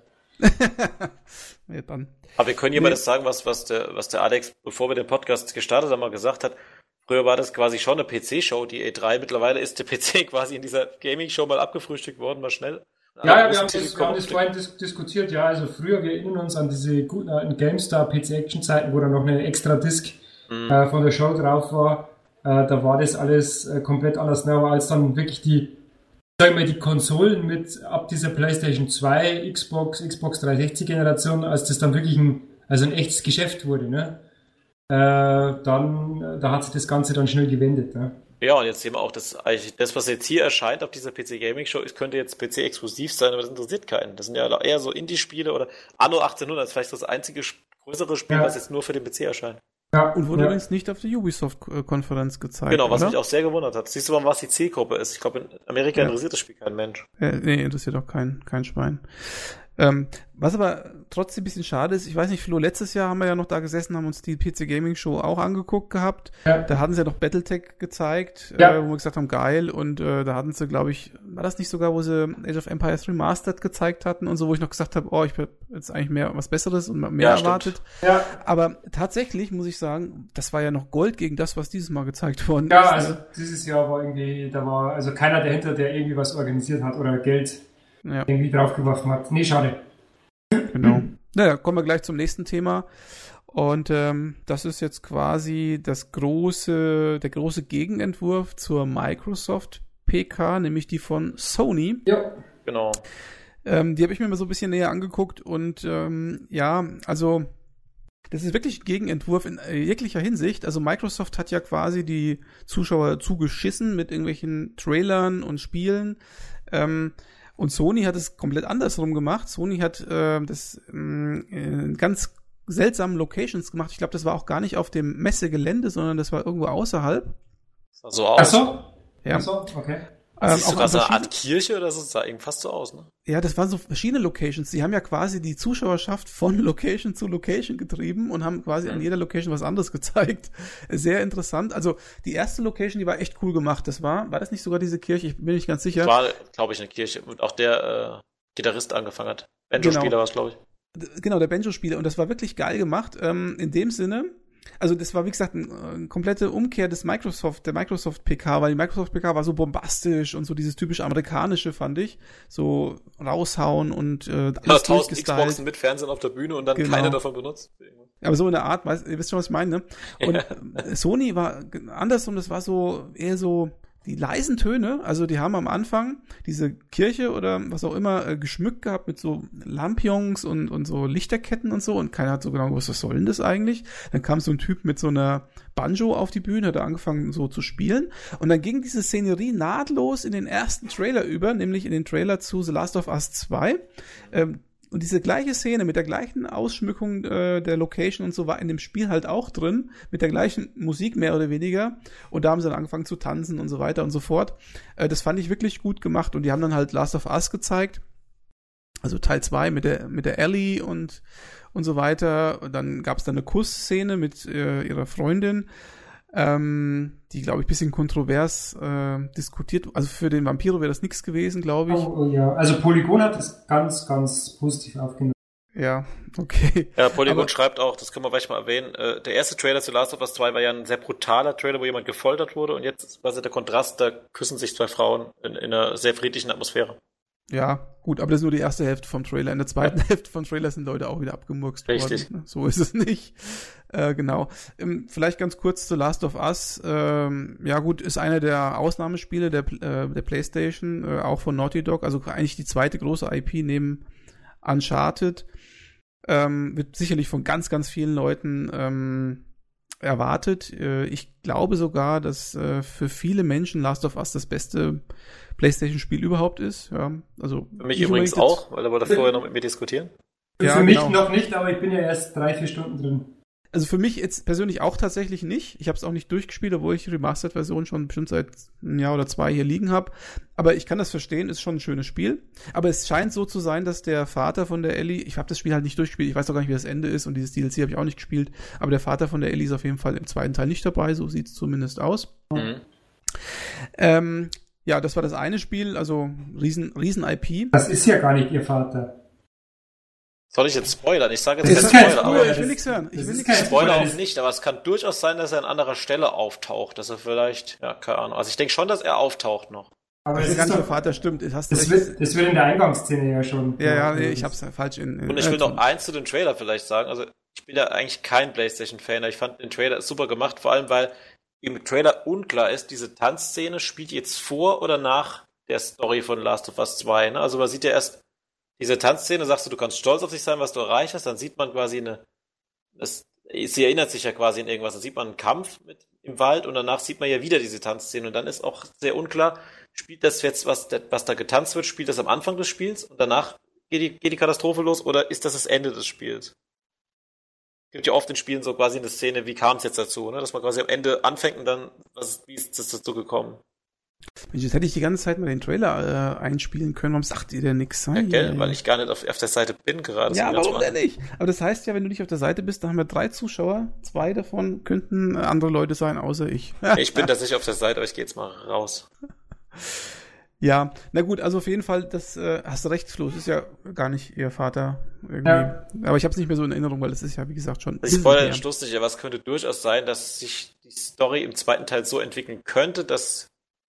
Ja, dann. Aber wir können jemandem nee. sagen, was, was, der, was der Alex, bevor wir den Podcast gestartet haben, mal gesagt hat. Früher war das quasi schon eine P C-Show, die E drei. Mittlerweile ist der P C quasi in dieser Gaming-Show mal abgefrühstückt worden, mal schnell. Ja, ja, wir haben das, wir haben das vorhin dis- diskutiert, ja, also früher, wir erinnern uns an diese guten alten GameStar-P C-Action-Zeiten, wo da noch eine extra Disc mhm. äh, von der Show drauf war. Äh, da war das alles äh, komplett anders, ne? Aber als dann wirklich die, sagen wir, die Konsolen mit ab dieser PlayStation zwei, Xbox, Xbox dreihundertsechzig-Generation, als das dann wirklich ein, also ein echtes Geschäft wurde, ne? Äh, dann, da hat sich das Ganze dann schnell gewendet, ne? Ja, und jetzt sehen wir auch, dass eigentlich das, was jetzt hier erscheint auf dieser P C Gaming Show, es könnte jetzt P C-exklusiv sein, aber das interessiert keinen. Das sind ja eher so Indie-Spiele oder Anno achtzehnhundert ist vielleicht das einzige größere Spiel, ja. was jetzt nur für den P C erscheint. Ja, und wurde ja. übrigens nicht auf der Ubisoft-Konferenz gezeigt. Genau, was oder? mich auch sehr gewundert hat. Siehst du mal, was die Zielgruppe ist? Ich glaube, in Amerika ja. interessiert das Spiel kein Mensch. Ja, nee, interessiert auch kein, kein Schwein. Ähm, was aber trotzdem ein bisschen schade ist, ich weiß nicht, Flo, letztes Jahr haben wir ja noch da gesessen, haben uns die P C Gaming Show auch angeguckt gehabt. Ja. Da hatten sie ja noch Battletech gezeigt, ja. äh, wo wir gesagt haben, geil. Und äh, da hatten sie, glaube ich, war das nicht sogar, wo sie Age of Empires Remastered gezeigt hatten und so, wo ich noch gesagt habe, oh, ich habe jetzt eigentlich mehr was Besseres und mehr ja, erwartet. Ja. Aber tatsächlich muss ich sagen, das war ja noch Gold gegen das, was dieses Mal gezeigt worden ja, ist. Ja, also dieses Jahr war irgendwie, da war also keiner dahinter, der irgendwie was organisiert hat oder Geld ja. irgendwie draufgeworfen hat. Nee, schade. Genau. Naja, kommen wir gleich zum nächsten Thema. Und ähm, das ist jetzt quasi das große, der große Gegenentwurf zur Microsoft P K, nämlich die von Sony. Ja, genau. Ähm, die habe ich mir mal so ein bisschen näher angeguckt und ähm, ja, also das ist wirklich ein Gegenentwurf in jeglicher Hinsicht. Also Microsoft hat ja quasi die Zuschauer zugeschissen mit irgendwelchen Trailern und Spielen. Ähm, Und Sony hat es komplett andersrum gemacht. Sony hat äh, das äh, in ganz seltsamen Locations gemacht. Ich glaube, das war auch gar nicht auf dem Messegelände, sondern das war irgendwo außerhalb. Das sah so aus. Ach so? Ja. Ach so, okay. Ähm, das ist sogar so eine Art Kirche oder so, das sah irgendwie fast so aus, ne? Ja, das waren so verschiedene Locations. Die haben ja quasi die Zuschauerschaft von Location zu Location getrieben und haben quasi mhm. an jeder Location was anderes gezeigt. Sehr interessant. Also die erste Location, die war echt cool gemacht. Das war, war das nicht sogar diese Kirche? Ich bin nicht ganz sicher. Das war, glaube ich, eine Kirche. Und auch der äh, Gitarrist angefangen hat. Banjo-Spieler genau. war es, glaube ich. Genau, der Banjo-Spieler. Und das war wirklich geil gemacht. Ähm, in dem Sinne, also das war, wie gesagt, eine, eine komplette Umkehr des Microsoft, der Microsoft P K, weil die Microsoft P K war so bombastisch und so dieses typisch amerikanische, fand ich. So raushauen und äh, alles ja, tausend Xboxen mit Fernsehen auf der Bühne und dann genau. keine davon benutzt. Aber so in der Art, weißt, ihr wisst schon, was ich meine, ne? Und ja. Sony war andersrum, das war so eher so die leisen Töne, also die haben am Anfang diese Kirche oder was auch immer äh, geschmückt gehabt mit so Lampions und, und so Lichterketten und so und keiner hat so genau gewusst, was soll denn das eigentlich? Dann kam so ein Typ mit so einer Banjo auf die Bühne, hat er angefangen so zu spielen und dann ging diese Szenerie nahtlos in den ersten Trailer über, nämlich in den Trailer zu The Last of Us zwei. Ähm, Und diese gleiche Szene mit der gleichen Ausschmückung äh, der Location und so war in dem Spiel halt auch drin, mit der gleichen Musik mehr oder weniger. Und da haben sie dann angefangen zu tanzen und so weiter und so fort. Äh, das fand ich wirklich gut gemacht. Und die haben dann halt Last of Us gezeigt. Also Teil zwei mit der mit der Ellie und und so weiter. Und dann gab es dann eine Kussszene mit äh, ihrer Freundin. Ähm, die, glaube ich, ein bisschen kontrovers äh, diskutiert. Also für den Vampiro wäre das nichts gewesen, glaube ich. Oh, oh ja, also Polygon hat das ganz, ganz positiv aufgenommen. Ja, okay. Ja, Polygon Aber, schreibt auch, das können wir gleich mal erwähnen, äh, der erste Trailer zu Last of Us zwei war ja ein sehr brutaler Trailer, wo jemand gefoltert wurde und jetzt ist quasi der Kontrast, da küssen sich zwei Frauen in, in einer sehr friedlichen Atmosphäre. Ja, gut, aber das ist nur die erste Hälfte vom Trailer. In der zweiten Hälfte vom Trailer sind Leute auch wieder abgemurkst worden. Richtig. Ne? So ist es nicht. Äh, genau. Ähm, vielleicht ganz kurz zu Last of Us. Ähm, ja gut, ist einer der Ausnahmespiele der, äh, der PlayStation, äh, auch von Naughty Dog. Also eigentlich die zweite große I P neben Uncharted. Ähm, wird sicherlich von ganz, ganz vielen Leuten ähm, erwartet. Äh, ich glaube sogar, dass äh, für viele Menschen Last of Us das beste PlayStation-Spiel überhaupt ist. Ja, also für mich übrigens auch, weil er wollte vorher noch mit mir diskutieren. Ja, für genau. mich noch nicht, aber ich bin ja erst drei, vier Stunden drin. Also für mich jetzt persönlich auch tatsächlich nicht. Ich habe es auch nicht durchgespielt, obwohl ich die Remastered-Version schon bestimmt seit einem Jahr oder zwei hier liegen habe. Aber ich kann das verstehen, ist schon ein schönes Spiel. Aber es scheint so zu sein, dass der Vater von der Ellie, ich habe das Spiel halt nicht durchgespielt, ich weiß auch gar nicht, wie das Ende ist und dieses D L C habe ich auch nicht gespielt, aber der Vater von der Ellie ist auf jeden Fall im zweiten Teil nicht dabei, so sieht es zumindest aus. Mhm. Ähm, ja, das war das eine Spiel, also riesen, riesen I P. Das ist ja gar nicht ihr Vater. Soll ich jetzt spoilern? Ich sage jetzt Das keinen ist kein Spoiler, Spoiler. aber Ich will nichts hören. Ich Das will ist nichts kein hören. Spoiler Spoiler auch ist- nicht, aber es kann durchaus sein, dass er an anderer Stelle auftaucht, dass er vielleicht, ja, keine Ahnung. Also ich denke schon, dass er auftaucht noch. Aber Das das, ist gar ist nicht der doch, Vater, stimmt. Hast du das, recht. wird, das wird in der Eingangsszene ja schon. Ja, ja, nee, ich hab's falsch in. in Und ich äh, will noch eins zu dem Trailer vielleicht sagen. Also ich bin ja eigentlich kein PlayStation-Fan, aber ich fand den Trailer super gemacht, vor allem weil im Trailer unklar ist, diese Tanzszene spielt jetzt vor oder nach der Story von Last of Us zwei. Ne? Also man sieht ja erst diese Tanzszene, sagst du, du kannst stolz auf dich sein, was du erreicht hast, dann sieht man quasi eine, das, sie erinnert sich ja quasi an irgendwas, dann sieht man einen Kampf mit im Wald und danach sieht man ja wieder diese Tanzszene und dann ist auch sehr unklar, spielt das jetzt, was, was da getanzt wird, spielt das am Anfang des Spiels und danach geht die, geht die Katastrophe los oder ist das das Ende des Spiels? Es gibt ja oft in Spielen so quasi eine Szene, wie kam es jetzt dazu, ne? Dass man quasi am Ende anfängt und dann, was, wie ist das dazu gekommen? Mensch, jetzt hätte ich die ganze Zeit mal den Trailer äh, einspielen können. Warum sagt ihr denn nichts? Ja, gell, weil ich gar nicht auf, auf der Seite bin gerade. Ja, so ganz warum mal. denn nicht? Aber das heißt ja, wenn du nicht auf der Seite bist, dann haben wir drei Zuschauer. Zwei davon könnten äh, andere Leute sein, außer ich. Ich bin tatsächlich auf der Seite, aber ich gehe jetzt mal raus. Ja, na gut, also auf jeden Fall, das äh, hast du recht, Flo, es ist ja gar nicht ihr Vater irgendwie. Ja. Aber ich habe es nicht mehr so in Erinnerung, weil es ist ja, wie gesagt, schon. Ich spoilere den lustig, aber es könnte durchaus sein, dass sich die Story im zweiten Teil so entwickeln könnte, dass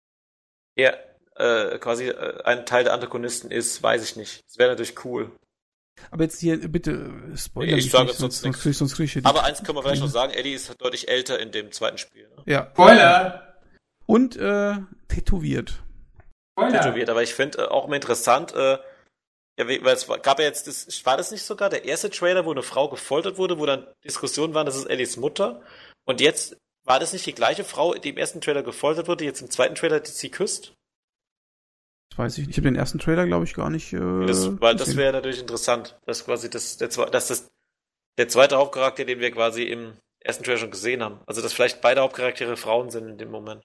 er äh, quasi äh, ein Teil der Antagonisten ist, weiß ich nicht. Das wäre natürlich cool. Aber jetzt hier, bitte, äh, Spoiler. Ich mich sage nicht, jetzt sonst sonst, nichts. sonst, sonst krieg ich hier die- Aber eins können wir vielleicht noch sagen, Ellie ist deutlich älter in dem zweiten Spiel. Ne? Ja. Spoiler! Und äh, tätowiert. Spoiler! Tätowiert. Aber ich finde äh, auch immer interessant, äh, ja, weil es war- gab ja jetzt, das, war das nicht sogar der erste Trailer, wo eine Frau gefoltert wurde, wo dann Diskussionen waren, das ist Ellies Mutter. Und jetzt war das nicht die gleiche Frau, die im ersten Trailer gefoltert wurde, die jetzt im zweiten Trailer die sie küsst? Das weiß ich nicht. Ich habe den ersten Trailer, glaube ich, gar nicht. Äh, Das, weil das gesehen. wäre natürlich interessant, dass quasi das, der, zwe- dass das der zweite Hauptcharakter, den wir quasi im ersten Trailer schon gesehen haben. Also, dass vielleicht beide Hauptcharaktere Frauen sind in dem Moment.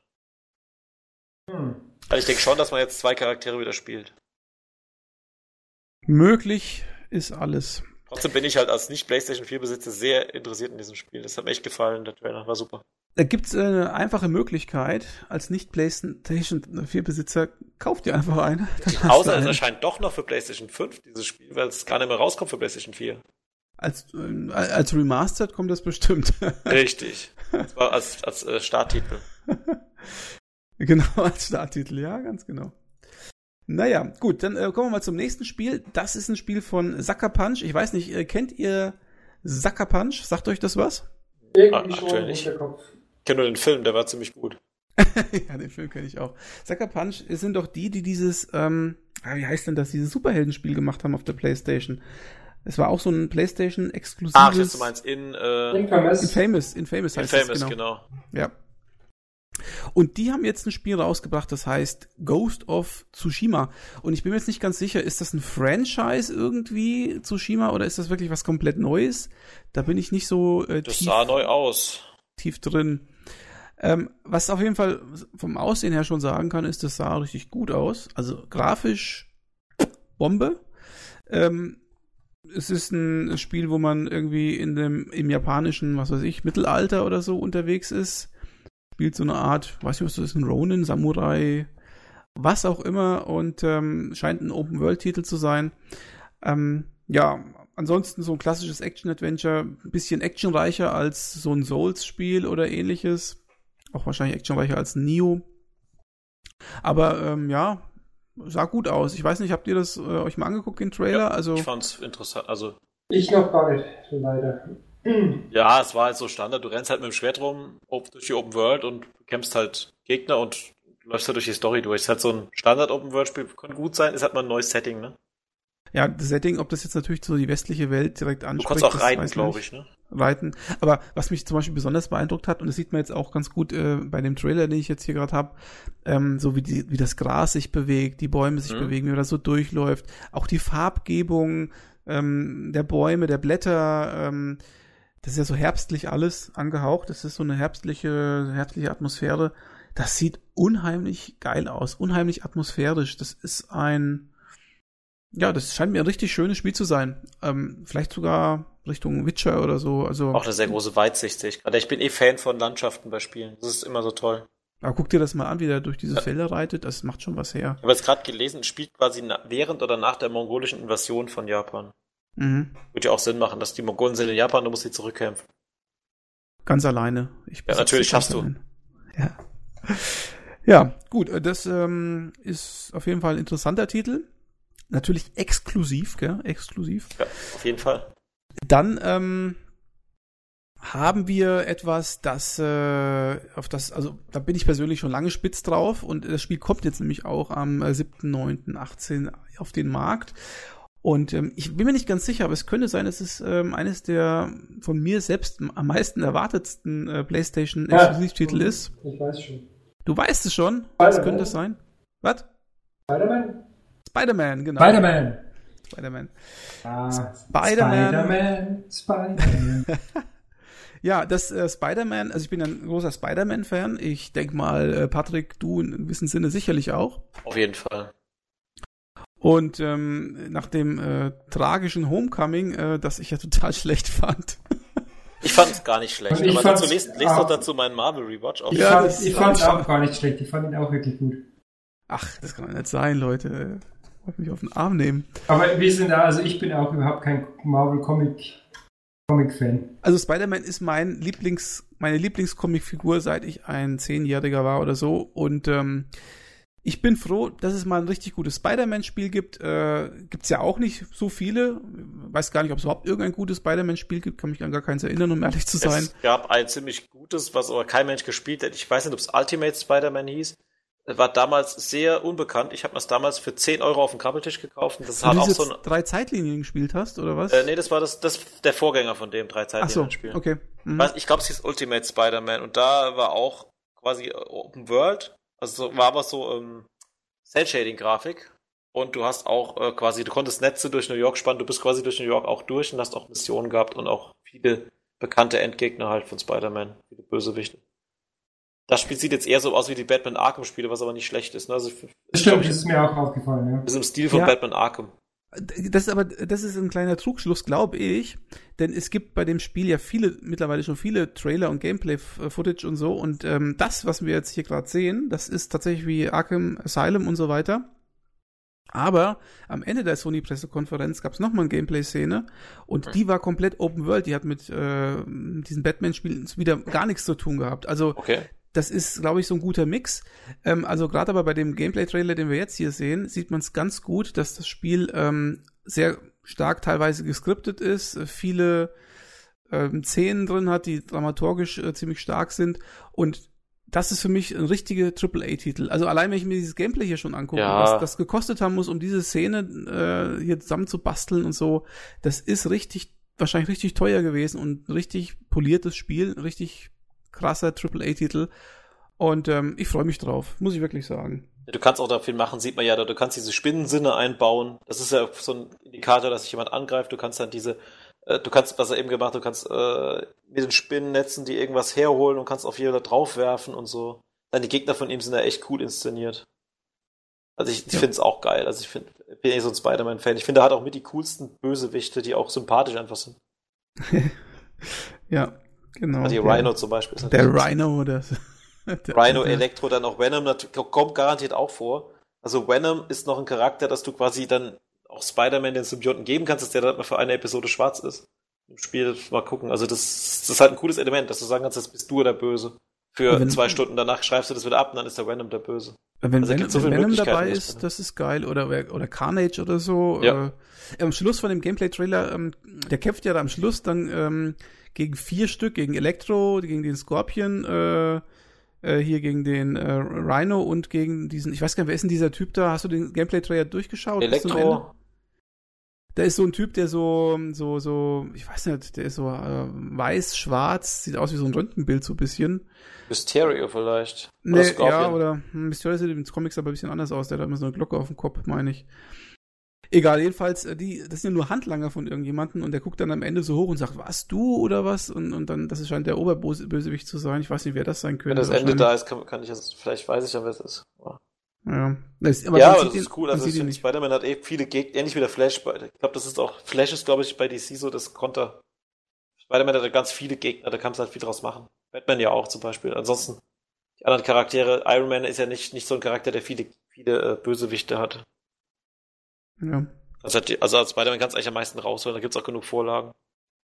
Hm. Also ich denke schon, dass man jetzt zwei Charaktere wieder spielt. Möglich ist alles. Trotzdem bin ich halt als Nicht-PlayStation vier Besitzer sehr interessiert in diesem Spiel. Das hat mir echt gefallen, der Trailer war super. Da gibt's eine einfache Möglichkeit, als Nicht-PlayStation vier Besitzer, kauft ihr einfach eine. Dann hast Außer du es eine. erscheint doch noch für PlayStation fünf, dieses Spiel, weil es gar nicht mehr rauskommt für PlayStation vier. Als, äh, als Remastered kommt das bestimmt. Richtig. Das war als, als äh, Starttitel. Genau, als Starttitel, ja, ganz genau. Naja, gut, dann äh, kommen wir mal zum nächsten Spiel. Das ist ein Spiel von Sucker Punch. Ich weiß nicht, äh, kennt ihr Sucker Punch? Sagt euch das was? Irgendwie Ah, schon aktuell im nicht. Hinterkopf. Ich kenne nur den Film, der war ziemlich gut. Ja, den Film kenne ich auch. Sucker Punch sind doch die, die dieses, ähm, ah, wie heißt denn das, dieses Superheldenspiel gemacht haben auf der PlayStation. Es war auch so ein PlayStation-exklusives. Ach, jetzt du meinst in äh, Infamous. Infamous, Infamous heißt Infamous, das, genau. genau. Ja. Und die haben jetzt ein Spiel rausgebracht, das heißt Ghost of Tsushima. Und ich bin mir jetzt nicht ganz sicher, ist das ein Franchise irgendwie, Tsushima, oder ist das wirklich was komplett Neues? Da bin ich nicht so äh, Das tief, sah neu aus. tief drin. Ähm, was auf jeden Fall vom Aussehen her schon sagen kann, ist, das sah richtig gut aus. Also grafisch Bombe. Ähm, es ist ein Spiel, wo man irgendwie in dem, im japanischen, was weiß ich, Mittelalter oder so unterwegs ist. Spielt so eine Art, weiß nicht, was das ist, ein Ronin, Samurai, was auch immer, und ähm, scheint ein Open-World-Titel zu sein. Ähm, ja, ansonsten so ein klassisches Action-Adventure, ein bisschen actionreicher als so ein Souls-Spiel oder ähnliches. Auch wahrscheinlich actionreicher als Nioh. Aber ähm, ja, sah gut aus. Ich weiß nicht, habt ihr das äh, euch mal angeguckt, den Trailer? Ja, also ich fand's interessant. Also Ich noch gar nicht, leider. ja, es war halt so Standard. Du rennst halt mit dem Schwert rum auf, durch die Open World und kämpfst halt Gegner und läufst halt durch die Story durch. Es ist halt so ein Standard-Open-World-Spiel, kann gut sein, ist halt mal ein neues Setting, ne? Ja, das Setting, ob das jetzt natürlich so die westliche Welt direkt Du anspricht. kannst auch das reiten, weiß ich glaube nicht. ich, ne? Reiten. Aber was mich zum Beispiel besonders beeindruckt hat, und das sieht man jetzt auch ganz gut äh, bei dem Trailer, den ich jetzt hier gerade habe, ähm, so wie die, wie das Gras sich bewegt, die Bäume sich Mhm. bewegen, wie das so durchläuft, auch die Farbgebung ähm, der Bäume, der Blätter, ähm, das ist ja so herbstlich alles angehaucht, das ist so eine herbstliche, herbstliche Atmosphäre. Das sieht unheimlich geil aus, unheimlich atmosphärisch. Das ist ein Ja, das scheint mir ein richtig schönes Spiel zu sein. Ähm, vielleicht sogar Richtung Witcher oder so. Also, Auch eine sehr große Weitsicht sehe ich gerade. Ich bin eh Fan von Landschaften bei Spielen. Das ist immer so toll. aber guck dir das mal an, wie der durch diese Ja. Felder reitet. Das macht schon was her. Ich habe jetzt gerade gelesen, es spielt quasi na- während oder nach der mongolischen Invasion von Japan. Mhm. Würde ja auch Sinn machen, dass die Mongolen sind in Japan, du musst sie zurückkämpfen. Ganz alleine. Ich Ja, besitze natürlich ganz schaffst du. allein. Ja. Ja, gut. äh, Das ähm, ist auf jeden Fall ein interessanter Titel. Natürlich exklusiv, gell? Exklusiv. Ja, auf jeden Fall. Dann ähm, haben wir etwas, das äh, auf das, also da bin ich persönlich schon lange spitz drauf und das Spiel kommt jetzt nämlich auch am äh, siebten neunten achtzehn auf den Markt. Und ähm, ich bin mir nicht ganz sicher, aber es könnte sein, dass es ähm, eines der von mir selbst am meisten erwartetsten äh, PlayStation-Exklusivtitel Ja. ist. Ich weiß schon. Du weißt es schon? Was Spider-Man. könnte das sein? Was? Spider-Man? Spider-Man, genau. Spider-Man! Spider-Man. Ah, Spider-Man. Spider-Man. Spider-Man. Ja, das äh, Spider-Man, also ich bin ein großer Spider-Man-Fan. Ich denke mal, äh, Patrick, du in einem gewissen Sinne sicherlich auch. Auf jeden Fall. Und ähm, nach dem äh, tragischen Homecoming, äh, das ich ja total schlecht fand. Ich fand es gar nicht schlecht. Und ich Aber dazu fand's lest, lest auch- doch dazu meinen Marvel Rewatch auf. Ich Ja, fand das ich hab fand's ich schon. auch gar nicht schlecht. Ich fand ihn auch wirklich gut. Ach, das kann doch nicht sein, Leute. Wollt mich auf den Arm nehmen. Aber wir sind da, also ich bin auch überhaupt kein Marvel-Comic Comic-Fan. Also Spider-Man ist mein Lieblings, meine Lieblingscomicfigur, seit ich ein Zehnjähriger war oder so. Und ähm, ich bin froh, dass es mal ein richtig gutes Spider-Man-Spiel gibt. Äh, gibt's ja auch nicht so viele. Weiß gar nicht, ob es überhaupt irgendein gutes Spider-Man-Spiel gibt. Kann mich an gar keins erinnern, um ehrlich zu sein. Es gab ein ziemlich gutes, was aber kein Mensch gespielt hat. Ich weiß nicht, ob es Ultimate Spider-Man hieß. War damals sehr unbekannt. Ich habe mir das damals für zehn Euro auf dem Krabbeltisch gekauft. Und das Du hat das auch jetzt so ein. drei Zeitlinien gespielt hast, oder was? Äh, nee, das war das, das der Vorgänger von dem drei Ach so, Zeitlinien-Spiel. okay. Mhm. Weiß- Ich glaube, es hieß Ultimate Spider-Man und da war auch quasi äh, Open World. Also so- war aber so ähm, Cell-Shading-Grafik. Und du hast auch äh, quasi, du konntest Netze durch New York spannen, du bist quasi durch New York auch durch und hast auch Missionen gehabt und auch viele bekannte Endgegner halt von Spider-Man, viele Bösewichte. Das Spiel sieht jetzt eher so aus wie die Batman Arkham-Spiele, was aber nicht schlecht ist. Ne? Also, Das stimmt, das ist mir auch aufgefallen, ja. ist im Stil von Ja. Batman Arkham. Das ist aber, das ist ein kleiner Trugschluss, glaube ich, denn es gibt bei dem Spiel ja viele, mittlerweile schon viele Trailer und Gameplay-Footage und so und ähm, das, was wir jetzt hier gerade sehen, das ist tatsächlich wie Arkham Asylum und so weiter. Aber am Ende der Sony-Pressekonferenz gab es nochmal eine Gameplay-Szene und die war komplett Open World, die hat mit äh, diesen Batman-Spielen wieder gar nichts zu tun gehabt. Also Okay. das ist, glaube ich, so ein guter Mix. Ähm, also gerade aber bei dem Gameplay-Trailer, den wir jetzt hier sehen, sieht man es ganz gut, dass das Spiel ähm, sehr stark teilweise geskriptet ist, äh, viele ähm, Szenen drin hat, die dramaturgisch äh, ziemlich stark sind und das ist für mich ein richtiger Triple A Titel. Also allein, wenn ich mir dieses Gameplay hier schon angucke, Ja. was das gekostet haben muss, um diese Szene äh, hier zusammen zu basteln und so, das ist richtig, wahrscheinlich richtig teuer gewesen und ein richtig poliertes Spiel, ein richtig krasser Triple A Titel. Und ähm, ich freue mich drauf, muss ich wirklich sagen. Du kannst auch da viel machen, sieht man ja, du kannst diese Spinnensinne einbauen. Das ist ja so ein Indikator, dass sich jemand angreift. Du kannst dann diese, äh, du kannst, was er eben gemacht hat, du kannst äh, mit den Spinnennetzen die irgendwas herholen und kannst auf jeder draufwerfen und so. Dann die Gegner von ihm sind ja echt cool inszeniert. Also ich, ich Ja. finde es auch geil. Also ich find, bin eh so ein Spider-Man-Fan. Ich finde, er hat auch mit die coolsten Bösewichte, die auch sympathisch einfach sind. Ja, genau. Die der, Rhino zum Beispiel. Ist Der natürlich- Rhino, das. der- Rhino, der- Elektro, dann auch Venom, nat- kommt garantiert auch vor. Also Venom ist noch ein Charakter, dass du quasi dann auch Spider-Man den Symbionten geben kannst, dass der dann mal für eine Episode schwarz ist. Im Spiel mal gucken. Also das, das ist halt ein cooles Element, dass du sagen kannst, jetzt bist du der Böse. Für Wenn- zwei Stunden danach schreibst du das wieder ab und dann ist der Venom der Böse. Wenn, Also, wenn, so wenn viele Venom dabei Möglichkeiten, ist, das ist geil. Oder, oder Carnage oder so. Ja. Äh, am Schluss von dem Gameplay-Trailer, ähm, der kämpft ja da am Schluss dann ähm, gegen vier Stück, gegen Electro, gegen den Scorpion, äh, äh, hier gegen den äh, Rhino und gegen diesen, ich weiß gar nicht, wer ist denn dieser Typ da? Hast du den Gameplay-Trailer durchgeschaut? bis zum Ende? Elektro. Da ist so ein Typ, der so, so, so, ich weiß nicht, der ist so äh, weiß, schwarz, sieht aus wie so ein Röntgenbild so ein bisschen. Mysterio vielleicht. Oder Nee, Scorpion. ja, oder hm, Mysterio sieht in den Comics aber ein bisschen anders aus, der hat immer so eine Glocke auf dem Kopf, meine ich. Egal, jedenfalls, äh, die, das sind ja nur Handlanger von irgendjemandem und der guckt dann am Ende so hoch und sagt, was, du oder was? Und, und dann, das scheint der Oberbösewicht zu sein. Ich weiß nicht, wer das sein könnte. Wenn das Ende da ist, kann, kann ich das, vielleicht weiß ich ja, wer es ist. Ja. Ja, das, aber ja, man aber sieht das ihn- ist cool. man Also sieht ich ihn finde, nicht. Spider-Man hat eh viele Gegner, ähnlich wie der Flash. Ich glaube, das ist auch, Flash ist, glaube ich, bei D C so das Konter. Spider-Man hat ganz viele Gegner, da kannst du halt viel draus machen. Batman ja auch zum Beispiel. Ansonsten, die anderen Charaktere, Iron Man ist ja nicht, nicht so ein Charakter, der viele, viele äh, Bösewichte hat. Ja. Also, hat die, also als Spider-Man kannst du eigentlich am meisten rausholen, da gibt's auch genug Vorlagen.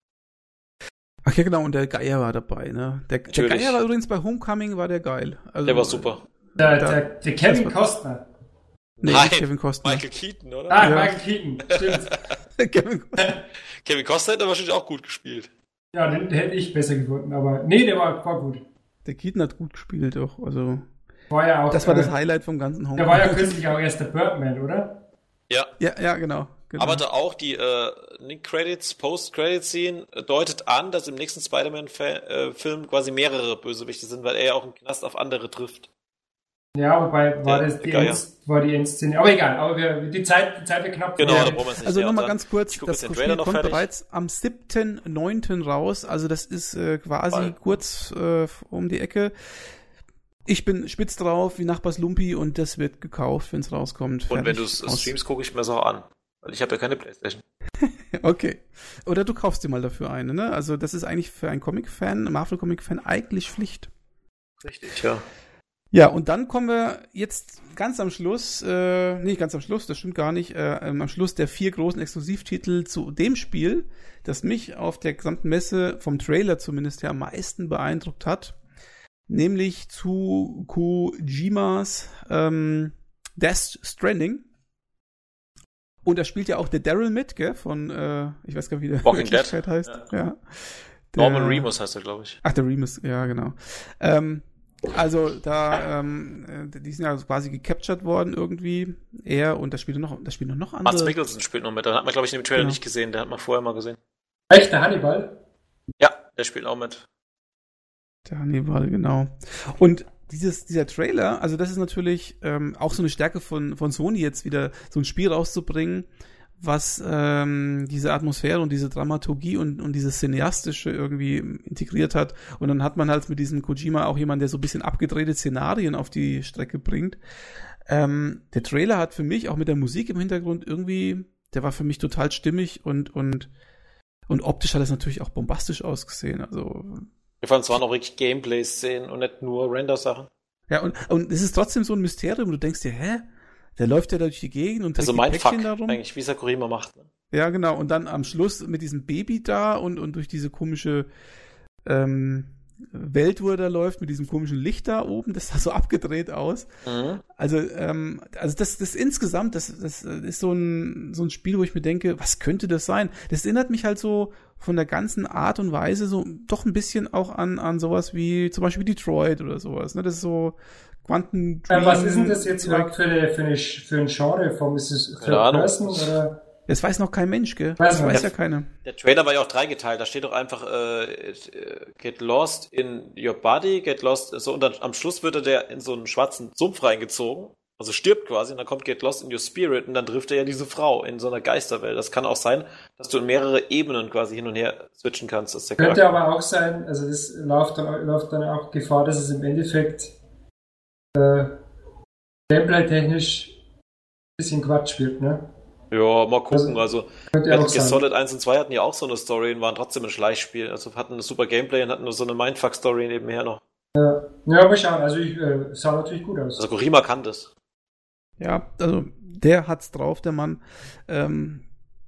Ach ja, genau, und der Geier war dabei, ne? Der, der Natürlich. Geier war übrigens bei Homecoming, war der geil. Also, Der war super. Der, Da- der, der Kevin das war- Costner. Nee, Nein, nicht Kevin Costner. Michael Keaton, oder? Ah, Ja. Michael Keaton, stimmt. Kevin Costner. Kevin Costner hätte wahrscheinlich auch gut gespielt. Ja, den, den hätte ich besser gefunden, aber nee, der war, war gut. Der Keaton hat gut gespielt auch, also. War ja auch, Das war das äh, Highlight vom ganzen Der Homecoming. war ja kürzlich auch erst der Birdman, oder? Ja. Ja, ja, genau. genau. Aber da auch die äh, Nick-Credits, Post-Credit-Scene äh, deutet an, dass im nächsten Spider-Man-Film quasi mehrere Bösewichte sind, weil er ja auch im Knast auf andere trifft. Ja, wobei war Der- das die, der Geier. End, war die Endszene. Aber egal, aber wir, die Zeit, die Zeit wird knapp. Genau, Ja. da brauchen wir es nicht Also mehr. nochmal Und ganz dann- kurz, ich guck das jetzt den Spiel Trailer noch kommt fertig. bereits am siebten neunten raus, also das ist äh, quasi Bald. kurz äh, um die Ecke. Ich bin spitz drauf, wie Nachbars Lumpi und das wird gekauft, wenn es rauskommt. Und wenn Fertig, du es aus. streamst, gucke ich mir das auch an. Weil ich habe ja keine Playstation. Okay. Oder du kaufst dir mal dafür eine, ne? Also das ist eigentlich für einen Comic-Fan, Marvel-Comic-Fan eigentlich Pflicht. Richtig, ja. Ja, und dann kommen wir jetzt ganz am Schluss, äh, nicht ganz am Schluss, das stimmt gar nicht, äh, ähm, am Schluss der vier großen Exklusivtitel zu dem Spiel, das mich auf der gesamten Messe, vom Trailer zumindest her, am meisten beeindruckt hat, nämlich zu Kojimas ähm, Death Stranding. Und da spielt ja auch der Daryl mit, gell, von, äh, ich weiß gar nicht, wie der Walking Dead. Wirklichkeit heißt. Ja. Ja. Norman Der- Remus heißt er, glaube ich. Ach, der Remus, ja, genau. Ähm, also da, ähm, äh, die sind ja quasi gecaptured worden irgendwie. Er und da spielen noch, da spielen noch andere. Mats Mikkelsen spielt noch mit. Da hat man, glaube ich, in dem Trailer Genau. nicht gesehen. Der hat man vorher mal gesehen. Echt, der Hannibal? Ja, der spielt auch mit. Der Hannibal, genau. Und dieses, dieser Trailer, also das ist natürlich ähm, auch so eine Stärke von, von Sony jetzt wieder, so ein Spiel rauszubringen, was ähm, diese Atmosphäre und diese Dramaturgie und, und dieses Cineastische irgendwie integriert hat. Und dann hat man halt mit diesem Kojima auch jemanden, der so ein bisschen abgedrehte Szenarien auf die Strecke bringt. Ähm, der Trailer hat für mich auch mit der Musik im Hintergrund irgendwie, der war für mich total stimmig und, und, und optisch hat es natürlich auch bombastisch ausgesehen. Also Wir fanden es waren auch wirklich Gameplay-Szenen und nicht nur Render-Sachen. ja, und, und es ist trotzdem so ein Mysterium. Du denkst dir, hä? Der läuft ja durch die Gegend und Also trägt mein die Fuck, Päckchen darum. eigentlich, wie es der Kojima macht. Ne? Ja, genau. Und dann am Schluss mit diesem Baby da und, und durch diese komische ähm, Welt, wo er da läuft, mit diesem komischen Licht da oben, das sah so abgedreht aus. Mhm. Also, ähm, also das, das insgesamt, das, das ist so ein, so ein Spiel, wo ich mir denke, was könnte das sein? Das erinnert mich halt so von der ganzen Art und Weise so doch ein bisschen auch an, an sowas wie zum Beispiel Detroit oder sowas. Ne? Das ist so Quanten Äh, was ist denn das Dream jetzt Zeug. überhaupt für, eine, für, eine, für ein Genre? Vom, ist es Keine Third Ahnung. Person oder? Das weiß noch kein Mensch, gell? Weiß Das man weiß nicht. ja keiner. Der Trailer war ja auch dreigeteilt. Da steht doch einfach äh, Get lost in your body, get lost. So, und dann am Schluss wird er der in so einen schwarzen Sumpf reingezogen. Also stirbt quasi und dann kommt Get lost in your spirit und dann trifft er ja diese Frau in so einer Geisterwelt. Das kann auch sein, dass du in mehrere Ebenen quasi hin und her switchen kannst. Das ist der Könnte Charakter. aber auch sein, also es läuft dann, läuft dann auch Gefahr, dass es im Endeffekt äh, gameplay-technisch ein bisschen Quatsch wird, ne? Ja, mal gucken. Also, Könnte Metal auch Gear sein. Solid eins und zwei hatten ja auch so eine Story und waren trotzdem ein Schleichspiel. Also hatten ein super Gameplay und hatten nur so eine Mindfuck-Story nebenher noch. Ja, aber schauen, also ich, äh, sah natürlich gut aus. Also Kojima kann das. Ja, also der hat's drauf, der Mann. Ähm,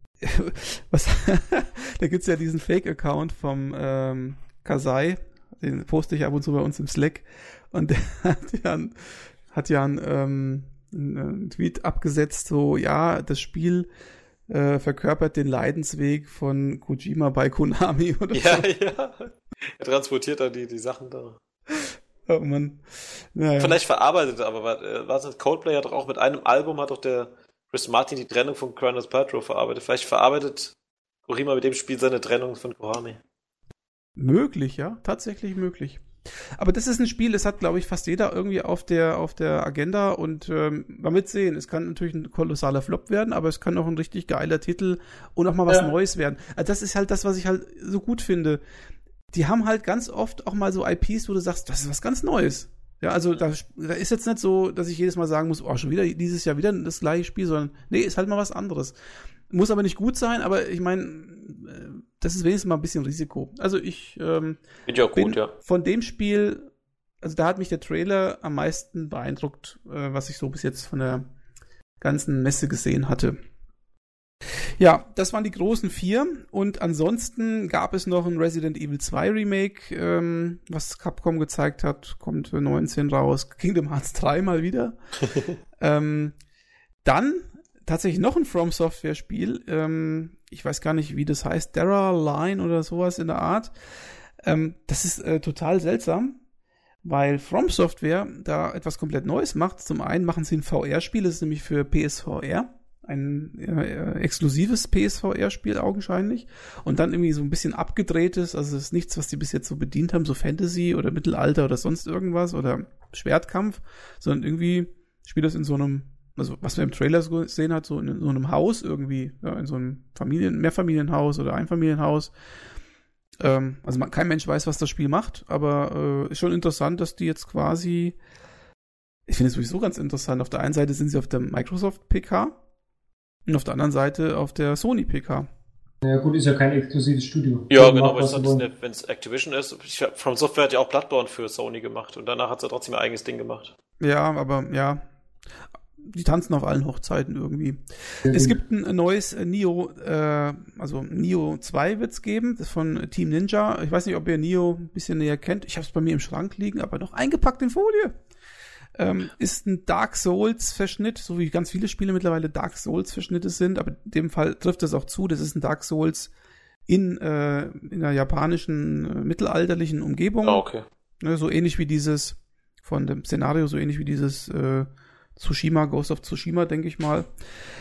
was, da gibt's ja diesen Fake-Account vom ähm, Kasai, den poste ich ab und zu bei uns im Slack. Und der hat ja, hat ja einen, ähm, einen Tweet abgesetzt, so, ja, das Spiel äh, verkörpert den Leidensweg von Kojima bei Konami oder ja, so. Ja, ja. Er transportiert da die, die Sachen da. Oh Mann. Naja. Vielleicht verarbeitet, aber was ist, Coldplay hat doch auch mit einem Album, hat doch der Chris Martin die Trennung von Gwyneth Paltrow verarbeitet. Vielleicht verarbeitet Kojima mit dem Spiel seine Trennung von Konami. Möglich, ja, tatsächlich möglich. Aber das ist ein Spiel, das hat, glaube ich, fast jeder irgendwie auf der auf der Agenda und ähm, mal mitsehen. Es kann natürlich ein kolossaler Flop werden, aber es kann auch ein richtig geiler Titel und auch mal was Ja. Neues werden. Also das ist halt das, was ich halt so gut finde. Die haben halt ganz oft auch mal so I Ps, wo du sagst, das ist was ganz Neues. Ja, also da, da ist jetzt nicht so, dass ich jedes Mal sagen muss, oh, schon wieder dieses Jahr wieder das gleiche Spiel, sondern nee, ist halt mal was anderes. Muss aber nicht gut sein, aber ich meine, das ist wenigstens mal ein bisschen Risiko. Also ich ähm, Finde ich auch bin gut, ja. von dem Spiel, also da hat mich der Trailer am meisten beeindruckt, äh, was ich so bis jetzt von der ganzen Messe gesehen hatte. Ja, das waren die großen vier und ansonsten gab es noch ein Resident Evil zwei Remake, ähm, was Capcom gezeigt hat, kommt neunzehn raus, Kingdom Hearts drei mal wieder. ähm, dann tatsächlich noch ein From Software Spiel, ähm, ich weiß gar nicht, wie das heißt, Dara Line oder sowas in der Art. Ähm, das ist äh, total seltsam, weil From Software da etwas komplett Neues macht. Zum einen machen sie ein V R-Spiel, das ist nämlich für P S V R. Ein äh, exklusives P S V R-Spiel augenscheinlich und dann irgendwie so ein bisschen abgedrehtes, also es ist nichts, was die bis jetzt so bedient haben, so Fantasy oder Mittelalter oder sonst irgendwas oder Schwertkampf, sondern irgendwie spielt das in so einem, also was man im Trailer so gesehen hat, so in so einem Haus irgendwie, ja, in so einem Familien-, Mehrfamilienhaus oder Einfamilienhaus. Ähm, also man, kein Mensch weiß, was das Spiel macht, aber äh, ist schon interessant, dass die jetzt quasi, ich finde es sowieso ganz interessant, auf der einen Seite sind sie auf der Microsoft P K, und auf der anderen Seite auf der Sony P K. Ja gut, ist ja kein exklusives Studio. Ja, Die genau, machen, was sie wollen. wenn es Activision ist. Ich, From Software hat ja auch Bloodborne für Sony gemacht und danach hat sie trotzdem ihr eigenes Ding gemacht. Ja, aber ja, die tanzen auf allen Hochzeiten irgendwie. Ja, Es gut. gibt ein neues Nioh, äh, also Nioh zwei wird's geben, das ist von Team Ninja. Ich weiß nicht, ob ihr Nioh ein bisschen näher kennt. Ich habe es bei mir im Schrank liegen, aber noch eingepackt in Folie. Ähm, ist ein Dark Souls-Verschnitt, so wie ganz viele Spiele mittlerweile Dark Souls-Verschnitte sind, aber in dem Fall trifft es auch zu, das ist ein Dark Souls in, äh, in einer japanischen, äh, mittelalterlichen Umgebung. Ah, okay. Ne, so ähnlich wie dieses, von dem Szenario, so ähnlich wie dieses äh, Tsushima, Ghost of Tsushima, denke ich mal.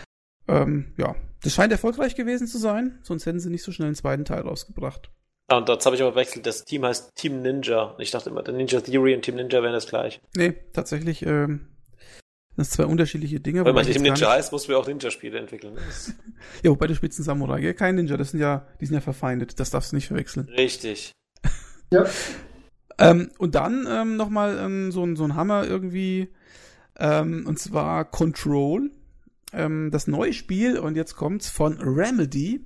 Ähm, ja, das scheint erfolgreich gewesen zu sein, sonst hätten sie nicht so schnell einen zweiten Teil rausgebracht. Ah, und das habe ich aber verwechselt. Das Team heißt Team Ninja. Ich dachte immer, der Ninja Theory und Team Ninja wären das gleich. Nee, tatsächlich, ähm, das sind zwei unterschiedliche Dinge. Wenn man wobei ich Team jetzt gar Ninja nicht- heißt, mussten wir auch Ninja-Spiele entwickeln. Das ist Ja, wobei du spielst einen Samurai, gell? Kein Ninja, das sind ja, die sind ja verfeindet, das darfst du nicht verwechseln. richtig. Ja. Ähm, und dann ähm, nochmal ähm, so, ein- so ein Hammer irgendwie, ähm, und zwar Control, ähm, das neue Spiel, und jetzt kommt's von Remedy.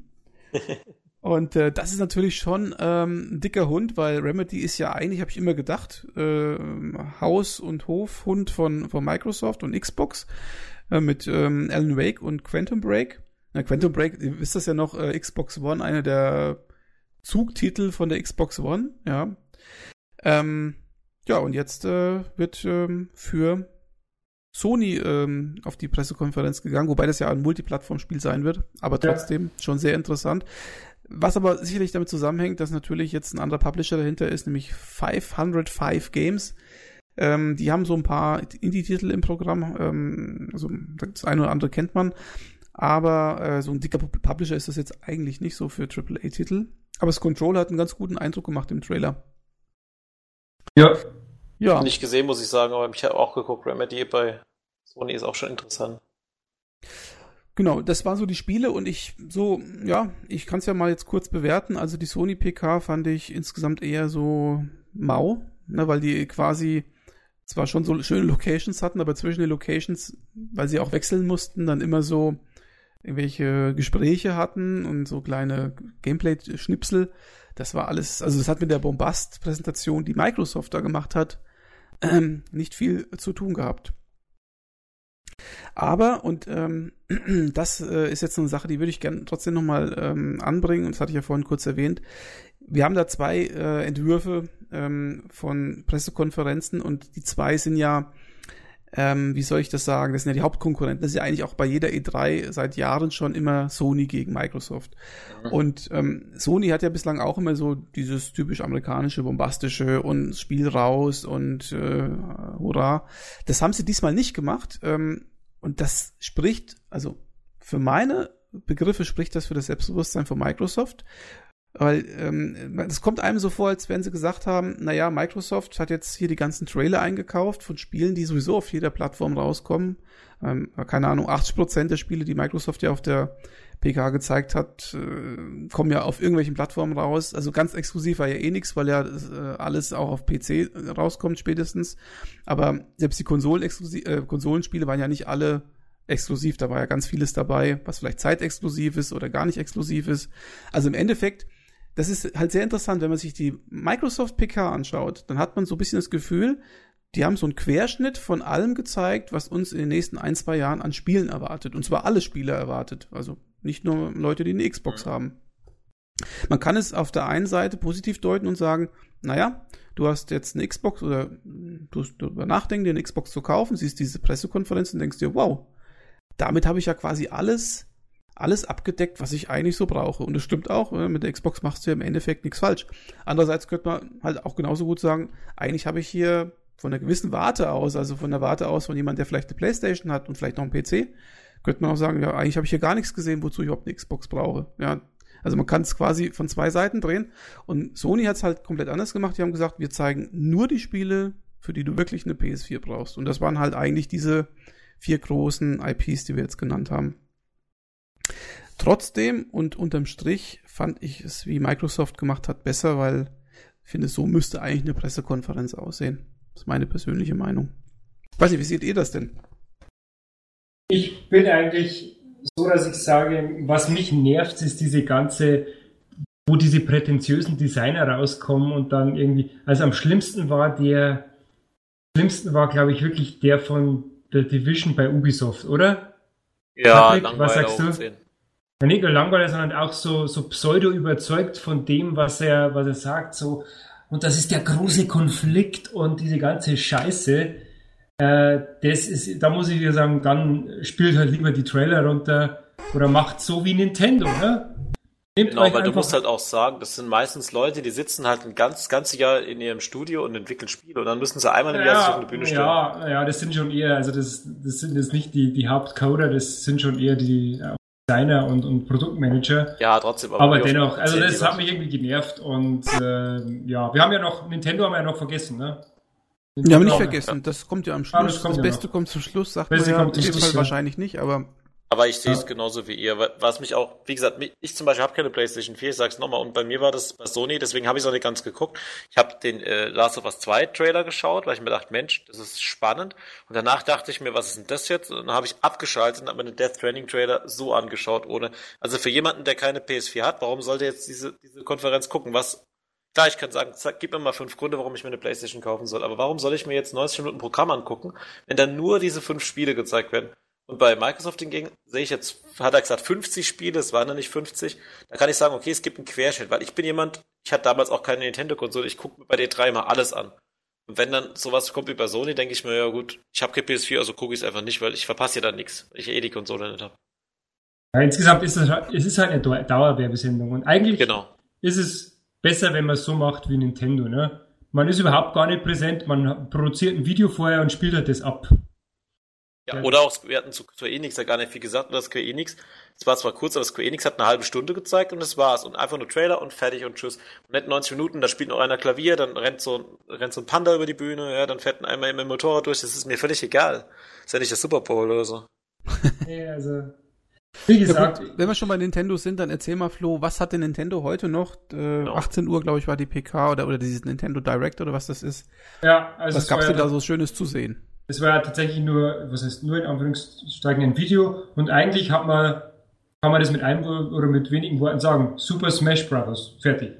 Und äh, das ist natürlich schon ähm, ein dicker Hund, weil Remedy ist ja eigentlich, habe ich immer gedacht, äh, Haus- und Hofhund von, von Microsoft und Xbox äh, mit ähm, Alan Wake und Quantum Break. Na, Quantum Break, ihr wisst das ja noch, äh, Xbox One, einer der Zugtitel von der Xbox One, ja. Ähm, ja, und jetzt äh, wird ähm, für Sony ähm, auf die Pressekonferenz gegangen, wobei das ja ein Multiplattform-Spiel sein wird, aber trotzdem ja. schon sehr interessant. Was aber sicherlich damit zusammenhängt, dass natürlich jetzt ein anderer Publisher dahinter ist, nämlich fünfhundertfünf Games. Ähm, die haben so ein paar Indie-Titel im Programm, ähm, also das eine oder andere kennt man, aber äh, so ein dicker Publisher ist das jetzt eigentlich nicht so für Triple A-Titel. Aber das Control hat einen ganz guten Eindruck gemacht im Trailer. Ja. Ja. Nicht gesehen, muss ich sagen, aber ich habe auch geguckt, Remedy bei Sony ist auch schon interessant. Genau, das waren so die Spiele und ich so, ja, ich kann es ja mal jetzt kurz bewerten. Also die Sony P K fand ich insgesamt eher so mau, ne, weil die quasi zwar schon so schöne Locations hatten, aber zwischen den Locations, weil sie auch wechseln mussten, dann immer so irgendwelche Gespräche hatten und so kleine Gameplay-Schnipsel. Das war alles, also das hat mit der Bombast-Präsentation, die Microsoft da gemacht hat, ähm, nicht viel zu tun gehabt. Aber, und ähm, das äh, ist jetzt eine Sache, die würde ich gerne trotzdem nochmal ähm, anbringen, und das hatte ich ja vorhin kurz erwähnt. Wir haben da zwei äh, Entwürfe ähm, von Pressekonferenzen und die zwei sind ja ähm, wie soll ich das sagen, das sind ja die Hauptkonkurrenten, das ist ja eigentlich auch bei jeder E drei seit Jahren schon immer Sony gegen Microsoft. Mhm. Und ähm, Sony hat ja bislang auch immer so dieses typisch amerikanische, bombastische und Spiel raus und äh, hurra. Das haben sie diesmal nicht gemacht ähm, und das spricht, also für meine Begriffe spricht das für das Selbstbewusstsein von Microsoft. Weil ähm, es kommt einem so vor, als wenn sie gesagt haben, naja, Microsoft hat jetzt hier die ganzen Trailer eingekauft von Spielen, die sowieso auf jeder Plattform rauskommen. Ähm, keine Ahnung, achtzig Prozent der Spiele, die Microsoft ja auf der P K gezeigt hat, äh, kommen ja auf irgendwelchen Plattformen raus. Also ganz exklusiv war ja eh nichts, weil ja äh, alles auch auf P C rauskommt spätestens. Aber selbst die Konsolen äh, Konsolenspiele waren ja nicht alle exklusiv. Da war ja ganz vieles dabei, was vielleicht zeitexklusiv ist oder gar nicht exklusiv ist. Also im Endeffekt, das ist halt sehr interessant, wenn man sich die Microsoft P K anschaut, dann hat man so ein bisschen das Gefühl, die haben so einen Querschnitt von allem gezeigt, was uns in den nächsten ein, zwei Jahren an Spielen erwartet. Und zwar alle Spieler erwartet. Also nicht nur Leute, die eine Xbox haben. Man kann es auf der einen Seite positiv deuten und sagen, naja, du hast jetzt eine Xbox oder du hast darüber nachdenken, dir eine Xbox zu kaufen, siehst diese Pressekonferenz und denkst dir, wow, damit habe ich ja quasi alles alles abgedeckt, was ich eigentlich so brauche. Und das stimmt auch, mit der Xbox machst du ja im Endeffekt nichts falsch. Andererseits könnte man halt auch genauso gut sagen, eigentlich habe ich hier von einer gewissen Warte aus, also von der Warte aus von jemand, der vielleicht eine Playstation hat und vielleicht noch einen P C, könnte man auch sagen, ja, eigentlich habe ich hier gar nichts gesehen, wozu ich überhaupt eine Xbox brauche. Ja, also man kann es quasi von zwei Seiten drehen. Und Sony hat es halt komplett anders gemacht. Die haben gesagt, wir zeigen nur die Spiele, für die du wirklich eine P S vier brauchst. Und das waren halt eigentlich diese vier großen I Ps, die wir jetzt genannt haben. Trotzdem und unterm Strich fand ich es, wie Microsoft gemacht hat, besser, weil ich finde, so müsste eigentlich eine Pressekonferenz aussehen. Das ist meine persönliche Meinung. Ich weiß nicht, wie seht ihr das denn? Ich bin eigentlich so, dass ich sage, was mich nervt, ist diese ganze, wo diese prätentiösen Designer rauskommen und dann irgendwie, also am schlimmsten war der, am schlimmsten war, glaube ich, wirklich der von der Division bei Ubisoft, oder? Ja, Patrick, was sagst du? Ja, nicht nur langweilig, sondern auch so, so pseudo überzeugt von dem, was er, was er sagt, so, und das ist der große Konflikt und diese ganze Scheiße, äh, das ist, da muss ich dir sagen, dann spielt halt lieber die Trailer runter oder macht so wie Nintendo, ne? Nehmt genau, weil du musst halt auch sagen, das sind meistens Leute, die sitzen halt ein ganz, ganzes Jahr in ihrem Studio und entwickeln Spiele und dann müssen sie einmal im Jahr sich auf eine Bühne stellen. Ja, ja, das sind schon eher, also das, das sind jetzt nicht die, die Hauptcoder, das sind schon eher die Designer und, und Produktmanager. Ja, trotzdem. Aber, aber dennoch, also das hat mich irgendwie genervt und äh, ja, wir haben ja noch, Nintendo haben wir ja noch vergessen, ne? Nintendo ja, aber nicht vergessen, ja. Das kommt ja am Schluss. Ah, das, das ja Beste noch. Kommt zum Schluss, sagt Beste man ja, in dem Fall ja. Wahrscheinlich nicht, aber... Aber ich sehe es ja. genauso wie ihr, was mich auch, wie gesagt, ich zum Beispiel habe keine PlayStation vier, ich sag's nochmal, und bei mir war das bei Sony, deswegen habe ich es auch nicht ganz geguckt. Ich habe den äh, Last of Us zwei Trailer geschaut, weil ich mir dachte, Mensch, das ist spannend. Und danach dachte ich mir, was ist denn das jetzt? Und dann habe ich abgeschaltet und habe mir den Death Stranding Trailer so angeschaut, ohne, also für jemanden, der keine P S vier hat, warum sollte jetzt diese diese Konferenz gucken? Was, klar, ich kann sagen, sag, gib mir mal fünf Gründe, warum ich mir eine PlayStation kaufen soll, aber warum soll ich mir jetzt neunzig Minuten Programm angucken, wenn dann nur diese fünf Spiele gezeigt werden? Und bei Microsoft hingegen sehe ich jetzt, hat er gesagt fünfzig Spiele, es waren ja nicht fünfzig. Da kann ich sagen, okay, es gibt einen Querschnitt, weil ich bin jemand, ich hatte damals auch keine Nintendo-Konsole, ich gucke mir bei D drei mal alles an. Und wenn dann sowas kommt wie bei Sony, denke ich mir, ja gut, ich habe keine P S vier, also gucke ich es einfach nicht, weil ich verpasse ja dann nichts, weil ich eh die Konsole nicht habe. Ja, insgesamt ist es, es ist halt eine Dauerwerbesendung und eigentlich genau. ist es besser, wenn man es so macht wie Nintendo, ne? Man ist überhaupt gar nicht präsent, man produziert ein Video vorher und spielt halt das ab. Ja, oder auch, wir hatten zu Square Enix ja gar nicht viel gesagt, oder Square Enix, es war zwar kurz, aber Square Enix hat eine halbe Stunde gezeigt und das war's. Und einfach nur Trailer und fertig und tschüss. Und nicht neunzig Minuten, da spielt noch einer Klavier, dann rennt so, rennt so ein Panda über die Bühne, ja, dann fährt ein einmal mit dem Motorrad durch, das ist mir völlig egal. Das ist ja nicht der Super Bowl oder so. Ja, also, wie gesagt. Ja, gut, wenn wir schon bei Nintendo sind, dann erzähl mal, Flo, was hat denn Nintendo heute noch? Äh, genau. achtzehn Uhr, glaube ich, war die P K oder, oder dieses Nintendo Direct oder was das ist. Ja, also. Was gab's denn da so Schönes zu sehen? Es war ja tatsächlich nur, was heißt nur in Anführungszeichen ein Video und eigentlich hat man, kann man das mit einem oder mit wenigen Worten sagen, Super Smash Bros. Fertig.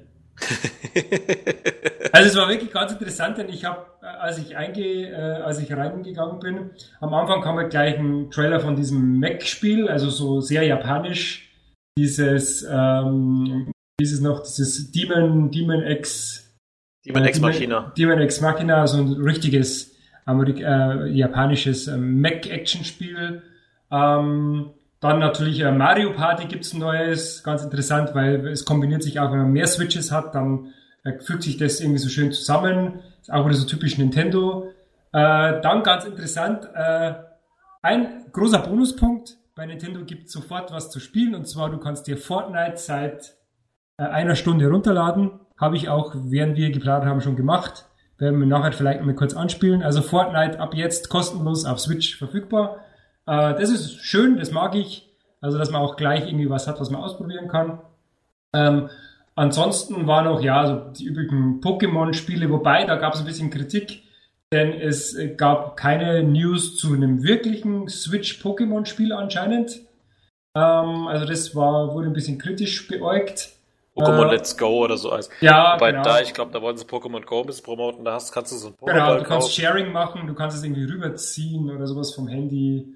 Also es war wirklich ganz interessant, denn ich habe, als ich einge, äh, als ich reingegangen bin, am Anfang kam halt gleich ein Trailer von diesem Mech-Spiel, also so sehr japanisch, dieses, ähm, dieses noch, dieses Demon, Demon X, Demon X Machina. Demon X Machina, so ein richtiges Amerik äh, japanisches äh, Mech-Action-Spiel. Ähm, dann natürlich äh, Mario Party gibt's ein neues, ganz interessant, weil es kombiniert sich auch, wenn man mehr Switches hat, dann äh, fügt sich das irgendwie so schön zusammen. Ist auch wieder so typisch Nintendo. Äh, dann ganz interessant, äh, ein großer Bonuspunkt. Bei Nintendo gibt es sofort was zu spielen, und zwar du kannst dir Fortnite seit äh, einer Stunde runterladen. Habe ich auch, während wir geplant haben, schon gemacht. Werden wir nachher vielleicht noch mal kurz anspielen. Also Fortnite ab jetzt kostenlos auf Switch verfügbar. Äh, das ist schön, das mag ich. Also dass man auch gleich irgendwie was hat, was man ausprobieren kann. Ähm, ansonsten war noch, ja, so die üblichen Pokémon-Spiele, wobei, da gab es ein bisschen Kritik. Denn es gab keine News zu einem wirklichen Switch-Pokémon-Spiel anscheinend. Ähm, also das war, wurde ein bisschen kritisch beäugt. Pokémon äh, Let's Go oder so. Also, ja, wobei genau. da, ich glaube, da wollen sie Pokémon Go ein bisschen promoten. Da hast, kannst du so ein Pokémon Genau, du kannst kaufen. Sharing machen, du kannst es irgendwie rüberziehen oder sowas vom Handy.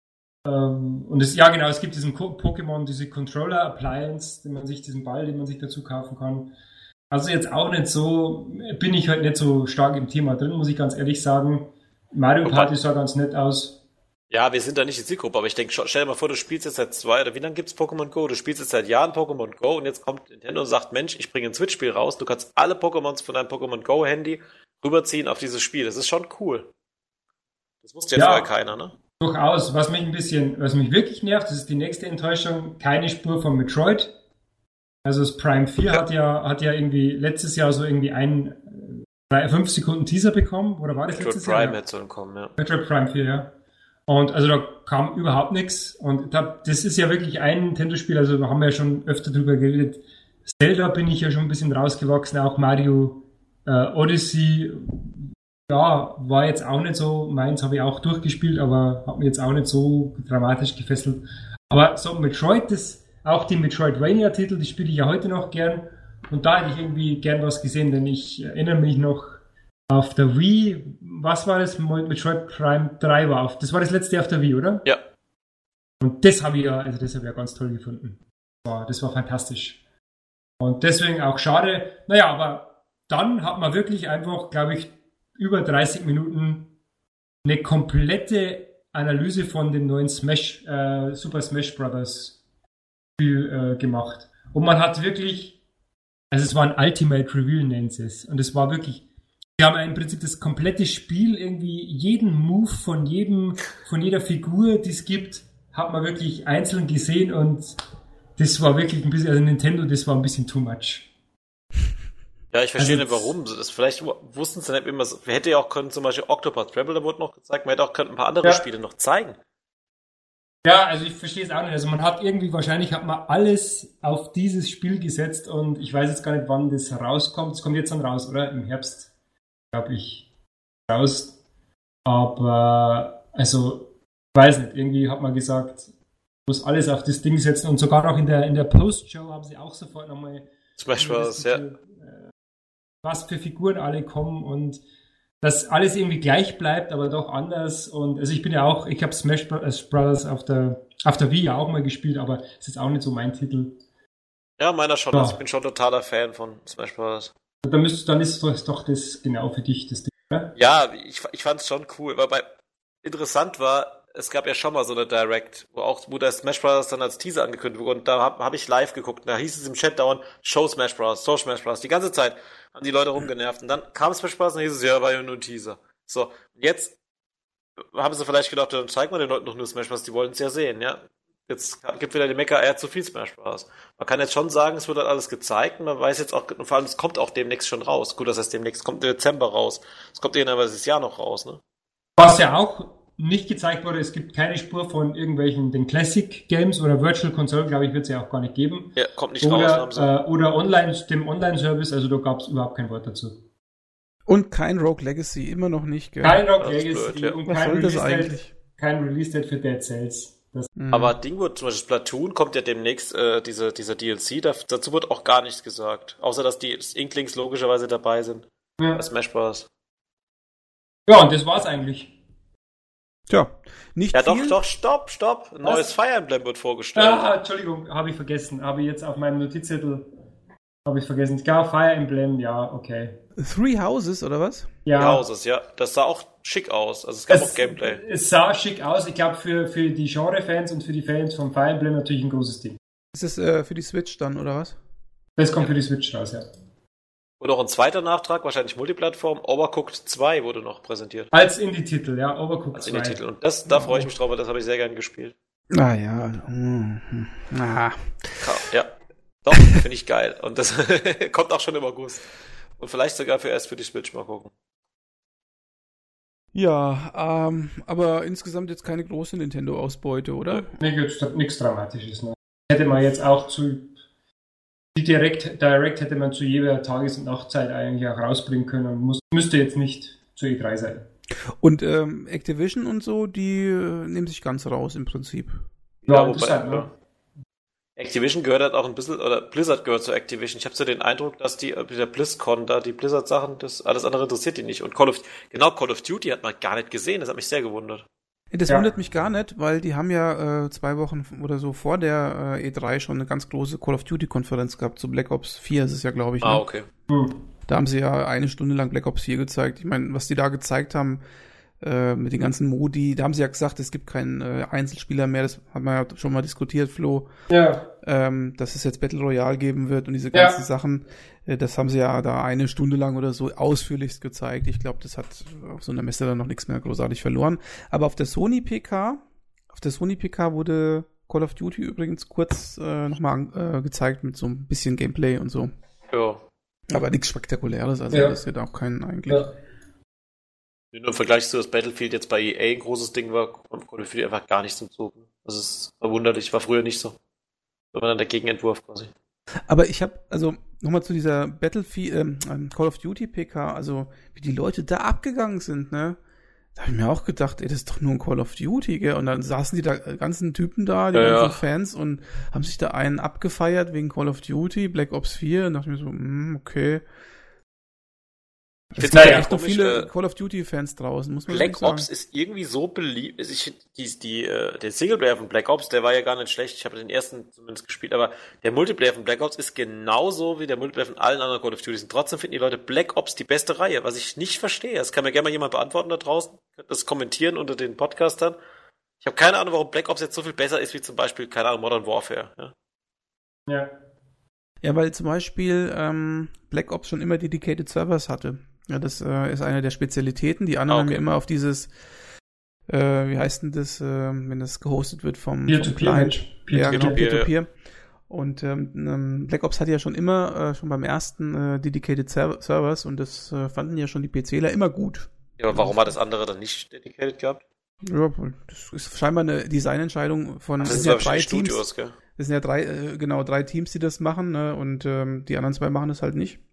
Ähm, und es, ja genau, es gibt diesen Pokémon, diese Controller-Appliance, den man sich, diesen Ball, den man sich dazu kaufen kann. Also jetzt auch nicht so, bin ich halt nicht so stark im Thema drin, muss ich ganz ehrlich sagen. Mario Party sah ganz nett aus. Ja, wir sind da nicht die Zielgruppe, aber ich denke, stell dir mal vor, du spielst jetzt seit zwei, oder wie lange gibt's Pokémon Go? Du spielst jetzt seit Jahren Pokémon Go und jetzt kommt Nintendo und sagt, Mensch, ich bringe ein Switch-Spiel raus, du kannst alle Pokémons von deinem Pokémon Go-Handy rüberziehen auf dieses Spiel. Das ist schon cool. Das wusste ja, Ja, vorher keiner, ne? Durchaus. Was mich ein bisschen, was mich wirklich nervt, das ist die nächste Enttäuschung, keine Spur von Metroid. Also das Prime vier hat ja, hat ja irgendwie letztes Jahr so irgendwie ein fünf Sekunden Teaser bekommen, oder war das Metroid letztes Prime Jahr? hätte sollen kommen, ja. Metroid Prime vier, ja. Und also da kam überhaupt nichts. Und da, das ist ja wirklich ein Nintendo-Spiel, also da haben wir ja schon öfter drüber geredet. Zelda bin ich ja schon ein bisschen rausgewachsen, auch Mario äh, Odyssey, ja, war jetzt auch nicht so, meins habe ich auch durchgespielt, aber hat mich jetzt auch nicht so dramatisch gefesselt. Aber so Metroid, das auch die Metroidvania-Titel, die spiele ich ja heute noch gern. Und da hätte ich irgendwie gern was gesehen, denn ich erinnere mich noch auf der Wii, was war das? Metroid Prime drei war auf. Das war das letzte auf der Wii, oder? Ja. Und das habe ich ja, also das habe ich ja ganz toll gefunden. Das war, das war fantastisch. Und deswegen auch schade. Naja, aber dann hat man wirklich einfach, glaube ich, über dreißig Minuten eine komplette Analyse von dem neuen Smash, äh, Super Smash Bros. Spiel äh, gemacht. Und man hat wirklich, also es war ein Ultimate Reveal, nennt es. Und es war wirklich, wir haben im Prinzip das komplette Spiel, irgendwie jeden Move von jedem, von jeder Figur, die es gibt, hat man wirklich einzeln gesehen, und das war wirklich ein bisschen, also Nintendo, das war ein bisschen too much. Ja, ich verstehe Also, nicht, warum. Das vielleicht wussten sie nicht immer so. Wir hätten ja auch können, zum Beispiel Octopath Traveler wurde noch gezeigt, man hätte auch können ein paar andere Ja. Spiele noch zeigen. Ja, also ich verstehe es auch nicht. Also man hat irgendwie, wahrscheinlich hat man alles auf dieses Spiel gesetzt, und ich weiß jetzt gar nicht, wann das rauskommt. Es kommt jetzt dann raus, oder? Im Herbst, glaube ich, raus. Aber, also, ich weiß nicht, irgendwie hat man gesagt, muss alles auf das Ding setzen, und sogar auch in der, in der Post-Show haben sie auch sofort nochmal Smash Bros., ja. was für Figuren alle kommen, und dass alles irgendwie gleich bleibt, aber doch anders. Und also ich bin ja auch, ich habe Smash Bros. auf der auf der Wii ja auch mal gespielt, aber es ist auch nicht so mein Titel. Ja, meiner schon. Ja. Also ich bin schon totaler Fan von Smash Bros. Dann müsst, dann ist das doch das genau für dich das Ding, oder? Ja, ich, ich fand es schon cool, weil bei, interessant war, es gab ja schon mal so eine Direct, wo auch, wo der Smash Bros. Dann als Teaser angekündigt wurde, und da habe hab ich live geguckt, und da hieß es im Chat dauernd, Show Smash Bros., Show Smash Bros., die ganze Zeit haben die Leute rumgenervt, und dann kam Smash Bros. Und dann hieß es, ja, war ja nur ein Teaser. So, jetzt haben sie vielleicht gedacht, dann zeigen wir den Leuten doch nur Smash Bros., die wollen es ja sehen, ja. Jetzt gibt wieder die Mecker, er hat zu viel Smash Bros. Man kann jetzt schon sagen, es wird halt alles gezeigt, und man weiß jetzt auch, und vor allem, es kommt auch demnächst schon raus. Gut, das heißt demnächst, kommt im Dezember raus. Es kommt irgendwann dieses Jahr noch raus, ne? Was ja auch nicht gezeigt wurde, es gibt keine Spur von irgendwelchen den Classic Games oder Virtual Console, glaube ich, wird es ja auch gar nicht geben. Ja, kommt nicht Oder, raus, haben sie. äh, oder online, dem Online-Service, also da gab es überhaupt kein Wort dazu. Und kein Rogue Legacy, immer noch nicht, gell? Kein Rogue Das ist Legacy blöd, ja. und Was kein soll das Release-Date eigentlich? kein Release-Date für Dead Cells. Das Mhm. Aber Ding wird, zum Beispiel Splatoon kommt ja demnächst, äh, diese, dieser D L C, da, dazu wird auch gar nichts gesagt. Außer, dass die Inklings logischerweise dabei sind. ja. Bei Smash Bros. ja, und das war's eigentlich. Tja, nicht Ja, doch, viel. doch, stopp, stopp. Ein Was? neues Fire Emblem wird vorgestellt. Ah, Entschuldigung, habe ich vergessen. Habe ich jetzt auf meinem Notizzettel habe ich vergessen. Ja, Fire Emblem, ja, okay. Three Houses, oder was? Ja. Die Houses, ja. Das sah auch schick aus. Also es gab es, auch Gameplay. Es sah schick aus. Ich glaube, für, für die Genre-Fans und für die Fans von Fire Emblem natürlich ein großes Ding. Ist das äh, für die Switch dann, oder was? Das kommt für die Switch raus, ja. Und auch ein zweiter Nachtrag, wahrscheinlich Multiplattform. Overcooked zwei wurde noch präsentiert. Als Indie-Titel, ja. Overcooked Als zwei. Als Indie-Titel. Und das, da freue ich mich drauf, weil das habe ich sehr gerne gespielt. Ah ja. Hm. Ah. Ja. Doch, finde ich geil. Und das kommt auch schon im August. Und vielleicht sogar für erst für die Switch mal gucken. Ja, ähm, aber insgesamt jetzt keine große Nintendo-Ausbeute, oder? Nee, gibt's nichts Dramatisches. Ne? Hätte man jetzt auch zu die Direct, Direct hätte man zu jeder Tages- und Nachtzeit eigentlich auch rausbringen können und muss, müsste jetzt nicht zur E drei sein. Und ähm, Activision und so, die äh, nehmen sich ganz raus im Prinzip. Ja, ja interessant, wobei, ne? Activision gehört halt auch ein bisschen, oder Blizzard gehört zu Activision. Ich habe so den Eindruck, dass die mit der BlizzCon da, die Blizzard-Sachen, das alles andere interessiert die nicht. Und Call of, genau, Call of Duty hat man gar nicht gesehen, das hat mich sehr gewundert. Das ja. wundert mich gar nicht, weil die haben ja äh, zwei Wochen oder so vor der äh, E drei schon eine ganz große Call of Duty-Konferenz gehabt, zu Black Ops vier ist es ja, glaube ich. Ah, ne? okay. Hm. Da haben sie ja eine Stunde lang Black Ops vier gezeigt. Ich meine, was die da gezeigt haben, äh, mit den ganzen Modi, da haben sie ja gesagt, es gibt keinen äh, Einzelspieler mehr, das haben wir ja schon mal diskutiert, Flo, ja. ähm, dass es jetzt Battle Royale geben wird und diese ganzen ja. Sachen, äh, das haben sie ja da eine Stunde lang oder so ausführlichst gezeigt. Ich glaube, das hat auf so einer Messe dann noch nichts mehr großartig verloren. Aber auf der Sony P K, auf der Sony P K wurde Call of Duty übrigens kurz äh, nochmal äh, gezeigt mit so ein bisschen Gameplay und so. Ja. Aber nichts Spektakuläres, also ja. das ist ja auch kein eigentlich. Ja. Nur im Vergleich zu das Battlefield jetzt bei E A ein großes Ding war, kommt Call of Duty einfach gar nicht zum Zug. Das ist verwunderlich, war früher nicht so. Das war dann der Gegenentwurf quasi. Aber ich habe, also nochmal zu dieser Battlefield, ähm, Call of Duty P K, also wie die Leute da abgegangen sind, ne? Da habe ich mir auch gedacht, ey, das ist doch nur ein Call of Duty, gell? Und dann saßen die da ganzen Typen da, die ja, ganzen ja. Fans und haben sich da einen abgefeiert wegen Call of Duty, Black Ops vier und dachte mir so, mh, okay. Ich finde da ja echt noch komisch, viele äh, Call of Duty Fans draußen, muss man Black sagen. Ops ist irgendwie so beliebt. Ich, die, die, äh, der Singleplayer von Black Ops, der war ja gar nicht schlecht. Ich habe den ersten zumindest gespielt, aber der Multiplayer von Black Ops ist genauso wie der Multiplayer von allen anderen Call of Duty. Und trotzdem finden die Leute Black Ops die beste Reihe, was ich nicht verstehe. Das kann mir gerne mal jemand beantworten da draußen. Könnt das kommentieren unter den Podcastern. Ich habe keine Ahnung, warum Black Ops jetzt so viel besser ist wie zum Beispiel, keine Ahnung, Modern Warfare. Ja. Ja, ja weil zum Beispiel ähm, Black Ops schon immer Dedicated Servers hatte. Ja, das äh, ist eine der Spezialitäten. Die anderen Ah, okay. haben ja immer auf dieses, äh, wie heißt denn das, äh, wenn das gehostet wird vom, vom Peer-to-Peer. Client. Ja, genau, Peer-to-Peer, Peer-to-Peer. Und ähm, Black Ops hatte ja schon immer, äh, schon beim ersten äh, Dedicated Serv- Servers und das äh, fanden ja schon die PCler immer gut. Ja, aber warum hat das andere dann nicht dedicated gehabt? Ja, das ist scheinbar eine Designentscheidung von Das das sind sind ja ja drei Studios, Teams. gell? Das sind ja drei, äh, genau, drei Teams, die das machen, ne? Und ähm, die anderen zwei machen das halt nicht.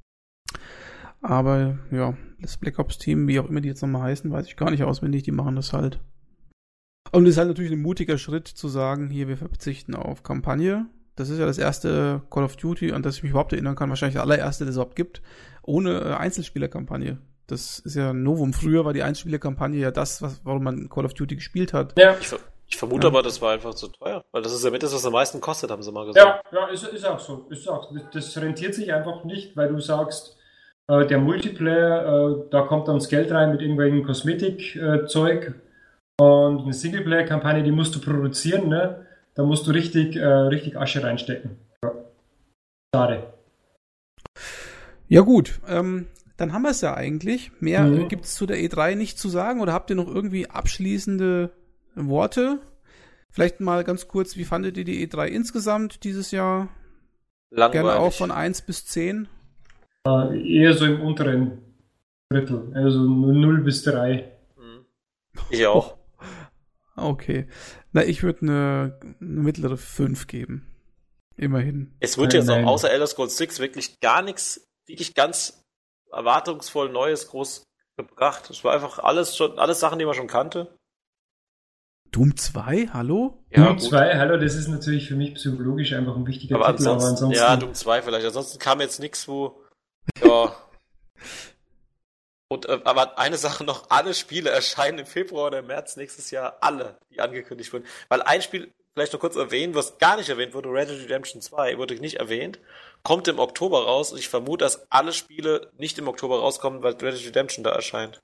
Aber ja, das Black Ops Team, wie auch immer die jetzt nochmal heißen, weiß ich gar nicht auswendig, die machen das halt. Und es ist halt natürlich ein mutiger Schritt zu sagen, hier, wir verzichten auf Kampagne. Das ist ja das erste Call of Duty, an das ich mich überhaupt erinnern kann, wahrscheinlich das allererste, das es überhaupt gibt, ohne äh, Einzelspielerkampagne. Das ist ja ein Novum. Früher war die Einzelspielerkampagne ja das, was, warum man Call of Duty gespielt hat. Ja. Ich, ver- ich vermute Ja. aber, das war einfach zu teuer. Weil das ist ja mit das, was am meisten kostet, haben sie mal gesagt. Ja, ja, ist, ist auch so. Ist auch. Das, das rentiert sich einfach nicht, weil du sagst, äh, der Multiplayer, äh, da kommt dann das Geld rein mit irgendwelchen Kosmetikzeug äh, und eine Singleplayer-Kampagne, die musst du produzieren, ne? Da musst du richtig, äh, richtig Asche reinstecken. Ja. Schade. Ja gut, ähm, dann haben wir es ja eigentlich. Mehr Mhm. äh, gibt es zu der E drei nicht zu sagen oder habt ihr noch irgendwie abschließende Worte? Vielleicht mal ganz kurz, wie fandet ihr die E drei insgesamt dieses Jahr? Langweilig. Gerne auch von eins bis zehn. Äh, eher so im unteren Drittel, also null bis drei. Mhm. Ich auch. Okay. Na, ich würde eine, eine mittlere fünf geben. Immerhin. Es wird Nein, jetzt auch nein. außer Elder Scrolls sechs wirklich gar nichts, wirklich ganz erwartungsvoll Neues groß gebracht. Es war einfach alles schon, alles Sachen, die man schon kannte. Doom zwei, hallo? Ja, gut. Doom zwei, hallo, das ist natürlich für mich psychologisch einfach ein wichtiger Aber Titel, ansonsten, aber ansonsten ja, Doom zwei vielleicht. Ansonsten kam jetzt nichts, wo, ja. Und, äh, aber eine Sache noch, alle Spiele erscheinen im Februar oder im März nächstes Jahr, alle, die angekündigt wurden. Weil ein Spiel vielleicht noch kurz erwähnen, was gar nicht erwähnt wurde, Red Dead Redemption zwei wurde nicht erwähnt, kommt im Oktober raus und ich vermute, dass alle Spiele nicht im Oktober rauskommen, weil Red Dead Redemption da erscheint.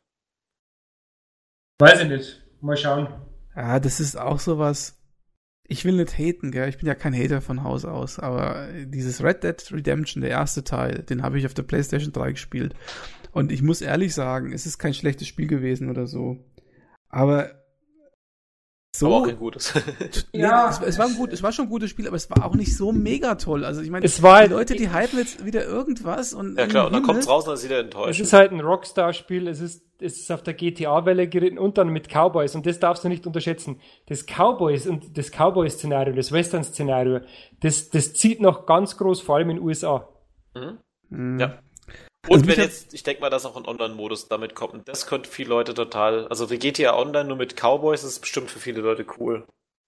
Weiß ich nicht. Mal schauen. Ja, das ist auch sowas. Ich will nicht haten, gell? Ich bin ja kein Hater von Haus aus, aber dieses Red Dead Redemption, der erste Teil, den habe ich auf der PlayStation drei gespielt. Und ich muss ehrlich sagen, es ist kein schlechtes Spiel gewesen oder so. Aber so. Aber auch ein gutes. Nee, Ja. es, es war ein gut, es war schon ein gutes Spiel, aber es war auch nicht so mega toll. Also ich meine, Es war die halt- Leute, die hypen jetzt wieder irgendwas und Ja klar, und dann Himmel. kommt's raus und dann ist wieder Es enttäuscht. ist halt ein Rockstar-Spiel, es ist, es ist auf der G T A-Welle geritten und dann mit Cowboys und das darfst du nicht unterschätzen. Das Cowboys und das Cowboy-Szenario, das Western-Szenario, das, das zieht noch ganz groß, vor allem in den U S A. Mhm. Mhm. Ja. Also Und mich wenn hat- jetzt, ich denke mal, dass auch ein Online-Modus damit kommt. Und das könnte viele Leute total, also die G T A Online nur mit Cowboys ist bestimmt für viele Leute cool.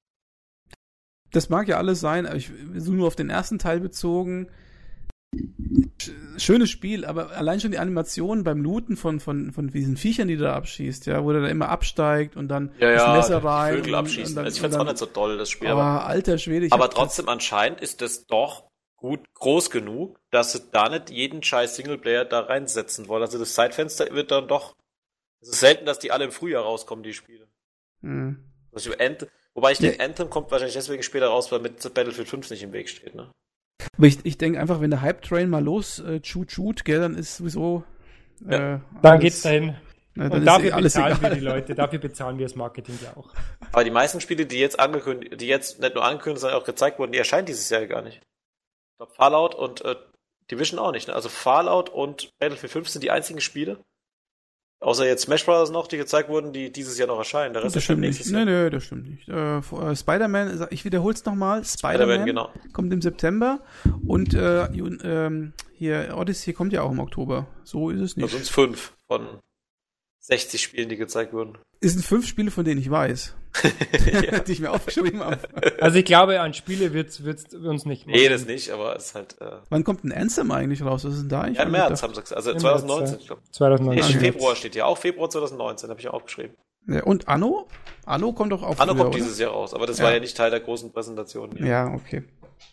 Das mag ja alles sein, aber ich so nur auf den ersten Teil bezogen. Sch- Schönes Spiel, aber allein schon die Animation beim Looten von, von, von diesen Viechern, die du da abschießt, ja, wo der da immer absteigt und dann Ja, das ja, Messer die rein. Vögel und- abschießen. und dann- also ich find's und auch dann- nicht so doll, das Spiel. Oh, aber alter Schwede. Ich aber hab das- trotzdem anscheinend ist das doch gut groß genug, dass sie da nicht jeden scheiß Singleplayer da reinsetzen wollen. Also das Zeitfenster wird dann doch. Es ist selten, dass die alle im Frühjahr rauskommen, die Spiele. Hm. Also Anthem, wobei ich denke, Nee. Anthem kommt wahrscheinlich deswegen später raus, weil mit Battlefield fünf nicht im Weg steht, ne? Aber ich, ich denke einfach, wenn der Hype-Train mal los äh, shoot, shoot, gell, dann ist sowieso äh, Ja. Dann alles- geht's dahin. Ne, dann Und ist dafür eh alles bezahlen egal. wir die Leute, dafür bezahlen wir das Marketing ja auch. Aber die meisten Spiele, die jetzt angekündigt, die jetzt nicht nur angekündigt, sondern auch gezeigt wurden, die erscheinen dieses Jahr gar nicht. Ich glaube, Fallout und äh, Division auch nicht, ne? Also Fallout und Battlefield fünf sind die einzigen Spiele. Außer jetzt Smash Bros. Noch, die gezeigt wurden, die dieses Jahr noch erscheinen. Der Rest Das stimmt erscheint nicht. nächstes Nee, Jahr. nee, das stimmt nicht. Äh, äh, Spider-Man, ich wiederhole es nochmal, Spider-Man, Spider-Man genau. kommt im September und äh, Jun- ähm, hier Odyssey kommt ja auch im Oktober. So ist es Da nicht. sind es fünf von sechzig Spielen, die gezeigt wurden. Es sind fünf Spiele, von denen ich weiß, die ich mir aufgeschrieben habe. Also ich glaube, an Spiele wird's, wird's uns nicht Nee, das nicht, aber es ist halt. Äh, Wann kommt ein Anthem eigentlich raus? Was ist denn da eigentlich? ja, im Ich hab März gedacht- haben sie gesagt. Also Im zwanzig März, neunzehn, ja. ich glaube. zwanzig Nee, neunzehn. Februar steht hier. Auch Februar zwanzig neunzehn, habe ich auch aufgeschrieben. Ja, und Anno? Anno kommt doch auch Anno früher, kommt oder? dieses Jahr raus, aber das Ja. war ja nicht Teil der großen Präsentation. hier. Ja, okay.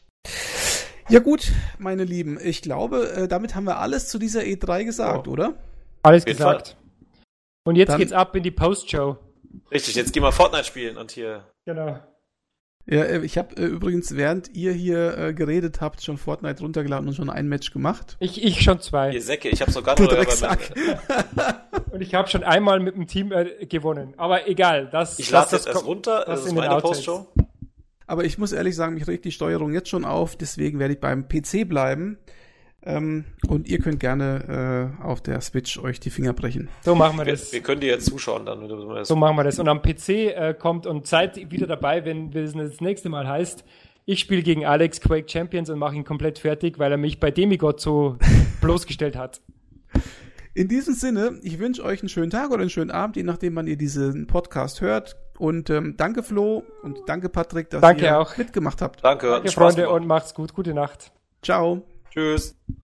Ja gut, meine Lieben, ich glaube, äh, damit haben wir alles zu dieser E drei gesagt, Ja. oder? Alles jeden gesagt. Und jetzt Dann- geht's ab in die Postshow. Richtig, jetzt gehen wir Fortnite spielen und hier. Genau. Ja, äh, ich habe äh, übrigens, während ihr hier äh, geredet habt, schon Fortnite runtergeladen und schon ein Match gemacht. Ich, ich schon zwei. Ihr Säcke, ich habe sogar Du nur Drecksack. Und ich habe schon einmal mit dem Team äh, gewonnen. Aber egal, das Ich das- lade jetzt das erst kommt- runter, das, das ist in den meine Outtakes. Postshow. Aber ich muss ehrlich sagen, mich regt die Steuerung jetzt schon auf, deswegen werde ich beim P C bleiben. Ähm, und ihr könnt gerne äh, auf der Switch euch die Finger brechen. So machen wir Wir, das. wir können dir jetzt zuschauen dann. Wenn du das So machen wir das. Und am P C äh, kommt und seid wieder dabei, wenn wenn es das nächste Mal heißt, ich spiele gegen Alex Quake Champions und mache ihn komplett fertig, weil er mich bei Demigod so bloßgestellt hat. In diesem Sinne, ich wünsche euch einen schönen Tag oder einen schönen Abend, je nachdem, wann ihr diesen Podcast hört. Und ähm, danke Flo und danke Patrick, dass Danke ihr auch. mitgemacht habt. Danke, hat Danke, Spaß Freunde, gemacht. und macht's gut. Gute Nacht. Ciao. Tschüss.